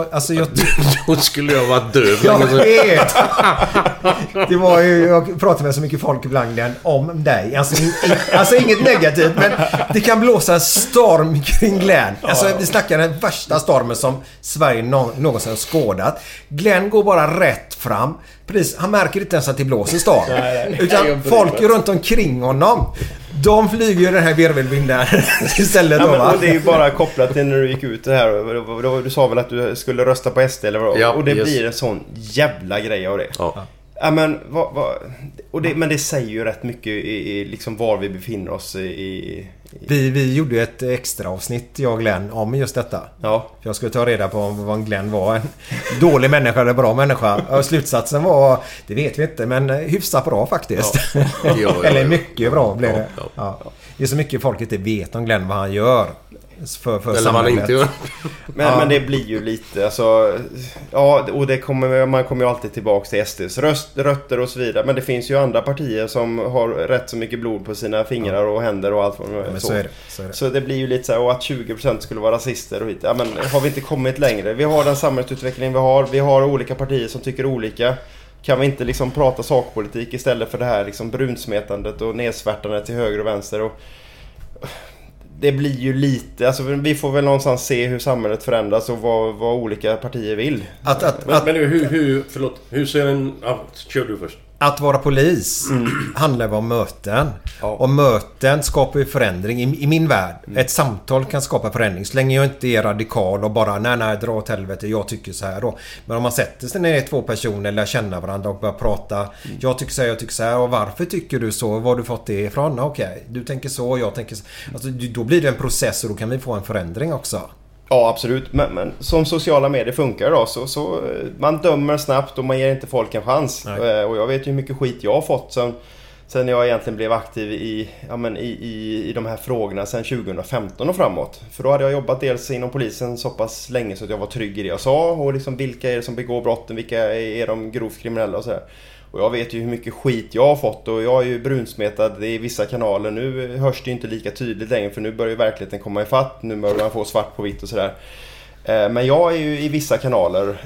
Då skulle jag vara döv. Jag vet! Det var ju, jag pratar med så mycket folk ibland om dig. Alltså inget negativt, men det kan blåsa en storm kring Glenn. Alltså vi snackar den värsta stormen som Sverige någonsin har skådat. Glenn går bara rätt fram. Precis, han märker inte ens att det blåser storm. Nej. Utan folk runt omkring honom, de flyger ju den här virvelvinden istället då, va? Och det är ju bara kopplat till när du gick ut det här. Du sa väl att du skulle rösta på SD eller vad? Ja, och det blir en sån jävla grej av det. Ja, men men det säger ju rätt mycket i liksom var vi befinner oss i. Vi gjorde ett extra avsnitt, jag och Glenn, om just detta. Ja. För jag skulle ta reda på om Glenn var en dålig människa eller bra människa. Och slutsatsen var, det vet vi inte, men hyfsat bra faktiskt. Ja. Eller mycket bra blev det. Ja. Det är så mycket folk inte vet om Glenn, vad han gör. Eller man inte gör. Men det blir ju lite alltså, och man kommer ju alltid tillbaka till SDs rötter och så vidare. Men det finns ju andra partier som har rätt så mycket blod på sina fingrar och händer och allt vad det är. Så är det. Så det blir ju lite så här, och att 20% skulle vara rasister och hit. Men har vi inte kommit längre? Vi har den samhällsutveckling vi har olika partier som tycker olika. Kan vi inte liksom prata sakpolitik istället för det här liksom brunsmetandet och nedsvärtandet till höger och vänster? Och det blir ju lite, alltså vi får väl någonstans se hur samhället förändras och vad olika partier vill. Men hur ser en... kör du först. Att vara polis handlar om möten. Ja. Och möten skapar ju förändring i min värld. Ett samtal kan skapa förändring. Så länge jag inte är radikal och bara nej, dra åt helvete, jag tycker så här då. Men om man sätter sig ner två personer eller känner varandra och börjar prata. Jag tycker så här, och varför tycker du så? Var har du fått det ifrån? Okej, du tänker så, jag tänker så. Alltså, då blir det en process och då kan vi få en förändring också. Ja, absolut. Men som sociala medier funkar då, så man dömer snabbt och man ger inte folk en chans. Och jag vet ju hur mycket skit jag har fått sen jag egentligen blev aktiv i de här frågorna sen 2015 och framåt. För då hade jag jobbat dels inom polisen så pass länge så att jag var trygg i det jag sa. Och liksom vilka är det som begår brotten, vilka är de grovt kriminella och sådär. Och jag vet ju hur mycket skit jag har fått och jag är ju brunsmetad i vissa kanaler. Nu hörs det ju inte lika tydligt längre för nu börjar ju verkligheten komma ifatt. Nu börjar man få svart på vitt och sådär. Men jag är ju i vissa kanaler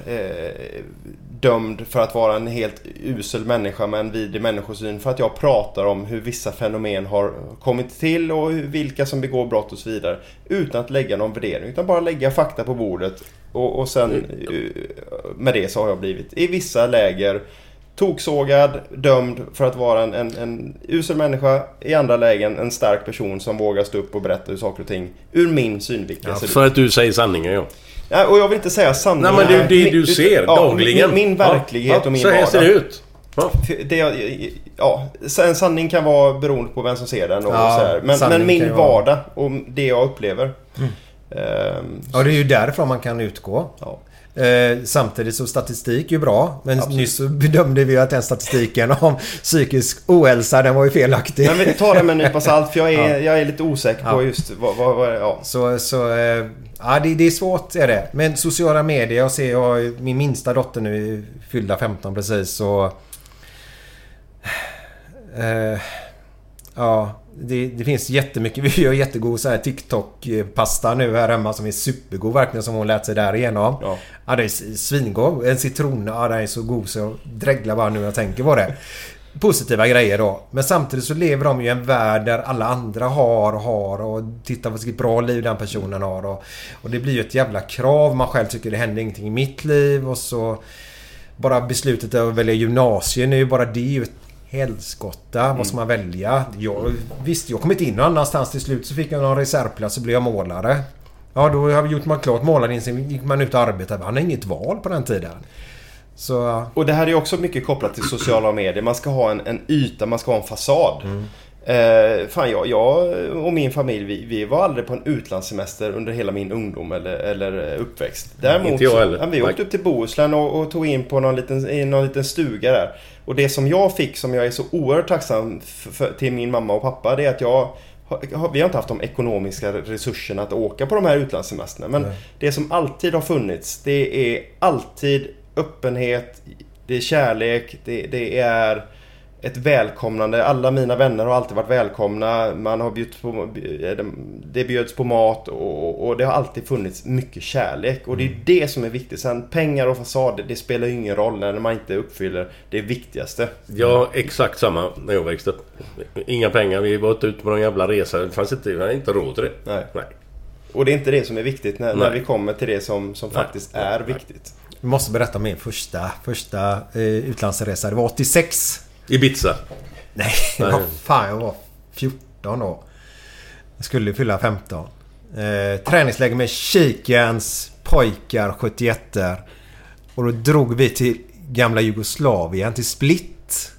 dömd för att vara en helt usel människa med en vidrig människosyn. För att jag pratar om hur vissa fenomen har kommit till och vilka som begår brott och så vidare. Utan att lägga någon värdering, utan bara lägga fakta på bordet. Och sen med det så har jag blivit i vissa läger toksågad, dömd för att vara en usel människa, i andra lägen en stark person som vågar stå upp och berätta hur saker och ting ur min synvinkel. Ja, för att du säger sanningen, ja. Ja, och jag vill inte säga sanningen. Nej, men det du ser dagligen. Min verklighet och min vardag. Så här ser det ut. En sanning kan vara beroende på vem som ser den och så här. Men min vardag och det jag upplever. Ja, det är ju därifrån man kan utgå. Ja. Samtidigt så statistik är ju bra. Men nyss så bedömde vi att den statistiken om psykisk ohälsa, den var ju felaktig. Men vi tar det med en nypa salt, för jag är lite osäker på just vad det är svårt är det. Men sociala medier, jag har min minsta dotter nu fyllda 15 precis, så det finns jättemycket. Vi gör jättegod så här TikTok-pasta nu här hemma som är supergod verkligen, som hon lät sig där igenom. Ja, det är svingod. En citron, den är så god så jag dreglar bara nu när jag tänker på det. Positiva grejer då. Men samtidigt så lever de ju i en värld där alla andra har och tittar på vilket bra liv den personen har. Och det blir ju ett jävla krav. Man själv tycker det händer ingenting i mitt liv. Och så bara beslutet att välja gymnasiet nu, bara det är ju ett helskotta. Vad ska man välja? Jag kom inte in någon annanstans till slut, så fick jag någon reservplats så blev jag målare. Ja, då har vi gjort man klart målaren, sen gick man ut och arbetade. Han har inget val på den tiden. Så. Och det här är ju också mycket kopplat till sociala medier. Man ska ha en yta, man ska ha en fasad. Jag och min familj, vi var aldrig på en utlandssemester under hela min ungdom eller uppväxt. Däremot vi åkte upp till Bohuslän och tog in på någon liten stuga där. Och det som jag fick, som jag är så oerhört tacksam till min mamma och pappa, det är att vi har inte haft de ekonomiska resurserna att åka på de här utlandssemesterna. Men det som alltid har funnits, det är alltid öppenhet, det är kärlek, det är ett välkomnande. Alla mina vänner har alltid varit välkomna. Man har det bjöds på mat och det har alltid funnits mycket kärlek. Och det är det som är viktigt. Sen pengar och fasad, det spelar ju ingen roll när man inte uppfyller det viktigaste. Ja, exakt samma när jag växte upp. Inga pengar, vi var ute på någon jävla resa. Det fanns inte råd till det. Nej. Och det är inte det som är viktigt när vi kommer till det som faktiskt är viktigt. Vi måste berätta om min första utlandsresa. Det var 86. Ibiza? Nej. Vad fan, jag var 14 år. Jag skulle fylla 15. Träningsläge med Chickens pojkar 71. Och då drog vi till gamla Jugoslavien, till Split.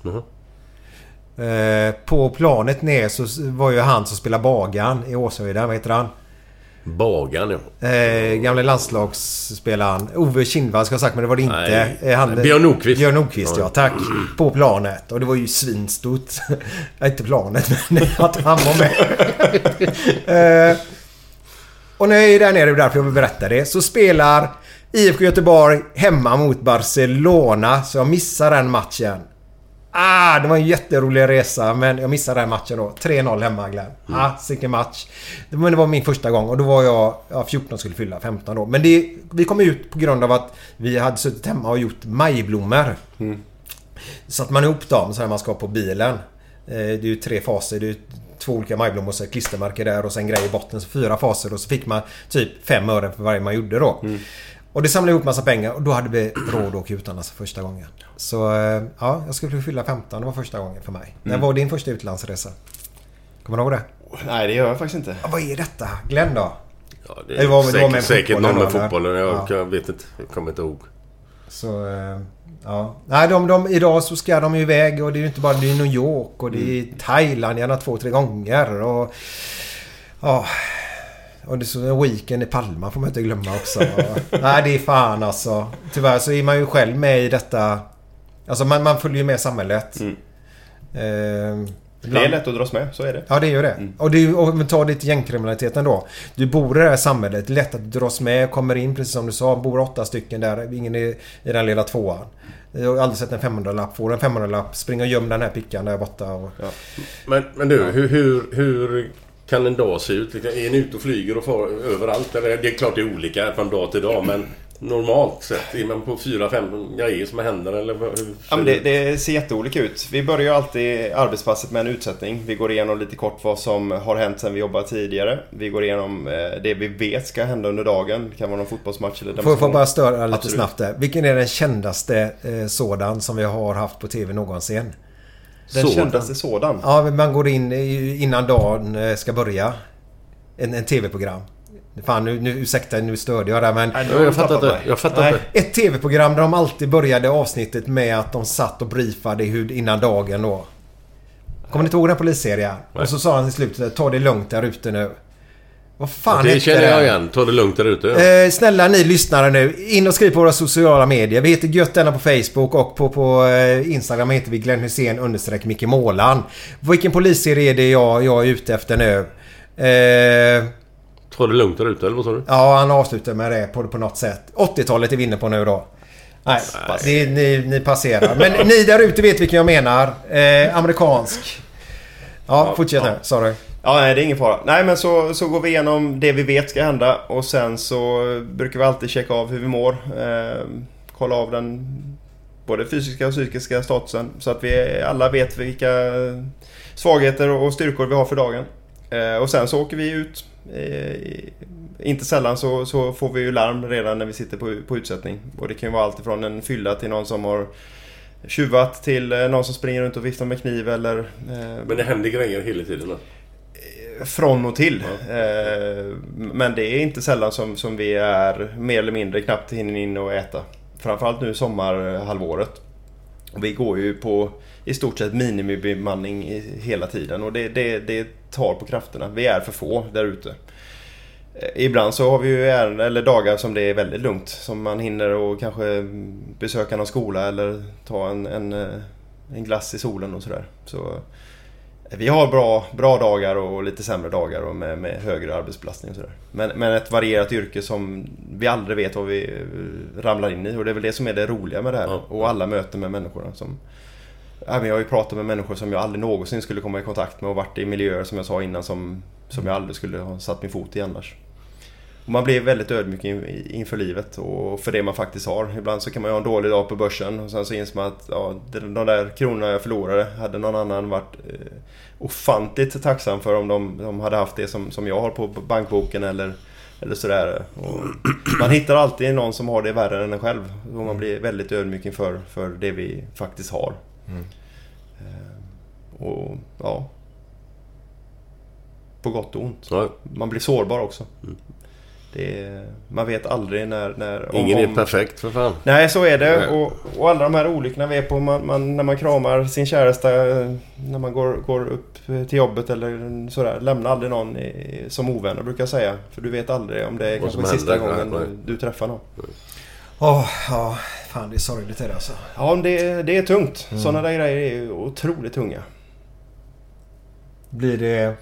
På planet ner så var ju han som spelade Bagan i Åshöjden. Vad heter han? Bagan, ja. Gamla landslagsspelaren Ove Kindvall ska jag ha sagt, men det var det inte. Björn Nordqvist, ja, tack. På planet. Och det var ju svinstort. Inte planet, men att han var med. Och när jag är där nere, det är därför jag vill berätta det, så spelar IFK Göteborg hemma mot Barcelona. Så jag missar den matchen. Det var en jätterolig resa, men jag missade den matchen då. 3-0 hemma, Glenn. Sicken match. Men det var min första gång och då var jag 14 och skulle fylla 15 då. Men vi kom ut på grund av att vi hade suttit hemma och gjort majblommor. Så att man ihop dem så här man ska på bilen. Det är ju 3 faser. Det är 2 olika majblommor och så klistermärker där och sen grej i botten. Så 4 faser och så fick man typ 5 öre för varje man gjorde då. Och det samlade ihop massa pengar och då hade vi råd att åka utomlands för första gången. Så ja, jag skulle fylla 15. Det var första gången för mig. När var din första utlandsresa? Kommer du ihåg det? Nej, det gör jag faktiskt inte. Vad är detta? Glenn då? Ja, det är säkert någon med fotbollen. Jag vet inte. Jag kommer inte ihåg. Så ja. Nej, idag så ska de ju iväg och det är ju inte bara New York och det är Thailand gärna 2-3 gånger och ja. Och det är så en weekend i Palma får man inte glömma också. Nej, det är fan alltså. Tyvärr så är man ju själv med i detta. Alltså man följer ju med samhället. Det är lätt att dras med, så är det. Ja, det är ju det. Och vi tar det till gängkriminaliteten då. Du bor i det här samhället, lätt att dras med, kommer in precis som du sa, bor 8 stycken där, ingen i den lilla 2:an. Jag har aldrig sett en 500-lapp, får en 500-lapp, spring och göm den här pickan där borta. Och... Ja. Men du, hur kan en dag se ut? Är en ute och flyger och far överallt? Eller, det är klart det är olika från dag till dag, men normalt sett är man på 4-5 grejer som händer eller ja, men det ser jätteolika ut. Vi börjar ju alltid arbetspasset med en utsättning. Vi går igenom lite kort vad som har hänt sedan vi jobbade tidigare. Vi går igenom det vi vet ska hända under dagen. Det kan vara någon fotbollsmatch eller demonstration. Får jag bara störa lite snabbt där. Vilken är den kändaste sådan som vi har haft på tv någonsin? Den kändaste sådan? Ja, man går in innan dagen ska börja. En tv-program. Fan, nu ursäkta, nu störde jag där, men... Nej, jag fattar inte. Ett tv-program där de alltid började avsnittet med att de satt och briefade innan dagen då. Kommer ni inte ihåg den polisserien? Och så sa han i slutet, ta det lugnt där ute nu. Vad fan det känner jag igen, ta det lugnt där ute. Ja. Snälla ni lyssnare nu, in och skriv på våra sociala medier. Vi heter Götterna på Facebook och på Instagram heter vi Glenn Hussein _ Micke Målan. Vilken polisserie är det jag är ute efter nu? Ta det lugnt där ute, eller vad sa du? Ja, han avslutar med det på något sätt. 80-talet är vi inne på nu då. Nej. Ni passerar. Men ni där ute vet vilken jag menar. Amerikansk. Ja, fortsätt nu. Sorry. Ja, nej, det är ingen fara. Nej, men så går vi igenom det vi vet ska hända. Och sen så brukar vi alltid checka av hur vi mår. Kolla av den både fysiska och psykiska statusen. Så att vi alla vet vilka svagheter och styrkor vi har för dagen. Och sen så åker vi ut. Inte sällan så får vi ju larm redan när vi sitter på utsättning. Och det kan ju vara allt ifrån en fylla till någon som har tjuvat till någon som springer runt och viftar med kniv eller... Men det händer grejer hela tiden då? Från och till. Men det är inte sällan som vi är mer eller mindre knappt hinner in och äta. Framförallt nu sommarhalvåret. Vi går ju på i stort sett minimibemanning hela tiden. Och det tar på krafterna. Vi är för få där ute. Ibland så har vi ju eller dagar som det är väldigt lugnt. Som man hinner och kanske besöka någon skola eller ta en glass i solen och sådär. Så Vi har bra dagar och lite sämre dagar och med högre arbetsbelastning och sådär. Men ett varierat yrke som vi aldrig vet vad vi ramlar in i. Och det är väl det som är det roliga med det här. Och alla möten med människorna som... Jag har ju pratat med människor som jag aldrig någonsin skulle komma i kontakt med och varit i miljöer som jag sa innan som jag aldrig skulle ha satt min fot i annars. Och man blir väldigt ödmjuk inför livet och för det man faktiskt har. Ibland så kan man ju ha en dålig dag på börsen och sen så inser man att de där kronorna jag förlorade hade någon annan varit ofantligt tacksam för om de hade haft det som jag har på bankboken eller sådär. Och man hittar alltid någon som har det värre än en själv och man blir väldigt ödmjuk inför det vi faktiskt har. Och ja, på gott och ont. Man blir sårbar också. Man vet aldrig när ingen är perfekt för fan. Nej, så är det. Och alla de här olyckorna vi är på när man kramar sin käresta, när man går upp till jobbet eller sådär, lämna aldrig någon som ovänner brukar jag säga. För du vet aldrig om det är kanske sista gången du träffar någon. Ja, fan det är sorgligt det alltså. Ja, det är tungt. Sådana där grejer är ju otroligt tunga. Blir det...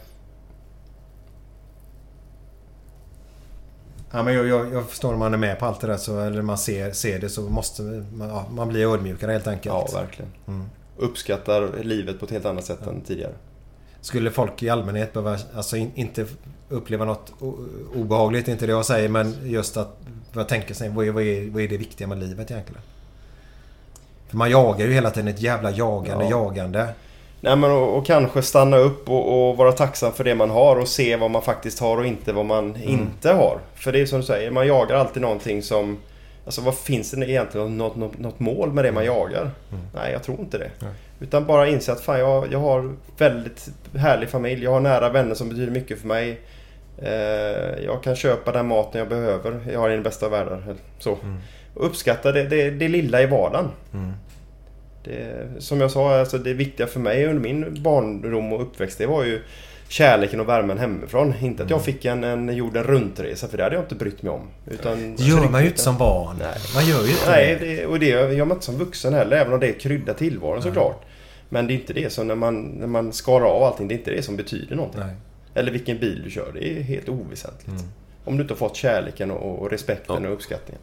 Ja, men jag förstår om man är med på allt det där så, eller man ser det så måste man bli ödmjukare helt enkelt. Ja, verkligen. Uppskattar livet på ett helt annat sätt än tidigare. Skulle folk i allmänhet behöva inte uppleva något obehagligt, inte det jag säger, men just att vad tänker sig, vad är det viktiga med livet egentligen? För man jagar ju hela tiden ett jävla jagande. Nej, men och kanske stanna upp och vara tacksam för det man har och se vad man faktiskt har och inte vad man inte har. För det är som du säger, man jagar alltid någonting som... Alltså vad finns det egentligen något mål med det man jagar? Nej, jag tror inte det. Utan bara inse att fan, jag har väldigt härlig familj. Jag har nära vänner som betyder mycket för mig. Jag kan köpa den maten jag behöver. Jag har den bästa världen. Så. Och uppskatta det lilla i vardagen. Som jag sa, alltså det viktiga för mig under min barndom och uppväxt, det var ju kärleken och värmen hemifrån. Inte att jag fick en jorden runtresa, för det hade jag inte brytt mig om. Utan det gör man ju inte som barn. Nej. Man gör ju inte det. Och det gör man inte som vuxen heller, även om det kryddar tillvaron såklart. Men det är inte det som när man skarar av allting, det är inte det som betyder någonting. Nej. Eller vilken bil du kör, det är helt oväsentligt. Om du inte har fått kärleken och respekten och uppskattningen.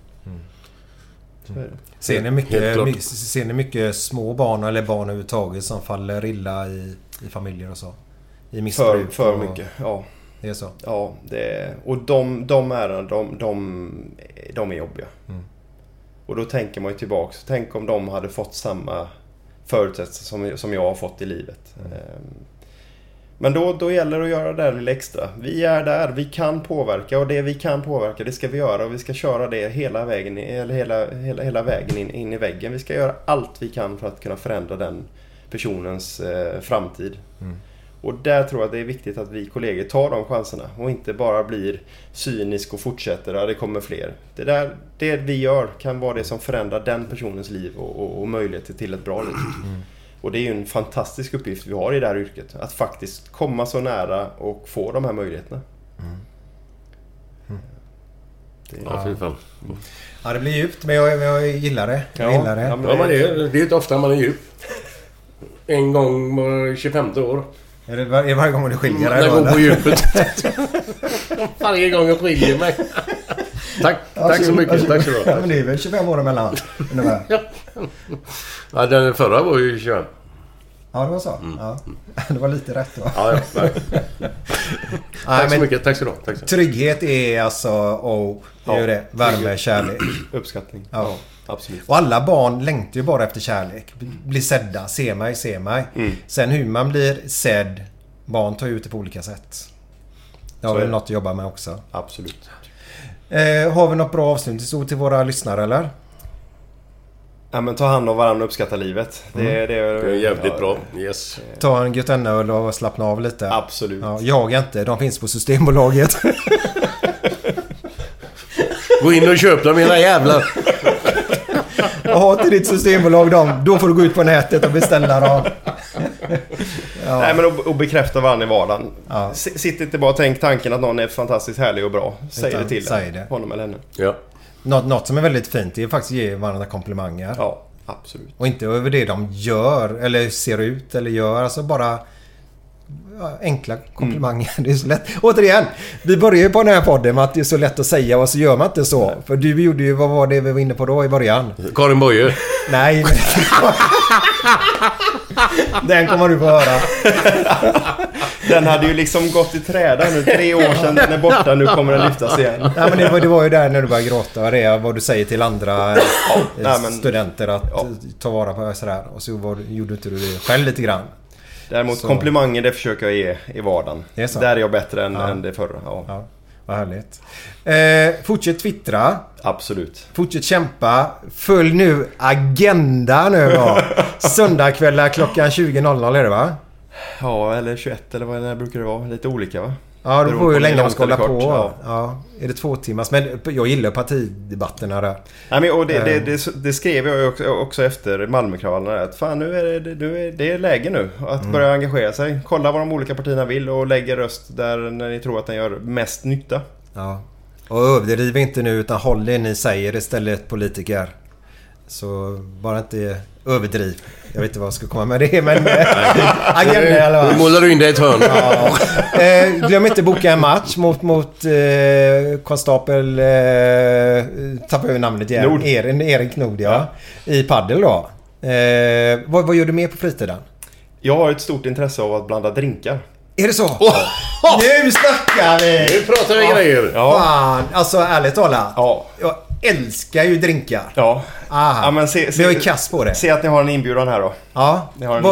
Ser ni mycket små barn eller barn överhuvudtaget som faller illa i familjer och så? I missbruk? För mycket, ja. Det är så? Ja, och de är jobbiga. Och då tänker man ju tillbaka. Tänk om de hade fått samma förutsättningar som jag har fått i livet. Men då gäller det att göra det där lite extra. Vi är där, vi kan påverka, och det vi kan påverka, det ska vi göra, och vi ska köra det hela vägen hela vägen in i väggen. Vi ska göra allt vi kan för att kunna förändra den personens framtid. Och där tror jag det är viktigt att vi kollegor tar de chanserna och inte bara blir cynisk och fortsätter, det kommer fler. Det vi gör kan vara det som förändrar den personens liv och möjligheter till ett bra liv. Och det är ju en fantastisk uppgift vi har i det här yrket. Att faktiskt komma så nära och få de här möjligheterna. Ja, fy fan. Ja, det blir djupt, men jag gillar det. Det är ju inte ofta man är djup. En gång var 25 år. Är det varje gång du skiljer dig? Jag går på djupet. Varje gång jag skiljer mig. Tack så mycket. Tack så mycket. Ja, men det är väl 25 år emellan. Ja, den förra var ju 25. Ja, det var så. Ja. Det var lite rätt då. Ja. Tack så mycket. Tack så mycket. Trygghet är alltså det är ju det. Värme, kärlek. Uppskattning. Ja. Absolut. Och alla barn längtar ju bara efter kärlek. Bli sedda. Se mig. Sen hur man blir sedd. Barn tar ut det på olika sätt. Det har väl något att jobba med också. Absolut. Har vi något bra avslutningsord till våra lyssnare eller? Ja, men ta hand om varandra och uppskatta livet. Det är jävligt bra. Yes. Ta en Götenöl och slappna av lite. Absolut. Ja, jag inte. De finns på Systembolaget. Gå in och köp dem, mina jävlar. Ha till ditt Systembolag dem. Då får du gå ut på nätet och beställa dem. Ja. Nej, men och bekräfta varandra i vardagen. Ja. Sitt inte bara och tänk tanken att någon är fantastiskt härlig och bra. Säg det till honom eller henne. Ja. Något som är väldigt fint är faktiskt att ge varandra komplimanger. Ja, absolut. Och inte över det de gör eller ser ut eller gör. Alltså bara enkla komplimanger. Det är så lätt. Återigen, vi börjar ju på den här podden med att det är så lätt att säga och så gör man inte så. För du gjorde ju, vad var det vi var inne på då i början? Karin Boye. Nej, men... Den kommer du få höra. Den hade ju liksom gått i träda nu 3 år sedan. Den är borta, nu kommer den lyftas igen. Nej, men det var ju där när du började gråta. Det är vad du säger till andra studenter att ta vara på sådär. Och så gjorde inte du det själv lite grann. Däremot komplimanger, det försöker jag ge i vardagen. Där är jag bättre än det förra. Ja. Vad härligt. Fortsätt twittra. Absolut. Fortsätt kämpa. Följ nu agenda nu då. Söndagkvällar klockan 20.00 är det va? Ja, eller 21 eller vad det brukar det vara. Lite olika va? Ja, det får ju länge man ska hålla på. Ja. Är det 2 timmars? Men jag gillar partidebatterna där. Nej, men, och det skrev jag också efter Malmökravallerna. Att fan, nu är det läge nu. Att börja engagera sig. Kolla vad de olika partierna vill och lägga röst där när ni tror att den gör mest nytta. Ja. Och överdriv inte nu utan håll det ni säger istället politiker. Så bara inte överdriv. Jag vet inte vad jag ska komma med det, men agenda eller vad. Nu målar du in dig i ett hörn. Ja. Glöm inte boka en match mot konstapel tappar över namnet igen. Erik Nord, ja. I paddel då. Vad gör du mer på fritiden? Jag har ett stort intresse av att blanda drinkar. Är det så? Nu snackar vi! Nu pratar vi grejer. Ja. Fan, alltså ärligt talat. Ja. Jag älskar ju drinkar. Ja. Ja, men jag är kass på det. Se att ni har en inbjudan här då. Ja.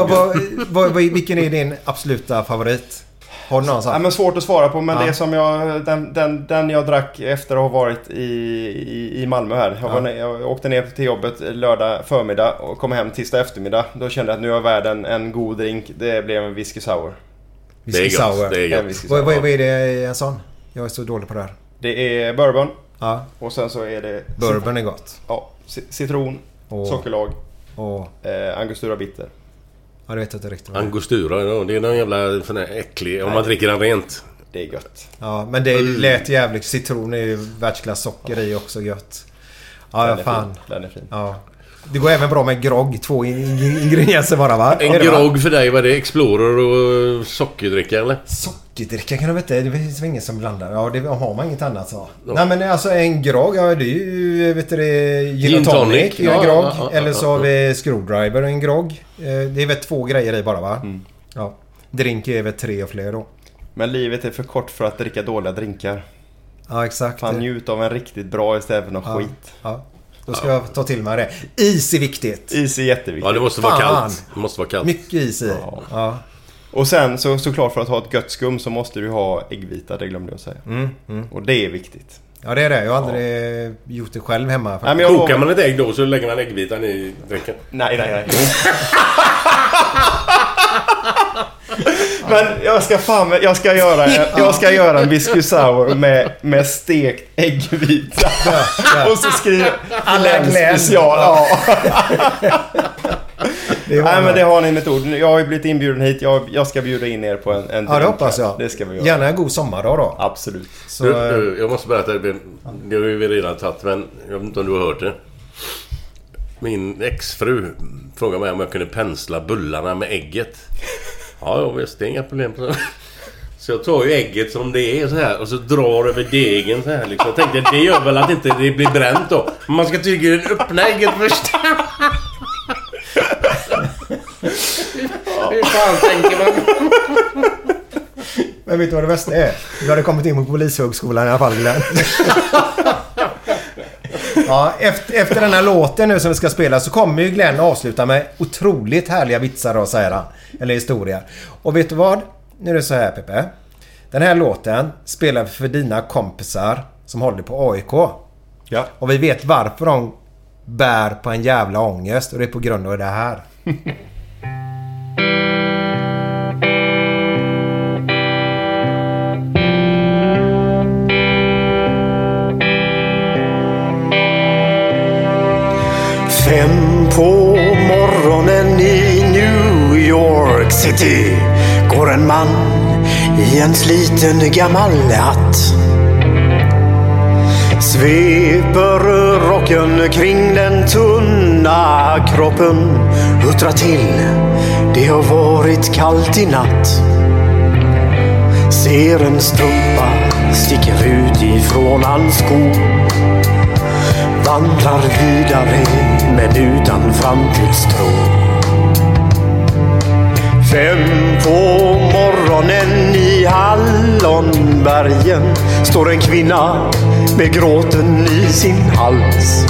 Vilken är din absoluta favorit? Har du någon sån? Ja, men svårt att svara på, men det som den jag drack efter att ha varit i Malmö här. Jag åkte ner till jobbet lördag förmiddag och kom hem tisdag eftermiddag. Då kände jag att nu har jag världen en god drink. Det blev en whisky sour. Whisky sour. Det är gott. Vad är det i en sån? Jag är så dålig på det här. Det är bourbon. Ja. Och sen så är det... Bourbon är gott. Ja, citron, sockerlag, angostura bitter. Ja, det vet jag inte riktigt. Angostura, det är någon jävla sån här äcklig, om man dricker den rent. Det är gött. Ja, men det lät jävligt. Citron är ju världsklass, socker i också gött. Ja, fan. Den är fin. Ja. Det går även bra med grogg. 2 ingredienser bara, va? En grogg för dig, var det Explorer och sockerdricka eller? Sockerdricka kan du veta. Det finns ingen som blandar. Ja, det har man inget annat så. Nej, men alltså en grogg, ja det är ju, vet du det, gin tonic, en grogg. Eller så har vi screwdriver och en grogg. Det är väl 2 grejer i bara, va? Ja. Drink är väl 3 och fler då. Men livet är för kort för att dricka dåliga drinkar. Ja, exakt. Fan, njut av en riktigt bra istället för något skit. Ja. Då ska jag ta till mig det. Is är viktigt. Is är jätteviktigt. Ja, det måste vara kallt. Det måste vara kallt. Mycket is i. Ja. Och sen såklart för att ha ett gött skum så måste du ha äggvita, det glömde jag säga. Och det är viktigt. Ja, det är det. Jag har aldrig gjort det själv hemma. Nej, kokar man ett ägg då så lägger man äggvitan i drinken. Nej. Men jag ska göra en whisky sour med stekt äggvita. Och så skriver alla special. Ja. Nej, men det har ni med ord. Jag har ju blivit inbjuden hit. Jag ska bjuda in er på en drink. Ja, det hoppas jag. Det ska vi göra. Gärna en god sommardag då. Absolut. Så, jag måste berätta, det har vi redan tagit, men jag vet inte om du har hört det. Min exfru frågade mig om jag kunde pensla bullarna med ägget. Ja, visst, det är inga problem. Så jag tar ju ägget som det är så här och så drar över degen så här liksom. Jag tänkte, det gör väl att inte det blir bränt då. Men man ska tydligen öppna ägget först. Hur fan tänker man? Men vet du vad det bästa är? Du hade kommit in på polishögskolan i alla fall, Glenn. Ja, efter den här låten nu som vi ska spela så kommer ju Glenn avsluta med otroligt härliga vitsar och säger han. Eller historia. Och vet du vad? Nu är det så här, Peppe. Den här låten spelar vi för dina kompisar som håller på AIK. Ja. Och vi vet varför de bär på en jävla ångest. Och det är på grund av det här. Fem på morgonen i New York City går en man i en sliten gammal hatt. Sveper rocken kring den tunna kroppen. Huttrar till, det har varit kallt i natt. Ser en strumpa sticker ut ifrån hans sko. Vandrar vidare men utan framtidstro. 5 på morgonen i Hallonbergen står en kvinna med gråten i sin hals.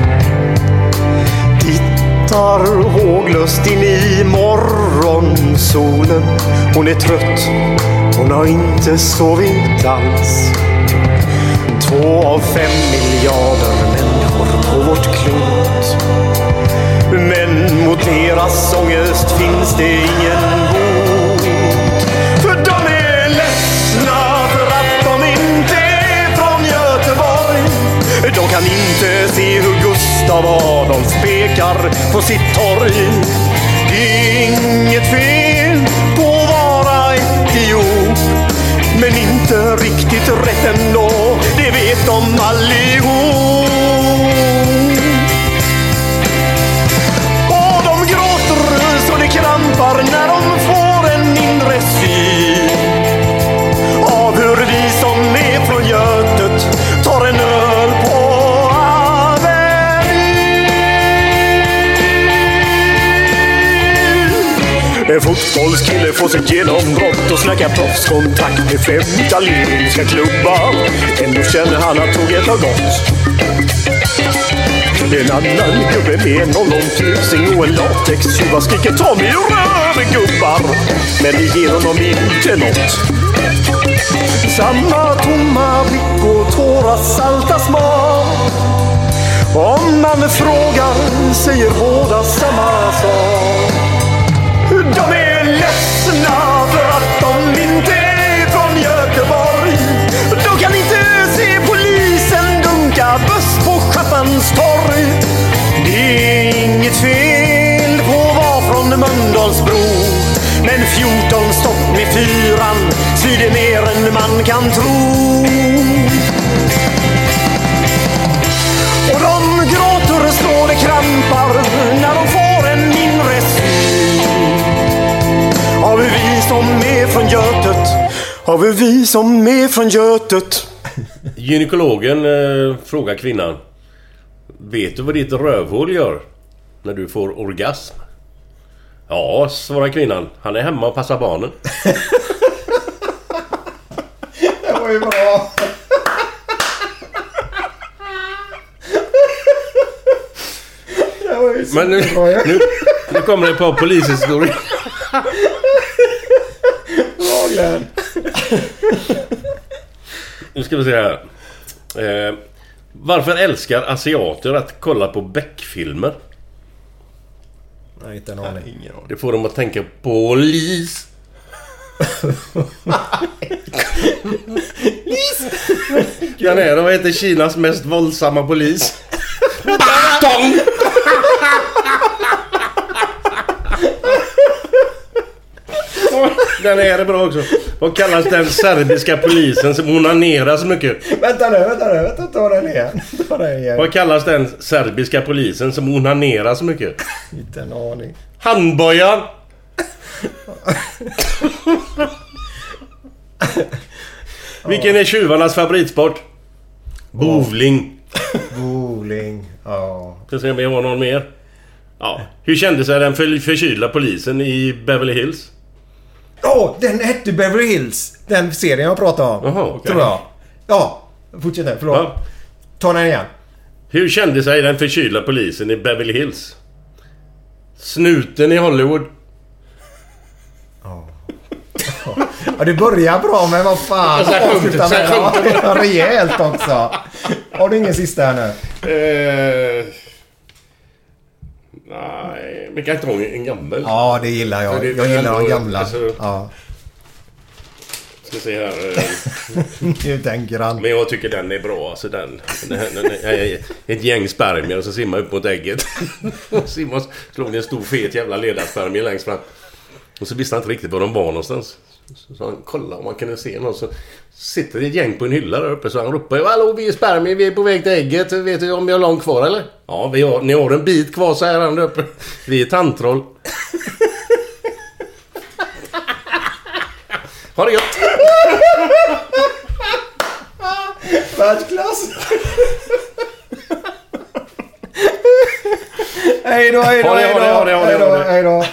Tittar håglöst in i morgonsolen. Hon är trött, hon har inte sovit alls. 2 av 5 miljarder människor på vårt klot. Men mot deras ångest finns det ingen bot. För de är ledsna för att de inte är från Göteborg. De kan inte se hur Gustav Adolf pekar på sitt torg. Inget fel på att vara etiop, men inte riktigt rätt ändå, det vet de allihop. Och de gråter så det krampar när de får en inre syn av hur vi som är från Götet tar en öl på En fotbollskille får sitt genombrott och snackar proffskontakt med 5 italienska klubbar. Ändå känner han att tåget har gått. En annan gubbe med en ollontusing och en latextjuva skriker ta mig röver gubbar. Men det ger honom inte något. Samma tomma blick och tårar salta smak. Om man frågar säger båda samma sak. De är ledsna för att de inte är från Göteborg. De kan inte se polisen dunka buss på Schappans torg. Det är inget fel på att vara från Mölndalsbro, men 14 stopp med 4 svider mer än man kan tro. Och de gråter så det krampar när de får en mindre syn av vi som är från Götet, av vi som är från Götet. Gynekologen frågar kvinnan: vet du vad ditt rövhål gör när du får orgasm? Ja, svarar kvinnan. Han är hemma och passar barnen. Det var ju bra. Det var ju så. Men nu kommer det på polishistoria. Nu ska vi se här. Varför älskar asiater att kolla på Beck-filmer? Nej, inte en aning. Det får dem att tänka på polis. Den är, vad heter Kinas mest våldsamma polis? Batong! Den är det bra också. Vad kallas den serbiska polisen som onanerar så mycket? Vänta nu. Ta den igen. Vad kallas den serbiska polisen som onanerar så mycket? Inte en aning. Handbojan! Vilken är tjuvarnas favoritsport? Bowling. Bowling, ja. Ska se om vi har någon mer. Ja. Hur kände sig den förkylda polisen i Beverly Hills? Den hette Beverly Hills. Den serien jag pratade om. Aha, okay. Tror jag. Ja, fortsätt där, förlåt. Ja. Ta den igen. Hur kände sig den förkylda polisen i Beverly Hills? Snuten i Hollywood. Ja, det börjar bra, men vad fan. Avsluta med rejält också. Har du ingen sista här nu? Nej, men kan inte ha en gammal. Ja, det gillar jag. Jag gillar de gamla. Alltså, ja. Ska se här. Nu tänker han. Men jag tycker den är bra. Alltså den ett gäng spermier och så simmar upp mot ägget. Simon slog en stor fet jävla ledarspermier längst fram. Och så visste han inte riktigt var de var någonstans. Så han kollade om man kunde se någon. Så sitter det ett gäng på en hylla där uppe. Så han ropar: hallå, vi är spermier, vi är på väg till ägget. Vet du om vi har långt kvar eller? Ja, ni har en bit kvar, så här han uppe. Vi är tandtroll. Ha det gött! Världsklass! Hej då. Hej då.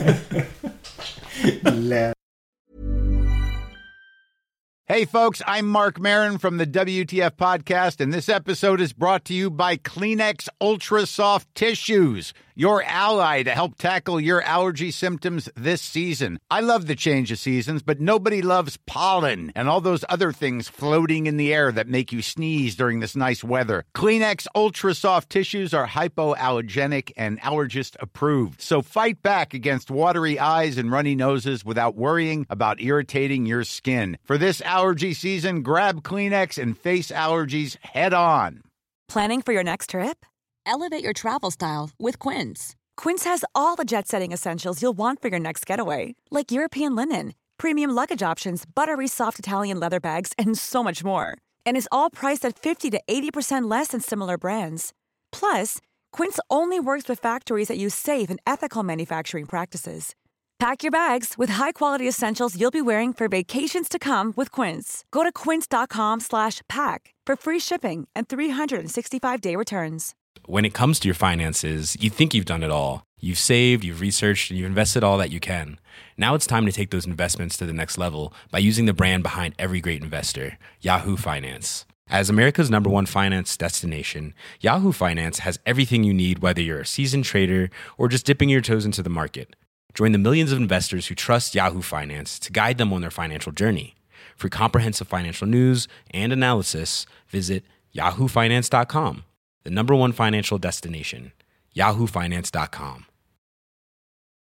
Hey, folks, I'm Mark Maron from the WTF Podcast, and this episode is brought to you by Kleenex Ultra Soft Tissues, your ally to help tackle your allergy symptoms this season. I love the change of seasons, but nobody loves pollen and all those other things floating in the air that make you sneeze during this nice weather. Kleenex Ultra Soft Tissues are hypoallergenic and allergist approved, so fight back against watery eyes and runny noses without worrying about irritating your skin. For this allergy season, grab Kleenex and face allergies head on. Planning for your next trip? Elevate your travel style with Quince. Quince has all the jet-setting essentials you'll want for your next getaway, like European linen, premium luggage options, buttery soft Italian leather bags, and so much more. And is all priced at 50 to 80% less than similar brands. Plus, Quince only works with factories that use safe and ethical manufacturing practices. Pack your bags with high-quality essentials you'll be wearing for vacations to come with Quince. Go to quince.com/pack for free shipping and 365-day returns. When it comes to your finances, you think you've done it all. You've saved, you've researched, and you've invested all that you can. Now it's time to take those investments to the next level by using the brand behind every great investor, Yahoo Finance. As America's #1 finance destination, Yahoo Finance has everything you need, whether you're a seasoned trader or just dipping your toes into the market. Join the millions of investors who trust Yahoo Finance to guide them on their financial journey. For comprehensive financial news and analysis, visit yahoofinance.com, the #1 financial destination, yahoofinance.com.